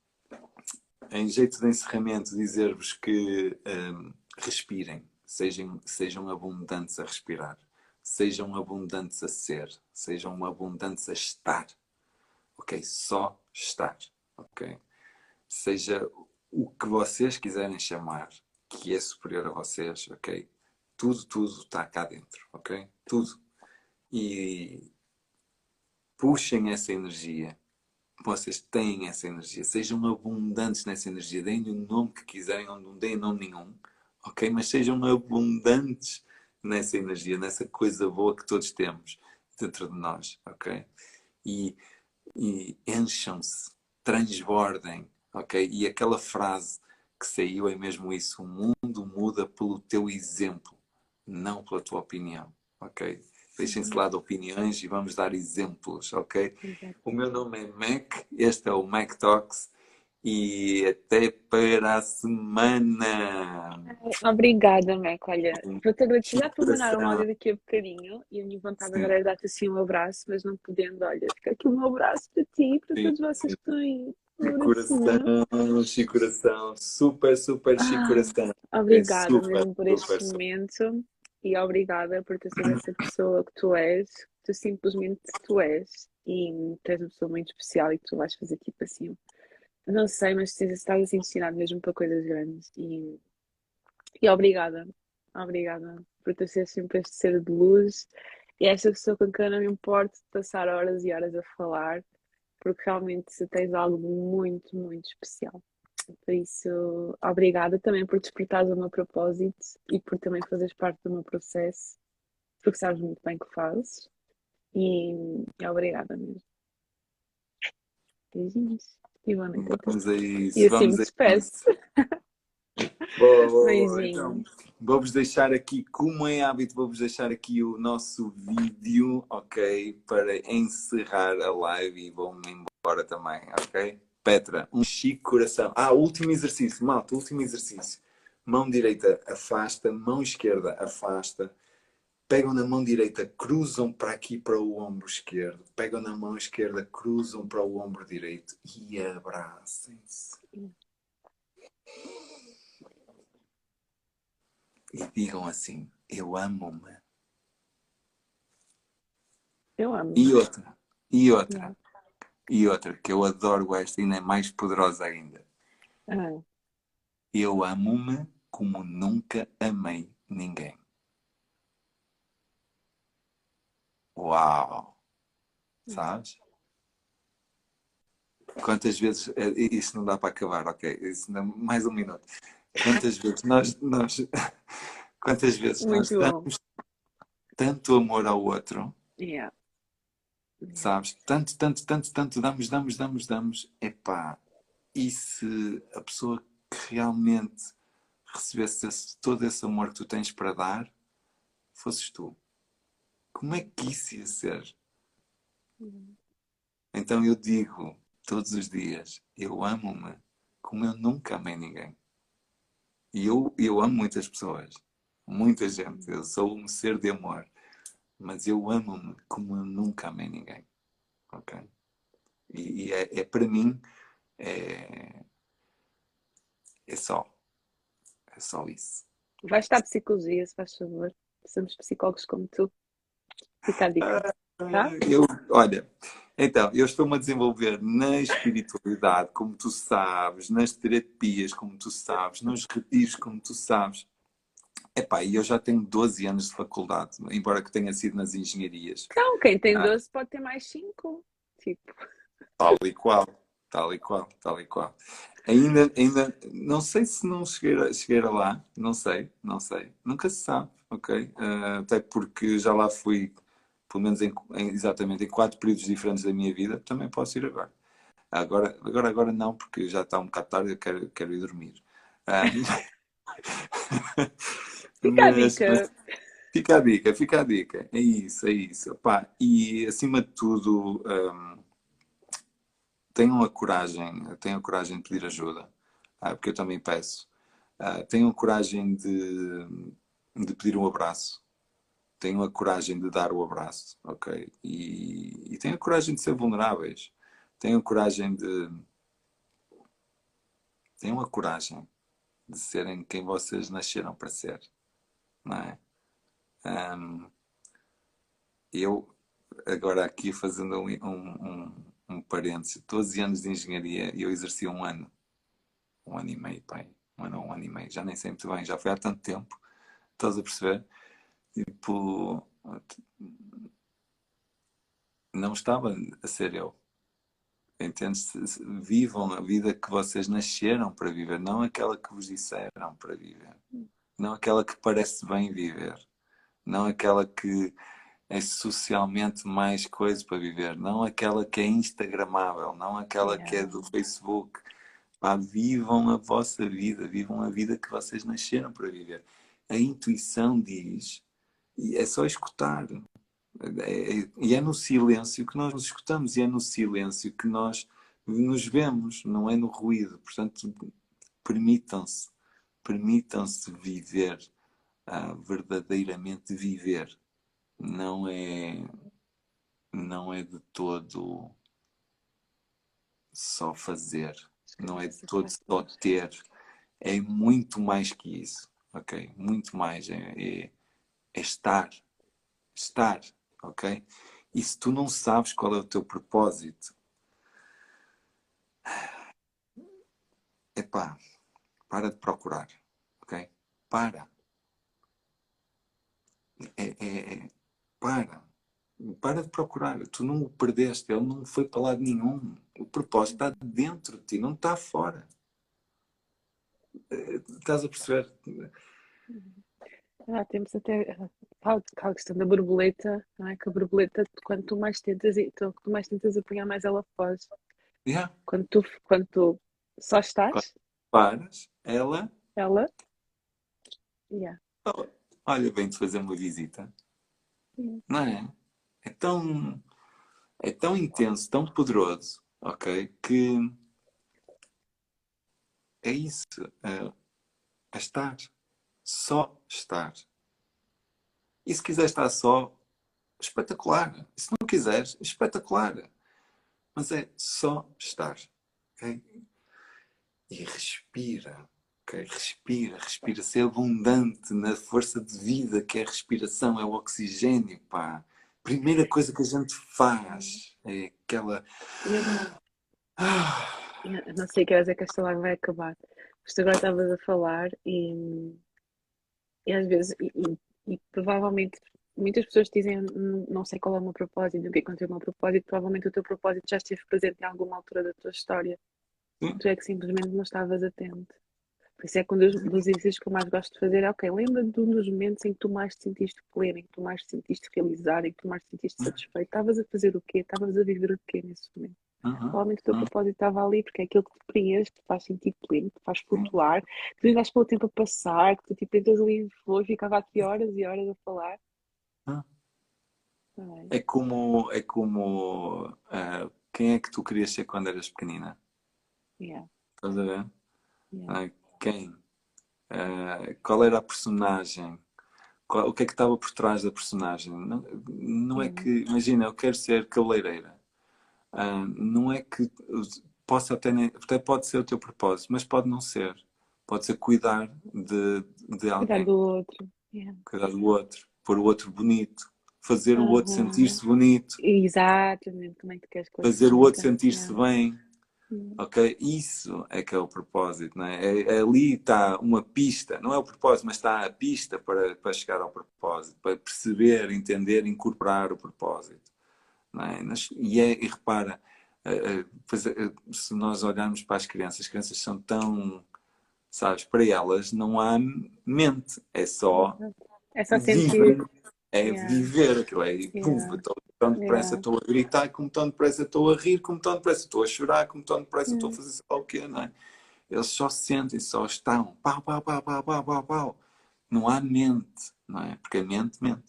em jeito de encerramento, dizer-vos que um, respirem, sejam, sejam abundantes a respirar, sejam abundantes a ser, sejam abundantes a estar, ok? Só estar, ok? Seja o que vocês quiserem chamar, que é superior a vocês, ok? Tudo, tudo está cá dentro, ok? Tudo. E puxem essa energia. Vocês têm essa energia. Sejam abundantes nessa energia. Deem-lhe o nome que quiserem, ou não deem nome nenhum, ok? Mas sejam abundantes nessa energia, nessa coisa boa que todos temos dentro de nós, ok? E, e encham-se, transbordem, ok? E aquela frase que saiu é mesmo isso: o mundo muda pelo teu exemplo, não pela tua opinião, ok? Deixem-se lá de opiniões e vamos dar exemplos, ok? Exato. O meu nome é Mac, este é o Mac Talks e até para a semana. Obrigada, Mac. Olha, vou-te agradecer. Já te vou mandar um Coração. áudio daqui a bocadinho e a minha vontade Sim. agora é dar-te assim um abraço, mas não podendo, olha, fica aqui o meu abraço para ti e para Sim, todos vocês sim. que estão aí. Um Chico abracinho. Coração, Chico Coração, super, super Chico Ah, Coração. É obrigada super, mesmo por este super, super. momento e obrigada por ter sido essa pessoa que tu és, que tu simplesmente tu és e tens uma pessoa muito especial e que tu vais fazer tipo assim. Não sei, mas tens estado assim destinado mesmo para coisas grandes e, e obrigada, obrigada por ter sido sempre este ser de luz e esta pessoa com quem eu não me importo de passar horas e horas a falar, porque realmente tens algo muito, muito especial. Por isso, obrigada também por despertares o meu propósito e por também fazeres parte do meu processo, porque sabes muito bem o que fazes. E, e obrigada mesmo. Beijinhos. E boa noite a todos. Vamos a E isso, assim vamos me a despeço. isso. Boa, boa, boa. Então, Beijinhos. vou-vos deixar aqui, como é hábito, vou-vos deixar aqui o nosso vídeo, ok? Para encerrar a live e vou-me embora também, ok? Petra, um chique coração. Ah, último exercício, malta, último exercício. Mão direita afasta, mão esquerda afasta. Pegam na mão direita, cruzam para aqui para o ombro esquerdo. Pegam na mão esquerda, cruzam para o ombro direito e abracem-se. E digam assim: eu amo-me. Eu amo. E outra, e outra, e outra, que eu adoro esta e ainda é mais poderosa ainda. Ah, Eu amo-me como nunca amei ninguém. Uau! Sabes? Quantas vezes. Isso não dá para acabar, ok? Isso não, mais um minuto. Quantas vezes nós. nós quantas vezes nós muito bom. damos tanto amor ao outro, Yeah. sabes? Tanto, tanto, tanto, tanto damos, damos, damos, damos. Epá, e se a pessoa que realmente recebesse esse, todo esse amor que tu tens para dar, fosses tu? Como é que isso ia ser? Então eu digo todos os dias, eu amo-me como eu nunca amei ninguém. E eu, eu amo muitas pessoas, muita gente, eu sou um ser de amor, mas eu amo-me como eu nunca amei ninguém. Ok? E, e é, é para mim, é, é só, é só isso. Vai estar psicologia, se faz favor. Somos psicólogos como tu. Fica a dica. Tá? Eu, olha, então, eu estou-me a desenvolver na espiritualidade, como tu sabes, nas terapias, como tu sabes, nos retiros, como tu sabes. Epá, e eu já tenho doze anos de faculdade, embora que tenha sido nas engenharias. Então, quem tem Ah, doze pode ter mais cinco. Tipo, tal e qual, tal e qual, tal e qual. Ainda, ainda, não sei se não cheguei, a- cheguei a lá, não sei, não sei. Nunca se sabe, ok? Ah, até porque já lá fui, pelo menos em, em- exatamente em quatro períodos diferentes da minha vida, também posso ir agora. Agora, agora, agora não, porque já está um bocado tarde, eu quero, quero ir dormir. Ah, fica a mas, dica. mas fica a dica, fica a dica. É isso, é isso. Pá, e acima de tudo, hum, tenham a coragem, tenham a coragem de pedir ajuda, ah, porque eu também peço. Ah, tenham a coragem de, de pedir um abraço. Tenham a coragem de dar o abraço, ok? E, e tenham a coragem de ser vulneráveis. Tenham a coragem de, tenham a coragem de serem quem vocês nasceram para ser, não é? Um, eu, agora aqui fazendo um, um, um, um parênteses, doze anos de engenharia, eu exerci um ano, um ano e meio, pai, um ano ou um ano e meio, já nem sei muito bem, já foi há tanto tempo, estás a perceber? Tipo, não estava a ser eu. Entendes? Vivam a vida que vocês nasceram para viver, não aquela que vos disseram para viver. Não aquela que parece bem viver. Não aquela que é socialmente mais coisa para viver. Não aquela que é instagramável. Não aquela que é do Facebook. Pá, vivam a vossa vida. Vivam a vida que vocês nasceram para viver. A intuição diz. E é só escutar. É, é, e é no silêncio que nós nos escutamos. E é no silêncio que nós nos vemos. Não é no ruído. Portanto, permitam-se. Permitam-se viver. Ah, verdadeiramente viver. Não é, não é de todo só fazer. Não é de todo só ter. É muito mais que isso. Ok? Muito mais. É, é, é estar. Estar. Ok? E se tu não sabes qual é o teu propósito, epá, para de procurar. Ok? Para. É, é, é, para. Para de procurar. Tu não o perdeste. Ele não foi para lado nenhum. O propósito está dentro de ti, não está fora. Estás a perceber? Ah, temos até a a questão da borboleta, não é? Que a borboleta, quando tu mais tentas, então, tu mais tentas apanhar, mais ela foge. Yeah. Quando tu, quando tu só Quando estás, paras, ela, ela, yeah. oh, olha, vem-te fazer uma visita. Yeah. Não é? É tão, é tão intenso, tão poderoso, ok? Que é isso. É, é estar. Só estar. E se quiser estar só, espetacular. E se não quiseres, espetacular. Mas é só estar. Ok? E respira. Okay? Respira, respira. Ser abundante na força de vida que é a respiração, é o oxigênio, pá. Primeira coisa que a gente faz é aquela... Eu não, Ah, eu não sei que horas é que esta live vai acabar. Mas tu agora estavas a falar e, e às vezes, e, e- e provavelmente muitas pessoas dizem: "Não não sei qual é o meu propósito, o que é que é o meu propósito." Provavelmente o teu propósito já esteve presente em alguma altura da tua história. sim, Tu é que simplesmente não estavas atento. Por isso é que um dos, dos exercícios que eu mais gosto de fazer é: ok, lembra de um dos momentos em que tu mais te sentiste pleno, em que tu mais te sentiste realizado, em que tu mais te sentiste satisfeito. Estavas a fazer o quê? Estavas a viver o quê nesse momento? uhum, Provavelmente o teu uhum, propósito estava ali, porque é aquilo que te preenche, que te faz sentir pleno, que te faz sim, flutuar, que tu ainda pelo tempo a passar, que tu tipo entras ali em flow e ficava aqui horas e horas a falar. uhum. Não é? É como, é como ah, quem é que tu querias ser quando eras pequenina? Yeah, Estás a ver? yeah. Ah, quem? Ah, qual era a personagem? Qual- o que é que estava por trás da personagem? Não, não é Yeah. que, imagina, eu quero ser cabeleireira. Ah, não é que possa até, nem- até pode ser o teu propósito, mas pode não ser. Pode ser cuidar de, de Cuidar alguém, do outro. Yeah. cuidar do outro, pôr o outro bonito, fazer o outro Aham. sentir-se bonito, Exatamente, como é que tu queres que o outro se fazer o outro sinta? sentir-se Yeah. bem. Yeah. Ok? Isso é que é o propósito, não é? É- ali está uma pista, não é o propósito, mas está a pista para, para chegar ao propósito, para perceber, entender, incorporar o propósito, não é? Nas- E, é, e repara, eh, eh, pois, eh, se nós olharmos para as crianças, as crianças são tão, sabes, para elas não há mente, é só Exato. É só sentir. viver, é Yeah. viver aquilo, é pum, Yeah. então, tão depressa Yeah. estou a gritar, como tão depressa estou a rir, como tão depressa estou a chorar, como tão depressa estou a Yeah. fazer sei lá o quê, não é? Eles só sentem, só estão, pau, pau, pau, pau, pau, pau, pau. Não há mente, não é? Porque a mente mente.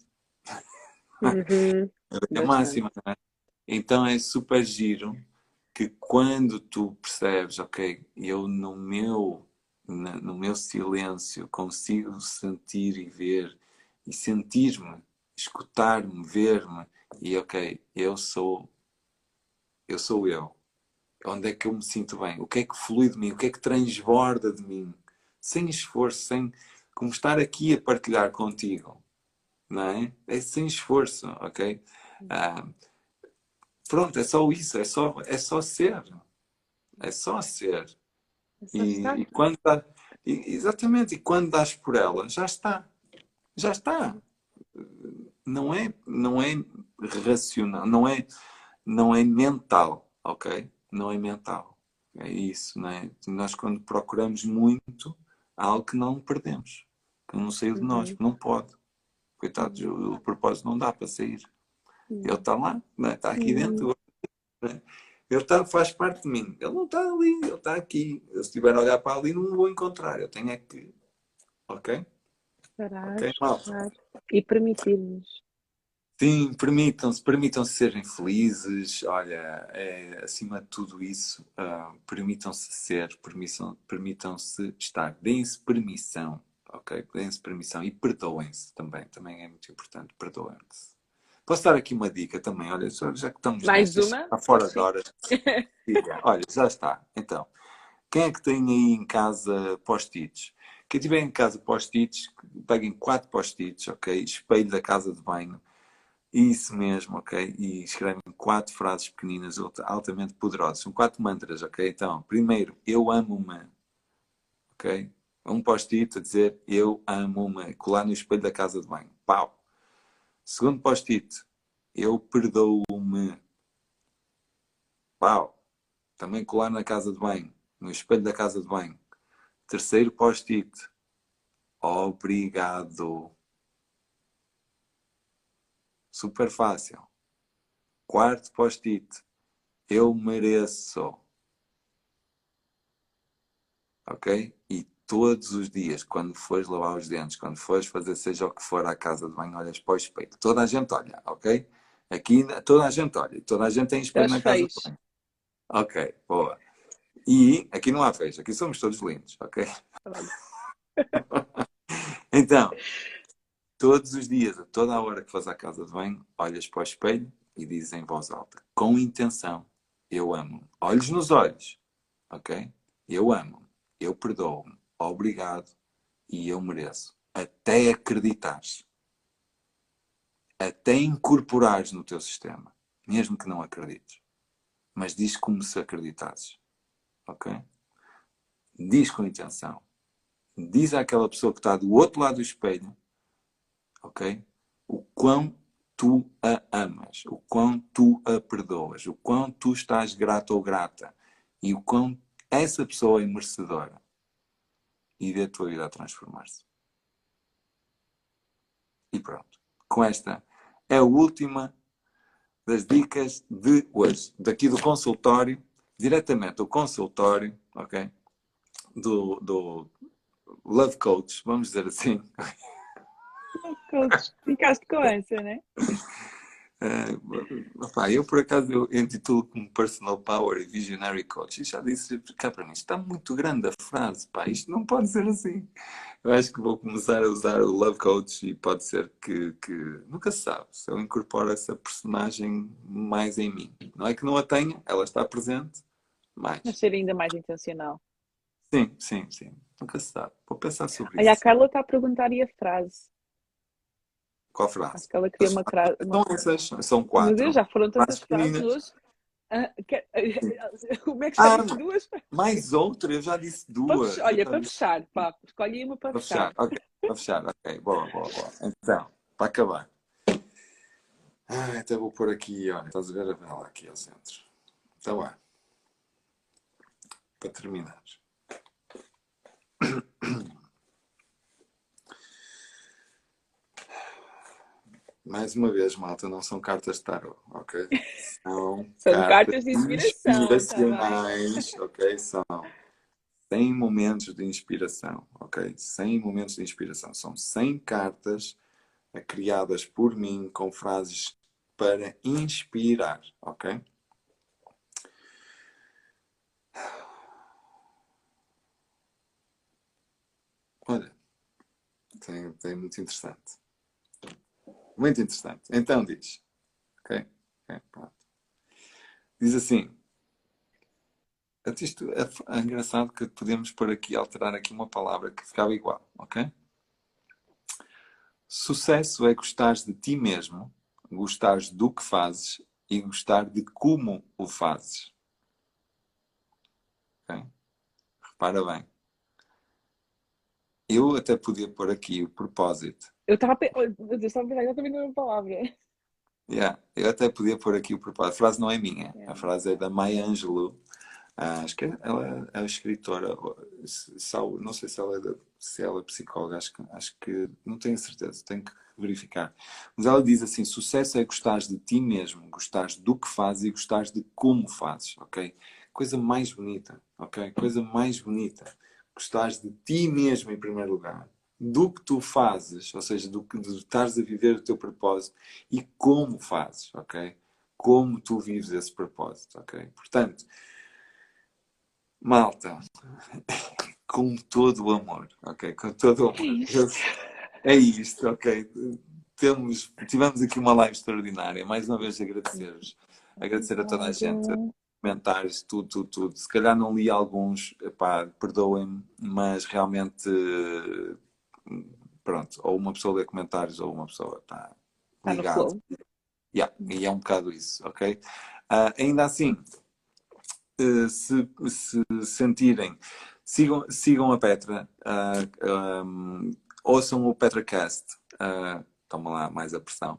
Uhum. É a Bastante. máxima, não é? Então é super giro que quando tu percebes, ok, eu no meu, na- no meu silêncio consigo sentir e ver e sentir-me, escutar-me, ver-me e ok, eu sou, eu sou eu. Onde é que eu me sinto bem? O que é que flui de mim? O que é que transborda de mim? Sem esforço, sem como estar aqui a partilhar contigo, não é? É sem esforço, ok? Ah, pronto, é só isso, é só, é só ser. É só ser. É só E, estar. e quando dá, e- exatamente, e quando dás por ela, já está. Já está. Não é, não é racional, não é, não é mental, ok? Não é mental. É isso, não é? Nós quando procuramos muito, há algo que não perdemos, que não saiu de nós, Uhum. que não pode. Coitados, Uhum. o, o propósito não dá para sair. Ele Uhum. está lá, não é? Está aqui Uhum. dentro. Não é? Ele tá, faz parte de mim. Ele não está ali, ele está aqui. Eu, se estiver a olhar para ali, não o vou encontrar. Eu tenho é que. Ok? Parar, Ok, malta. escutar e permitir-nos. Sim, permitam-se, permitam-se serem felizes. Olha, é, acima de tudo isso, ah, permitam-se ser, permitam, permitam-se estar. Deem-se permissão, ok? Deem-se permissão e perdoem-se também. Também é muito importante, perdoem-se. Posso dar aqui uma dica também? Olha, só- já que estamos Mais nesta, isto uma? está fora de Sim. horas. Diga. Olha, já está. Então, quem é que tem aí em casa post-its? Quem tiver em casa post-its, peguem quatro post-its, ok? Espelho da casa de banho. Isso mesmo, ok? E escrevem quatro frases pequeninas, altamente poderosas. São quatro mantras, ok? Então, primeiro, eu amo-me, ok? Um post-it a dizer eu amo-me, colar no espelho da casa de banho. Pau! Segundo post-it, eu perdoo-me. Pau! Também colar na casa de banho, no espelho da casa de banho. Terceiro post-it, obrigado. Super fácil. Quarto post-it, eu mereço. Ok? E todos os dias, quando fores lavar os dentes, quando fores fazer seja o que for à casa de banho, olhas para o espelho. Toda a gente olha, ok? Aqui toda a gente olha. Toda a gente tem espelho Deus na casa de fez. banho. Ok, boa. E aqui não há fecho, aqui somos todos lindos, ok? Olha. Então, todos os dias, a toda a hora que fores à casa de banho, olhas para o espelho e dizes em voz alta, com intenção, eu amo. Olhos nos olhos, ok? Eu amo, eu perdoo-me, obrigado e eu mereço. Até acreditares. Até incorporares no teu sistema. Mesmo que não acredites. Mas diz como se acreditasses. Ok? Diz com intenção. Diz àquela pessoa que está do outro lado do espelho, ok? O quão tu a amas, o quão tu a perdoas, o quão tu estás grato ou grata e o quão essa pessoa é merecedora e vê a tua vida a transformar-se. E pronto. Com esta é a última das dicas de hoje, daqui do consultório, diretamente do consultório, ok? Do, do Love Coach, vamos dizer assim. Coach, ficaste com essa, né? Uh, opá, eu por acaso eu intitulo como Personal Power e Visionary Coach e já disse cá para mim, está muito grande a frase, pá, isto não pode ser assim. Eu acho que vou começar a usar o Love Coach e pode ser que, que nunca se sabe, se eu incorporo essa personagem mais em mim. Não é que não a tenha, ela está presente, Mas mais. ser ainda mais intencional. Sim, sim, sim. Nunca se sabe. Vou pensar sobre Olha, a isso. Carla está a perguntar aí a frase. Qual Acho frase? que ela queria As uma, frases cra- uma... são essas. São Meu Deus, quatro. já foram Frases tantas frases pequeninas. hoje. Ah, que- Como é que já Ah, disse duas? mais outra. Eu já disse Para fechar, duas. Eu olha, já para disse fechar, pá, escolhe aí uma para para fechar. fechar. Ok. Para fechar. Ok. Boa, boa, boa. Então, para acabar. Ah, até vou pôr aqui, olha. Estás a ver a vela aqui ao centro. Então lá. Para terminar. Mais uma vez, malta, não são cartas de tarot, ok? São São cartas cartas de inspiração, está bem? inspiracionais, ok? São cem momentos de inspiração, ok? cem momentos de inspiração. São cem cartas criadas por mim com frases para inspirar, ok? Olha, tem, tem muito interessante. Muito interessante. Então diz, ok? Ok, pronto. Diz assim: Até isto é, é engraçado que podemos pôr aqui, alterar aqui uma palavra que ficava igual, ok? Sucesso é gostares de ti mesmo, gostares do que fazes e gostar de como o fazes. Ok? Repara bem. Eu até podia pôr aqui o propósito. Eu estava a pe- eu estava a pensar exatamente a mesma palavra. Yeah, eu até podia pôr aqui o propósito. A frase não é minha. Yeah. A frase é da Maya Angelou. Ah, acho que ela é a escritora. Se- se- Não sei se ela é, da- se ela é psicóloga. Acho que, acho que não tenho certeza. Tenho que verificar. Mas ela diz assim: sucesso é gostares de ti mesmo, gostares do que fazes e gostares de como fazes. Ok? Coisa mais bonita. Ok? Coisa mais bonita. Gostares de ti mesmo em primeiro lugar. Do que tu fazes, ou seja, do que de estares a viver o teu propósito e como fazes, ok? Como tu vives esse propósito, ok? Portanto, malta, com todo o amor, ok? Com todo o É amor. isto. É isto, ok? Temos, tivemos aqui uma live extraordinária. Mais uma vez agradecer-vos. Agradecer a toda a gente. Obrigada. Comentários, tudo, tudo, tudo. Se calhar não li alguns, epá, perdoem-me, mas realmente, pronto, ou uma pessoa lê comentários ou uma pessoa está Está no ligado. flow. Yeah, e é um bocado isso, ok? Ah, ainda assim, eh, se, se sentirem, sigam, sigam a Petra, ah, um, ouçam o PetraCast, uh, toma lá mais a pressão.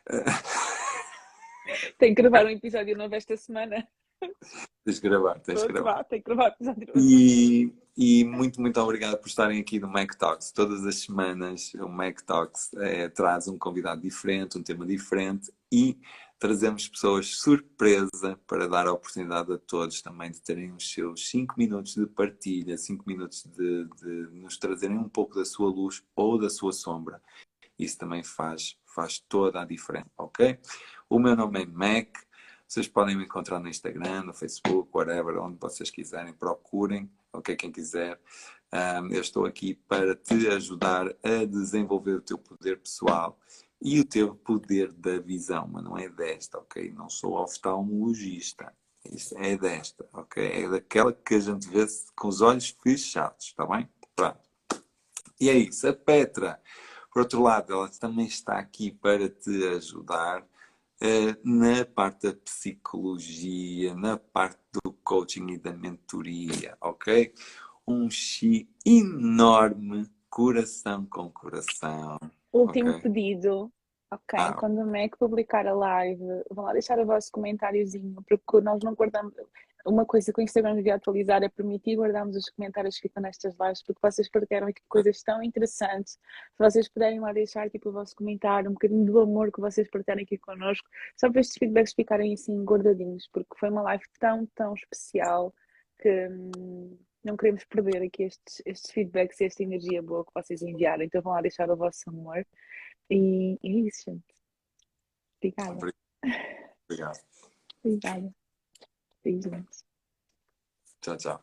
Tenho que gravar um episódio novo esta semana. Tens de gravar, tens de Pronto, gravar. vá, tenho que gravar um episódio novo. E, e muito, muito obrigado por estarem aqui no Mac Talks. Todas as semanas o Mac Talks é, traz um convidado diferente, um tema diferente e trazemos pessoas surpresa para dar a oportunidade a todos também de terem os seus cinco minutos de partilha, cinco minutos de, de nos trazerem um pouco da sua luz ou da sua sombra. Isso também faz, faz toda a diferença, ok? O meu nome é Mac. Vocês podem me encontrar no Instagram, no Facebook, whatever, onde vocês quiserem, procurem, ok? Quem quiser. Um, eu estou aqui para te ajudar a desenvolver o teu poder pessoal e o teu poder da visão, mas não é desta, ok? Não sou oftalmologista. Isto é desta, ok? É daquela que a gente vê com os olhos fechados, está bem? Pronto. E é isso. A Petra, por outro lado, ela também está aqui para te ajudar uh, na parte da psicologia, na parte do coaching e da mentoria, ok? Um chi enorme, coração com coração. Último Ok? pedido. Ok, Ah, quando o Mac publicar a live, vão lá deixar o vosso comentáriozinho, porque nós não guardamos. Uma coisa que o Instagram devia atualizar é permitir guardarmos os comentários que ficam nestas lives, porque vocês partilharam aqui coisas tão interessantes. Se vocês puderem lá deixar tipo, o vosso comentário, um bocadinho do amor que vocês partilharam aqui connosco, só para estes feedbacks ficarem assim guardadinhos, porque foi uma live tão, tão especial que hum, não queremos perder aqui estes, estes feedbacks e esta energia boa que vocês enviaram. Então vão lá deixar o vosso amor. E é isso, gente. Obrigada. obrigado. Obrigada. Beijinhos. Tchau, tchau.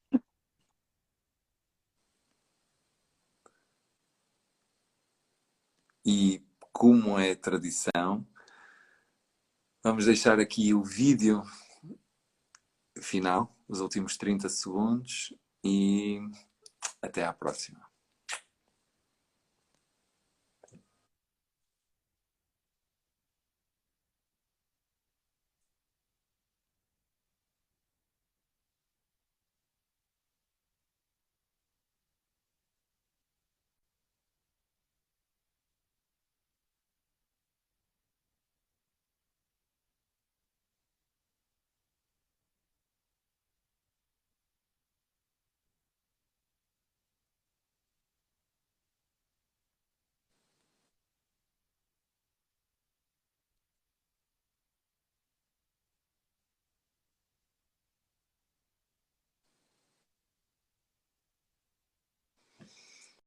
E como é tradição, vamos deixar aqui o vídeo final, os últimos trinta segundos, e até à próxima.